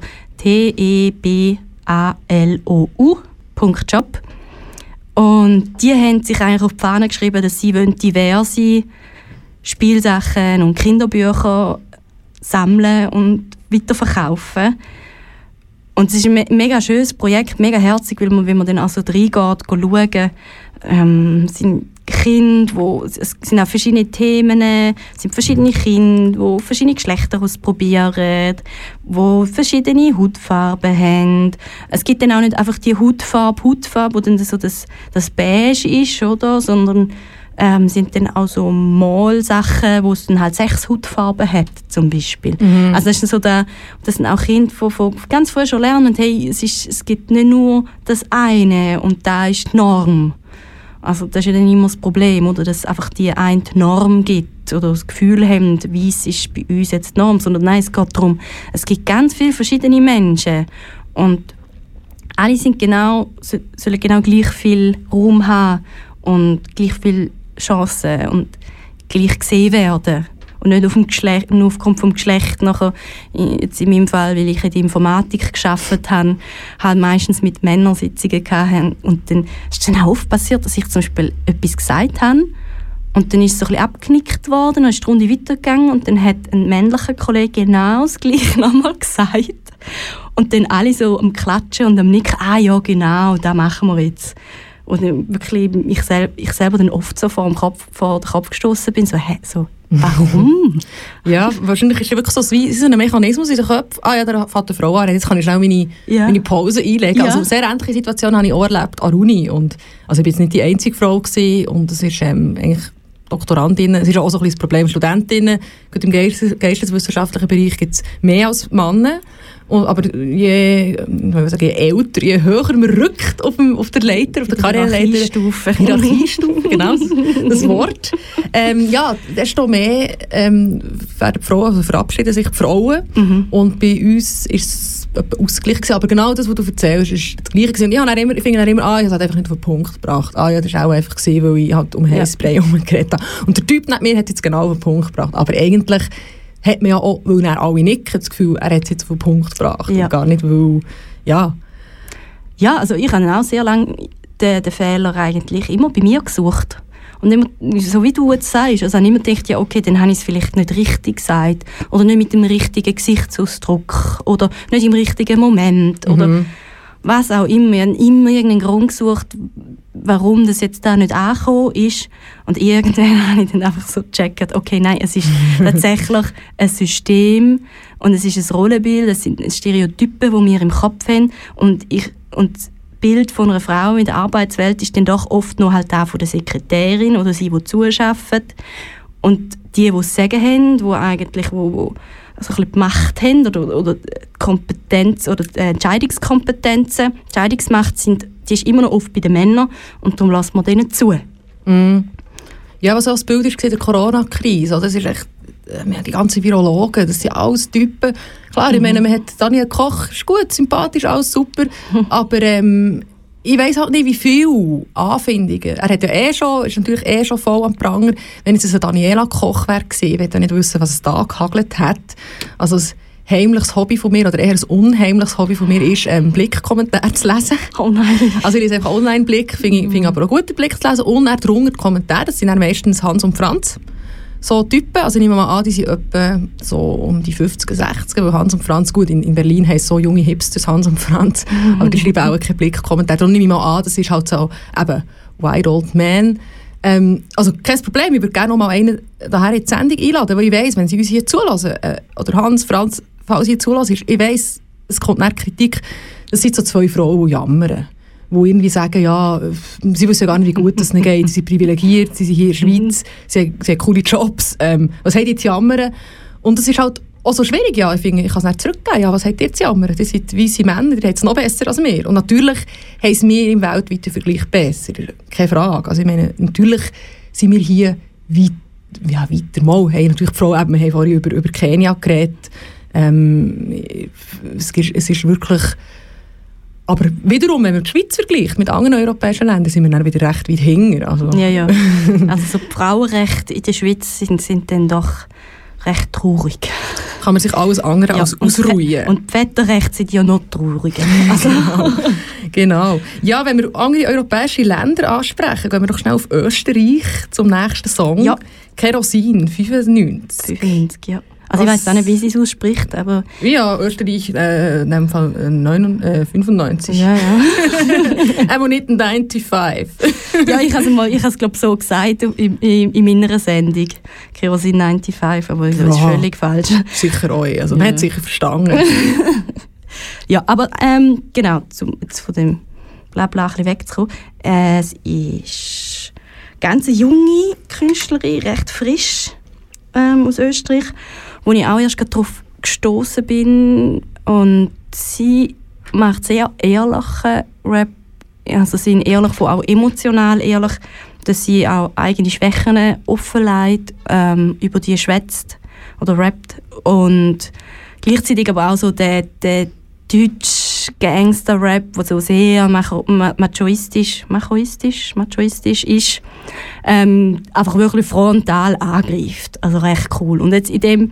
tebalou.job. Und die haben sich eigentlich auf die Fahne geschrieben, dass sie diverse Spielsachen und Kinderbücher sammeln und weiterverkaufen. Und es ist ein mega schönes Projekt, mega herzig, weil man, wenn man dann also reingeht, schauen, sind Kinder, es sind auch verschiedene Themen, es sind verschiedene Kinder, die verschiedene Geschlechter ausprobieren, die verschiedene Hautfarben haben. Es gibt dann auch nicht einfach die Hautfarbe, wo dann so das Beige ist, oder? Sondern sind dann auch so Malsachen, wo es dann halt 6 Hautfarben hat, zum Beispiel. Mhm. Also das ist so das sind auch Kinder, die ganz früh schon lernen, hey, es gibt nicht nur das eine und da ist die Norm. Also das ist ja dann immer das Problem, oder, dass es einfach die eine Norm gibt oder das Gefühl haben, weiss ist bei uns jetzt die Norm, sondern nein, es geht darum, es gibt ganz viele verschiedene Menschen und alle sollen genau gleich viel Raum haben und gleich viele Chancen und gleich gesehen werden. Und nicht nur aufgrund vom Geschlecht. Nachher, jetzt in meinem Fall, weil ich in der Informatik gearbeitet habe, halt meistens mit Männersitzungen hatte. Und dann ist dann auch oft passiert, dass ich zum Beispiel etwas gesagt habe und dann ist es so ein bisschen abgenickt worden, dann ist die Runde weitergegangen und dann hat ein männlicher Kollege genau das Gleiche nochmal gesagt. Und dann alle so am Klatschen und am Nicken, ja genau, das machen wir jetzt. Und wirklich ich selber dann oft so vor den Kopf gestoßen bin, so warum? Ja, wahrscheinlich ist es wirklich so ein Mechanismus in den Köpfen. Da fährt eine Frau an, jetzt kann ich schnell meine Pause einlegen. Ja. Also sehr ähnliche Situation habe ich auch erlebt an der Uni. Und, also ich war jetzt nicht die einzige Frau gewesen, und es ist eigentlich Doktorandinnen, es ist auch so ein bisschen das Problem, Studentinnen, gerade im geisteswissenschaftlichen Bereich gibt es mehr als Männer. Aber je älter, je höher man rückt auf der Leiter, auf der Karriereleiter, Hierarchiestufe, genau, das Wort, desto mehr werden Frauen, verabschieden sich die Frauen. Mhm. Und bei uns ist es ausgeglichen gewesen. Aber genau das, was du erzählst, ist das Gleiche gewesen. Ich finde dann immer, ich habe einfach nicht auf den Punkt gebracht. Das war auch einfach gewesen, weil ich halt um Hairspray herumgeredet habe. Und der Typ neben mir hat jetzt genau auf den Punkt gebracht. Aber eigentlich hat man ja auch, weil er alle nicken, das Gefühl, er hat es jetzt auf den Punkt gebracht. Ja. Und gar nicht, weil, ja, also ich habe auch sehr lange den Fehler eigentlich immer bei mir gesucht. Und immer, so wie du jetzt sagst, also habe ich immer gedacht, ja okay, dann habe ich es vielleicht nicht richtig gesagt oder nicht mit dem richtigen Gesichtsausdruck oder nicht im richtigen Moment oder was auch immer. Ich habe immer irgendeinen Grund gesucht, warum das jetzt da nicht angekommen ist. Und irgendwann habe ich dann einfach so gecheckt, okay, nein, es ist tatsächlich ein System und es ist ein Rollenbild, es sind Stereotypen, die wir im Kopf haben und das Bild von einer Frau in der Arbeitswelt ist dann doch oft noch halt auch von der Sekretärin oder sie, die zusarbeitet. Und die es sagen haben, die eigentlich also ein bisschen die Macht haben oder die Kompetenz oder die Entscheidungskompetenzen, die Entscheidungsmacht die ist immer noch oft bei den Männern und darum lassen wir denen zu. Mm. Ja, was auch das Bild ist in der Corona-Krise, das ist echt, die ganzen Virologen, das sind alles Typen. Klar, ich meine, man hat Daniel Koch, ist gut, sympathisch, alles super, aber ich weiss halt nicht, wie viele Anfindungen. Er hat ja ist natürlich schon voll am Pranger. Wenn es ein Daniela Koch wäre gewesen, ich will nicht wissen, was es da gehagelt hat. Also ein heimliches Hobby von mir, oder eher ein unheimliches Hobby von mir, ist, Blick-Kommentare zu lesen. Oh nein. Also ich lese einfach Online-Blick, finde ich aber auch gut, den Blick zu lesen. Und dann drunter die Kommentare, das sind dann meistens Hans und Franz. So Typen, also ich nehme mal an, die sind etwa so um die 50, 60, weil Hans und Franz, gut, in Berlin heisst so junge Hipsters Hans und Franz, aber die schreiben auch keinen Blick-Kommentar. Darum nehme ich mal an, das ist halt so, eben, White Old Man. Also kein Problem, ich würde gerne noch mal einen daher in die Sendung einladen, weil ich weiss, wenn sie uns hier zulassen, oder Hans, Franz, falls sie hier zulassen, ich weiss, es kommt nach Kritik, das sind so 2 Frauen, die jammern. Die irgendwie sagen, ja, sie wissen ja gar nicht, wie gut es ihnen geht, sie sind privilegiert, sie sind hier in der Schweiz, sie haben coole Jobs, was haben die zu jammern? Und das ist halt auch so schwierig, ja, ich finde, ich kann es nicht zurückgeben, ja, was habt ihr zu jammern? Das sind weisse Männer, die haben es noch besser als wir. Und natürlich haben es wir im weltweiten Vergleich besser, keine Frage. Also ich meine, natürlich sind wir hier weiter mal, haben natürlich die Frau, wir haben vorhin über Kenia geredet, es ist wirklich. Aber wiederum, wenn man die Schweiz vergleicht mit anderen europäischen Ländern, sind wir dann wieder recht weit hinter. Also. Ja. Also so die Frauenrechte in der Schweiz sind dann doch recht traurig. Kann man sich alles andere als ausruhen. Und die Väterrechte sind ja noch trauriger. Also. Genau. Ja, wenn wir andere europäische Länder ansprechen, gehen wir doch schnell auf Österreich zum nächsten Song. Ja. Kerosin, 95. Ja. Also ich weiss auch nicht, wie sie es ausspricht, aber... Ja, Österreich, in dem Fall 95. Ja. Aber nicht 95. Ja, ich habe es glaube so gesagt in meiner Sendung. Kerosin 95, aber das ist völlig falsch. Sicher auch. Also man hat es sicher verstanden. Ja, aber genau, jetzt von dem Blabla ein bisschen wegzukommen. Es ist eine ganz junge Künstlerin, recht frisch aus Österreich, wo ich auch erst darauf gestoßen bin. Und sie macht sehr ehrlichen Rap. Also sie sind ehrlich, auch emotional ehrlich, dass sie auch eigene Schwächen offenlegt, über die schwätzt oder rappt. Und gleichzeitig aber auch so der deutsche Gangster-Rap, der so sehr machoistisch ist, einfach wirklich frontal angreift. Also recht cool. Und jetzt in dem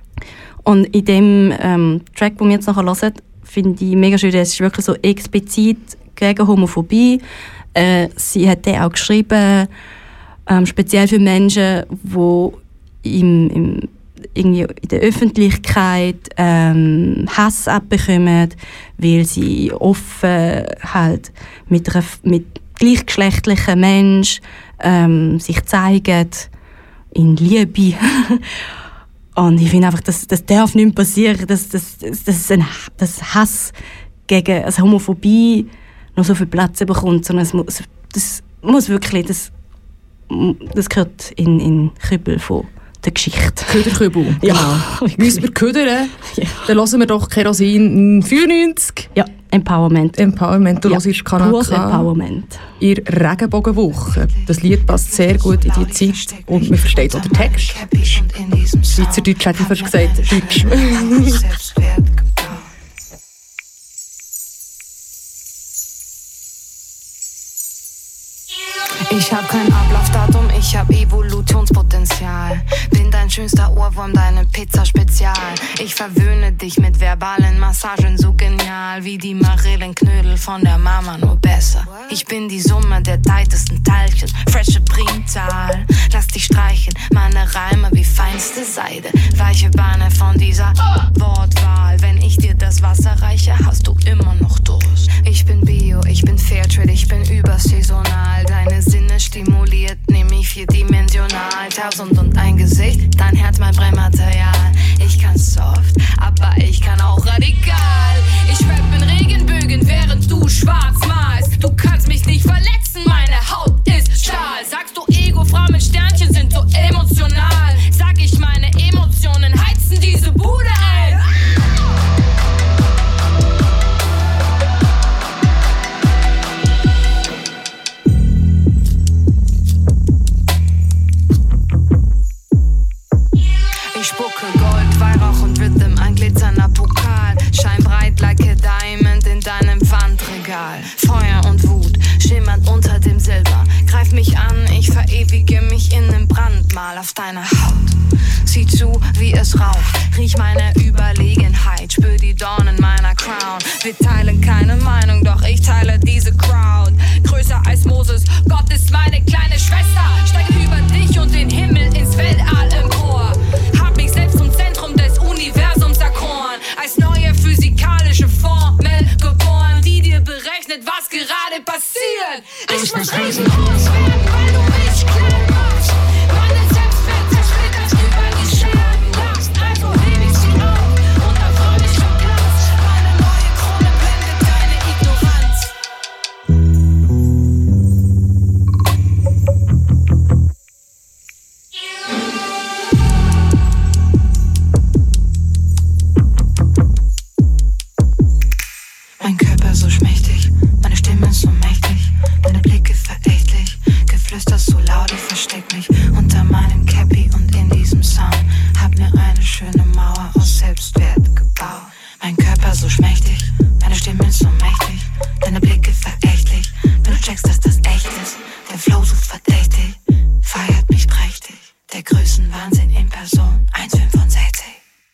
Track, den wir jetzt nachher hören, finde ich mega schön, es ist wirklich so explizit gegen Homophobie. Sie hat den auch geschrieben, speziell für Menschen, die irgendwie in der Öffentlichkeit Hass abbekommen, weil sie offen halt mit gleichgeschlechtlichen Menschen sich zeigen in Liebe. Und ich finde einfach, das darf nicht mehr passieren, dass Hass gegen Homophobie noch so viel Platz bekommt, sondern das muss wirklich, das gehört in den Kübel von der Geschichte. Köderkübel, genau. Ja. Müssen wir ködern, dann hören wir doch Kerosin 95. Ja, Empowerment. Du hörst Kanal pures K. Empowerment. In Regenbogenwoche. Das Lied passt sehr gut in die Zeit und man versteht auch den Text. Schweizerdeutsch hätte ich fast gesagt. Deutsch. Ich hab kein Ablaufdatum, ich hab Evolutionspotenzial. Bin dein schönster Ohrwurm, deine Pizza Spezial. Ich verwöhne dich mit verbalen Massagen so genial wie die Marillenknödel von der Mama, nur besser. Ich bin die Summe der tightesten Teilchen, frische Primzahl. Lass dich streicheln, meine Reime wie feinste Seide. Weiche Bahne von dieser Wortwahl. Wenn ich dir das Wasser reiche, hast du immer noch Durst. Ich bin Bio, ich bin Fairtrade, ich bin übersaisonal. Deine Sinne stimuliert, nämlich vierdimensional. 1001 Gesicht, dein Herz mein Brennmaterial. Ich kann soft, aber ich kann auch radikal. Ich rap in Regenbögen, während du schwarz malst. Du kannst mich nicht verletzen, meine Haut ist Stahl. Sagst du Ego, Frauen mit Sternchen sind so emotional. Sag ich, meine Emotionen heizen diese Bude ein. Ich spucke Gold, Weihrauch und Rhythm, ein glitzernder Pokal. Scheinbreit like a diamond in deinem Wandregal. Feuer und Wut schimmernd unter dem Silber. Greif mich an, ich verewige mich in nem Brandmal auf deiner Haut. Sieh zu, wie es raucht, riech meine Überlegenheit. Spür die Dornen meiner Crown. Wir teilen keine Meinung, doch ich teile diese Crowd. Größer als Moses, Gott ist meine kleine Schwester. Steige über dich und den Himmel ins Weltall empor. Hab mich selbst zum Zentrum des Universums erkoren. Als neue physikalische Formel geboren, die dir berechnet, was gerade passiert. Ich verspreche groß werden, weil du mich klein machst. Meine Selbstwert zersplittert über die Scherbenlast. Also heb ich sie auf und erfreue mich schon Platz. Meine neue Krone blendet deine Ignoranz. Mein Körper so schmächtig, meine Stimme so mächtig, deine Blicke verächtlich, Geflüster so laut, ich versteck mich unter meinem Cappy und in diesem Sound hab mir eine schöne Mauer aus Selbstwert gebaut. Mein Körper so schmächtig, meine Stimme so mächtig, deine Blicke verächtlich, wenn du checkst, dass das echt ist, der Flow so verdächtig, feiert mich prächtig, der Größenwahnsinn in Person, 1,65.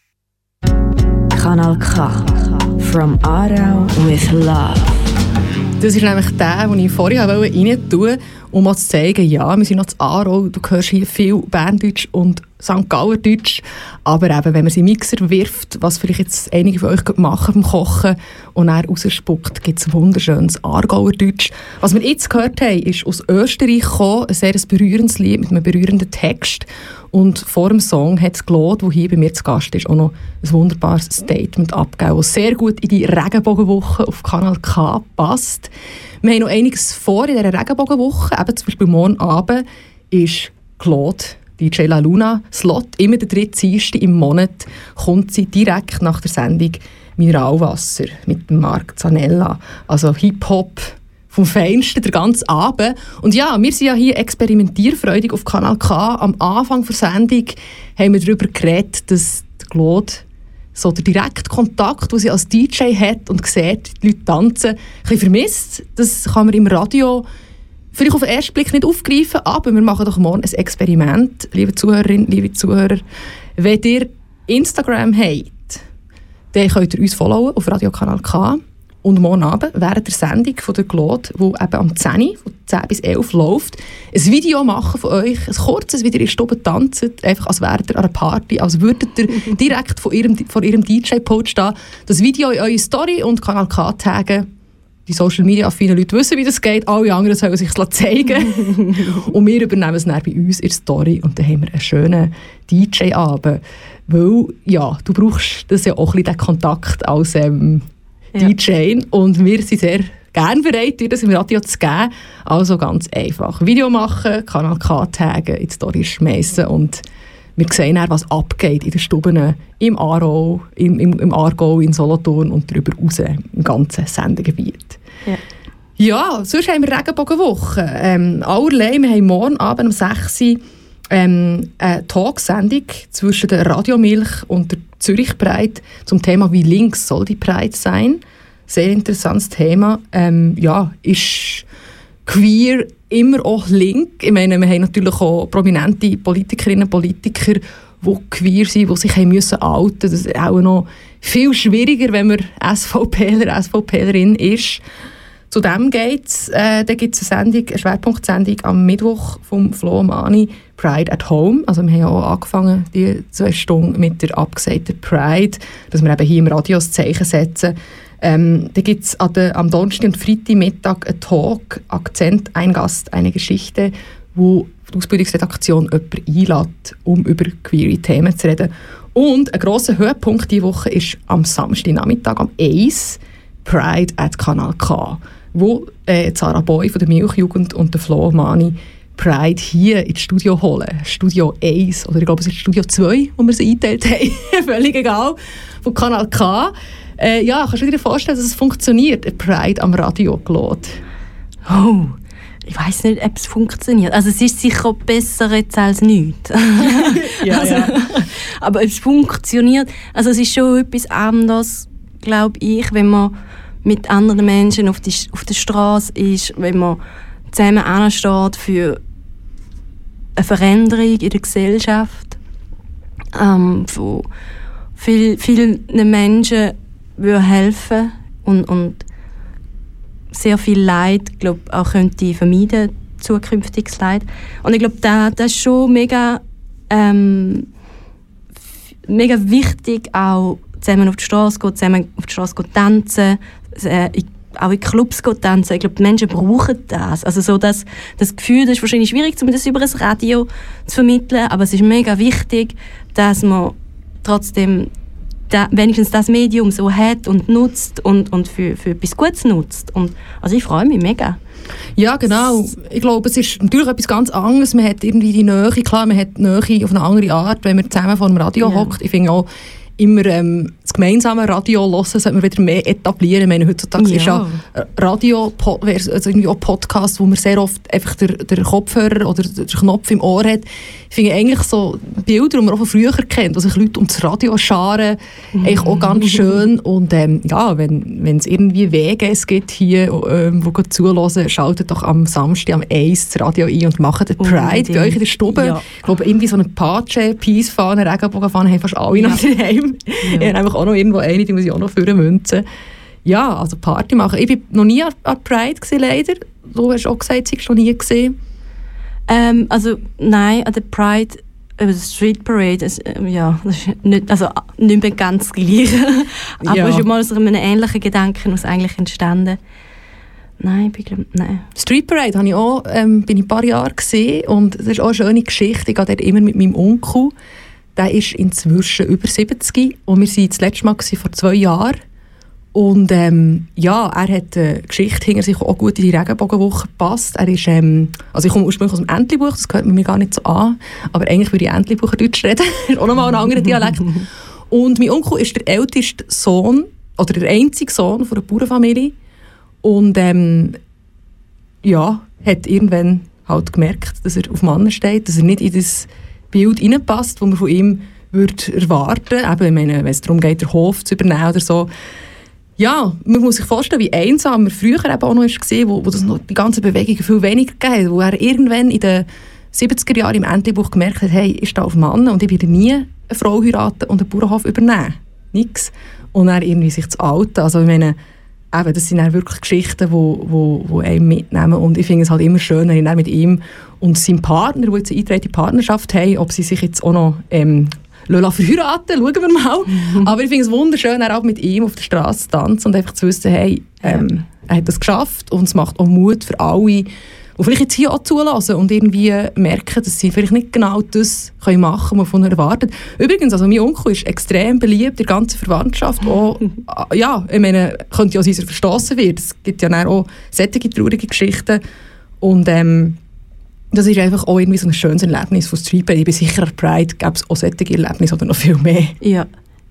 Kanal K. From Aarau with Love. Das ist nämlich der, den ich vorher rein tun wollte. um mal zu zeigen, ja, wir sind noch zu Aarau, du hörst hier viel Berndeutsch und St. Gallerdeutsch, aber eben, wenn man sie in den Mixer wirft, was vielleicht jetzt einige von euch machen beim Kochen und dann rausspuckt, gibt es wunderschönes Aargauerdeutsch. Was wir jetzt gehört haben, ist aus Österreich gekommen, ein sehr berührendes Lied mit einem berührenden Text. Und vor dem Song hat Claude, der hier bei mir zu Gast ist, auch noch ein wunderbares Statement abgegeben, das sehr gut in die Regenbogenwoche auf Kanal K passt. Wir haben noch einiges vor in dieser Regenbogenwoche. Eben zum Beispiel morgen Abend ist Claude, DJ La Luna, Slot, immer der 3. Dienstag im Monat, kommt sie direkt nach der Sendung Mineralwasser mit Marc Zanella. Also Hip-Hop vom Feinsten, der ganze Abend. Und ja, wir sind ja hier experimentierfreudig auf Kanal K. Am Anfang der Sendung haben wir darüber geredet, dass Claude so der Direktkontakt, den sie als DJ hat und sieht, die Leute tanzen, ein bisschen vermisst. Das kann man im Radio vielleicht auf den ersten Blick nicht aufgreifen, aber wir machen doch morgen ein Experiment, liebe Zuhörerinnen, liebe Zuhörer. Wenn ihr Instagram habt, dann könnt ihr uns followen auf Radio Kanal K. Und morgen Abend, während der Sendung von der Claude, die eben am 10, von 10 bis 11 läuft, ein Video machen von euch, ein kurzes, wie ihr in der Stube tanzt, einfach als wäret ihr an einer Party, als würdet ihr direkt vor ihrem DJ-Pult stehen, das Video in eure Story und Kanal K taggen. Die Social-Media-affinen Leute wissen, wie das geht, alle anderen sollen sich zeigen. Und wir übernehmen es dann bei uns in der Story und dann haben wir einen schönen DJ-Abend. Weil, ja, du brauchst das ja auch ein bisschen den Kontakt als DJ und wir sind sehr gerne bereit, dir das im Radio zu geben. Also ganz einfach. Video machen, Kanal K taggen, in die Story schmeißen und wir sehen dann, was abgeht in den Stuben im Aarau, im Aargau, in Solothurn und darüber raus im ganzen Sendegebiet. Ja, sonst haben wir Regenbogenwoche. Allerlei, wir haben morgen Abend um 6 Uhr eine Talksendung zwischen der Radiomilch und der Zürich Pride zum Thema «Wie links soll die Pride sein?» Sehr interessantes Thema. Ja, ist queer immer auch link? Ich meine, wir haben natürlich auch prominente Politikerinnen und Politiker, die queer sind, die sich haben müssen outen. Das ist auch noch viel schwieriger, wenn man SVPler, SVPlerin ist. Zudem gibt es eine Schwerpunktsendung am Mittwoch vom Flo Mani, Pride at Home. Also wir haben ja auch angefangen, die 2 Stunden mit der abgesagten Pride, dass wir eben hier im Radio das Zeichen setzen. Dann gibt es am Donnerstag und Freitagmittag einen Talk, Akzent, ein Gast, eine Geschichte, wo die Ausbildungsredaktion jemanden einlädt, um über queere Themen zu reden. Und ein grosser Höhepunkt diese Woche ist am Samstagnachmittag, am 1, Pride at Kanal K, wo Sarah Boy von der Milchjugend und der Flo Mani Pride hier ins Studio holen. Studio 1, oder ich glaube es ist Studio 2, wo wir sie eingeteilt haben, völlig egal, von Kanal K. Ja, kannst du dir vorstellen, dass es funktioniert, eine Pride am Radio, Claude? Oh, ich weiss nicht, ob es funktioniert. Also es ist sicher besser jetzt als nichts. Aber ob es funktioniert, also es ist schon etwas anderes, glaube ich, wenn man mit anderen Menschen auf der Straße ist, wenn man zusammen ansteht für eine Veränderung in der Gesellschaft, von vielen Menschen würde helfen und sehr viel Leid, glaube auch könnte vermeiden, zukünftiges Leid. Und ich glaube, das ist schon mega wichtig, auch zusammen auf die Straße gehen, zusammen auf die Straße tanzen, auch in Clubs tanzen. Ich glaube, die Menschen brauchen das. Also so das Gefühl, das ist wahrscheinlich schwierig, das über das Radio zu vermitteln, aber es ist mega wichtig, dass man trotzdem wenigstens das Medium so hat und nutzt und für etwas Gutes nutzt. Und, also ich freue mich mega. Ja, genau. Ich glaube, es ist natürlich etwas ganz anderes. Man hat irgendwie die Nähe, klar, man hat die Nähe auf eine andere Art, wenn man zusammen vor dem Radio hockt. Ich finde auch, immer das gemeinsame Radio hören, sollte man wieder mehr etablieren. Ich meine, heutzutage ist ja Radio, also irgendwie auch Podcast, wo man sehr oft einfach den Kopfhörer oder den Knopf im Ohr hat. Ich finde eigentlich so Bilder, die man auch von früher kennt, wo sich Leute um das Radio scharen, eigentlich auch ganz schön. Und ja, wenn es irgendwie Wege gibt hier, die zuhören, schaltet doch am Samstag am 1 das Radio ein und macht eine Pride bei euch in der Stube. Ja. Ich glaube, irgendwie so eine Patsche, Peace-Fahne, Regenbogenfahne haben fast alle noch daheim. Ja. Ich habe einfach auch noch irgendwo eine, die muss ich auch noch münzen. ja, also Party machen. Ich war noch nie an Pride gewesen, leider. Du hast auch gesagt, du hast noch nie gesehen. Also nein, an der Pride, der Street Parade, das ist nicht mehr ganz das Gleiche. Aber schon mal aus einem ähnlichen Gedanken aus eigentlich entstanden. Nein. Street Parade habe ich auch, bin ich ein paar Jahre gesehen und das ist auch eine schöne Geschichte. Ich gehe dort immer mit meinem Onkel. Der ist inzwischen über 70 und wir waren das letzte Mal vor 2 Jahren. Und er hat eine Geschichte hinter sich auch gut in die Regenbogenwoche gepasst. Er ist, also ich komme ursprünglich aus dem Entlebuch, das gehört mir gar nicht so an, aber eigentlich würde ich Entlebucherdeutsch reden. Das ist auch nochmal ein anderer Dialekt. Und mein Onkel ist der älteste Sohn, oder der einzige Sohn von einer Bauernfamilie. Und hat irgendwann halt gemerkt, dass er auf Männer steht, dass er nicht in das Bild hineinpasst, das man von ihm würde erwarten würde. Wenn es darum geht, den Hof zu übernehmen oder so. Ja, man muss sich vorstellen, wie einsam er früher eben auch noch war, wo das noch die ganze Bewegung viel weniger gegeben hat, wo er irgendwann in den 70er Jahren im Entlebuch gemerkt hat, hey, ich stehe auf Mann und ich werde nie eine Frau heiraten und einen Bauernhof übernehmen. Nix. Und dann irgendwie sich zu alten. Also ich meine, das sind dann wirklich Geschichten, die einem mitnehmen. Und ich finde es halt immer schön, wenn ich dann mit ihm und seinem Partner, die jetzt eine eingetragene Partnerschaft haben, ob sie sich jetzt auch noch verheiraten, schauen wir mal. Aber ich finde es wunderschön, auch mit ihm auf der Straße zu tanzen und einfach zu wissen, hey, er hat das geschafft und es macht auch Mut für alle, die vielleicht jetzt hier auch zulassen und irgendwie merken, dass sie vielleicht nicht genau das machen können, was von ihnen erwartet. Übrigens, also mein Onkel ist extrem beliebt in der ganzen Verwandtschaft. Auch, ich meine, könnte ja sein, dass er verstossen wird. Es gibt ja auch solche traurige Geschichten. Und das ist einfach auch irgendwie so ein schönes Erlebnis von Street Parade. Ich bin sicher, an Pride gäbe es auch solche Erlebnisse oder noch viel mehr. Ja.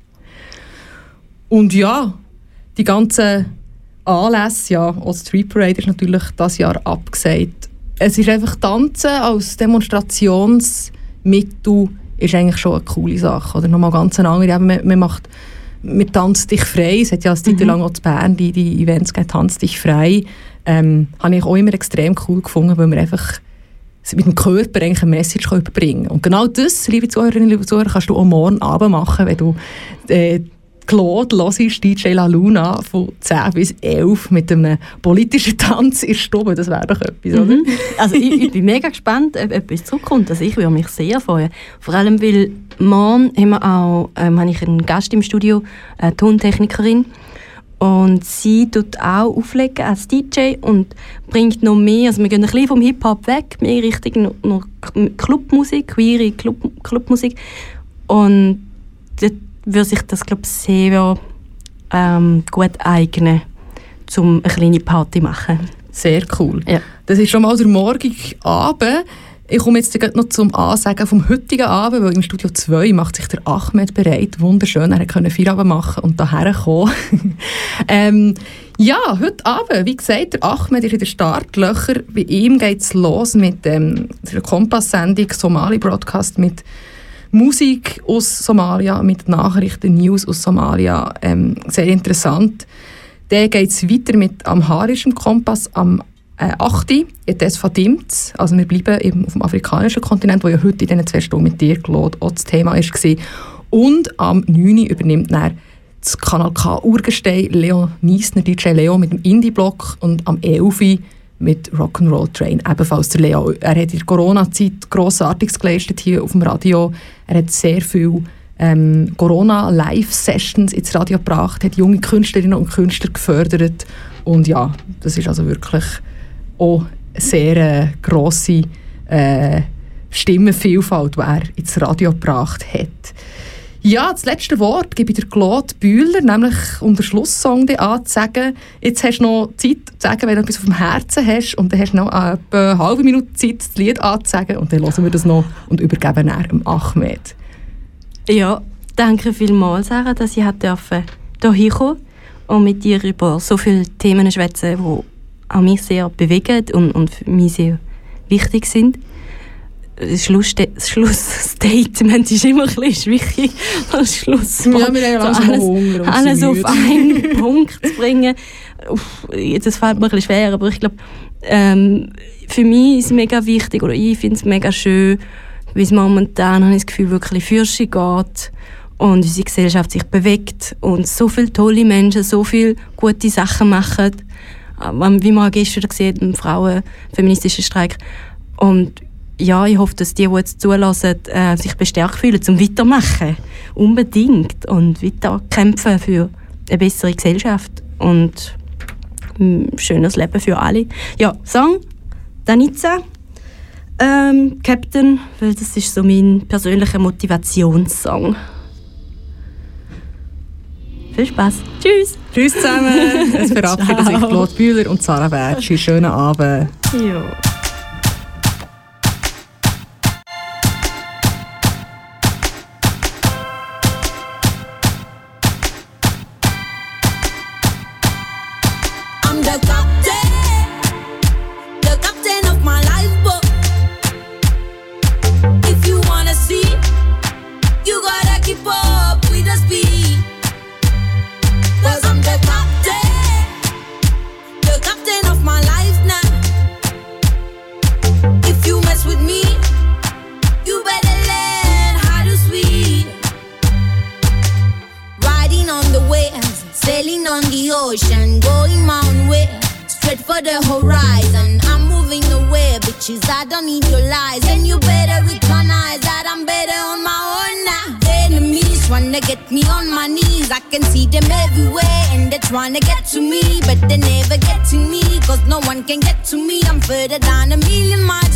Und ja, die ganzen Anlässe, auch Street Parade ist natürlich dieses Jahr abgesagt. Es ist einfach Tanzen als Demonstrationsmittel ist eigentlich schon eine coole Sache. Oder nochmal ganz eine andere. Man tanzt dich frei. Es hat ja eine Zeit lang auch in Bern die Events gegeben, «Tanz dich frei». Habe ich auch immer extrem cool gefunden, weil man einfach mit dem Körper eigentlich eine Message überbringen kann. Und genau das, liebe Zuhörerinnen, liebe Zuhörer, kannst du auch morgen Abend machen, wenn du Claude hörst, DJ La Luna von 10 bis 11 mit einem politischen Tanz in der Stube. Das wäre doch etwas, oder? Also ich bin mega gespannt, ob etwas zurückkommt. Also ich würde mich sehr freuen. Vor allem, weil morgen habe ich einen Gast im Studio, eine Tontechnikerin. Und sie tut auch auflegen als DJ und bringt noch mehr, also wir gehen ein bisschen vom Hip-Hop weg, mehr Richtung noch Clubmusik, queere Clubmusik. Und dort würde sich das, glaube ich, sehr gut eignen, um eine kleine Party zu machen. Sehr cool. Ja. Das ist schon mal der morgige Abend. Ich komme jetzt noch zum Ansagen vom heutigen Abend, weil im Studio 2 macht sich der Ahmed bereit. Wunderschön, er konnte Feierabend machen und hierher kommen. Heute Abend, wie gesagt, der Ahmed ist in den Startlöchern. Bei ihm geht es los mit der Kompass-Sendung Somali-Broadcast mit Musik aus Somalia, mit Nachrichten, News aus Somalia. Sehr interessant. Dann geht es weiter mit amharischem Kompass am 8. Etes Fadimts. Also wir bleiben eben auf dem afrikanischen Kontinent, wo ja heute in diesen 2 Stunden mit dir, Claude, auch das Thema war. Und am 9. übernimmt dann das Kanal K Urgestein Leo Niesner, DJ Leo mit dem Indie-Block und am 11. mit Rock'n'Roll Train, ebenfalls der Leo. Er hat in der Corona-Zeit Grossartiges geleistet hier auf dem Radio. Er hat sehr viel Corona-Live-Sessions ins Radio gebracht, hat junge Künstlerinnen und Künstler gefördert. Und ja, das ist also wirklich auch eine sehr grosse Stimmenvielfalt, die er ins Radio gebracht hat. Ja, das letzte Wort gebe ich der Claude Bühler, nämlich um den Schlusssong anzusagen. Jetzt hast du noch Zeit zu sagen, wenn du etwas auf dem Herzen hast, und dann hast du noch etwa eine halbe Minute Zeit, das Lied anzusagen, und dann hören wir das noch und übergeben dann dem Ahmed. Ja, danke vielmals, Sarah, dass ich hier hinkommen und mit dir über so viele Themen schwätzen, die auch mich sehr bewegen und für mich sehr wichtig sind. Das Schlussstatement ist immer ein bisschen schwierig. Das Schlusswort. Ja, wir haben so Hunger und alles auf einen Punkt zu bringen. Das fällt mir ein bisschen schwer, aber ich glaube, für mich ist es mega wichtig, oder ich finde es mega schön, wie es momentan, habe ich das Gefühl, wirklich für sich geht. und unsere Gesellschaft sich bewegt und so viele tolle Menschen so viele gute Sachen machen, wie man gestern gesehen im Frauen-feministischen Streik. Und ja, ich hoffe, dass die jetzt zulassen, sich bestärkt fühlen, zum Weitermachen. Unbedingt. Und weiterkämpfen für eine bessere Gesellschaft und ein schönes Leben für alle. Ja, Song, Danica, Captain, weil das ist so mein persönlicher Motivationssong. Viel Spaß. Tschüss. Tschüss zusammen. Es verabschieden sich Claude Bühler und Sarah Bertschi. Schönen Abend. Ja. Sailing on the ocean, going mountain way, straight for the horizon. I'm moving away, bitches, I don't need your lies. And you better recognize that I'm better on my own now. Enemies wanna get me on my knees, I can see them everywhere. And they're trying to get to me, but they never get to me. Cause no one can get to me, I'm further down a million miles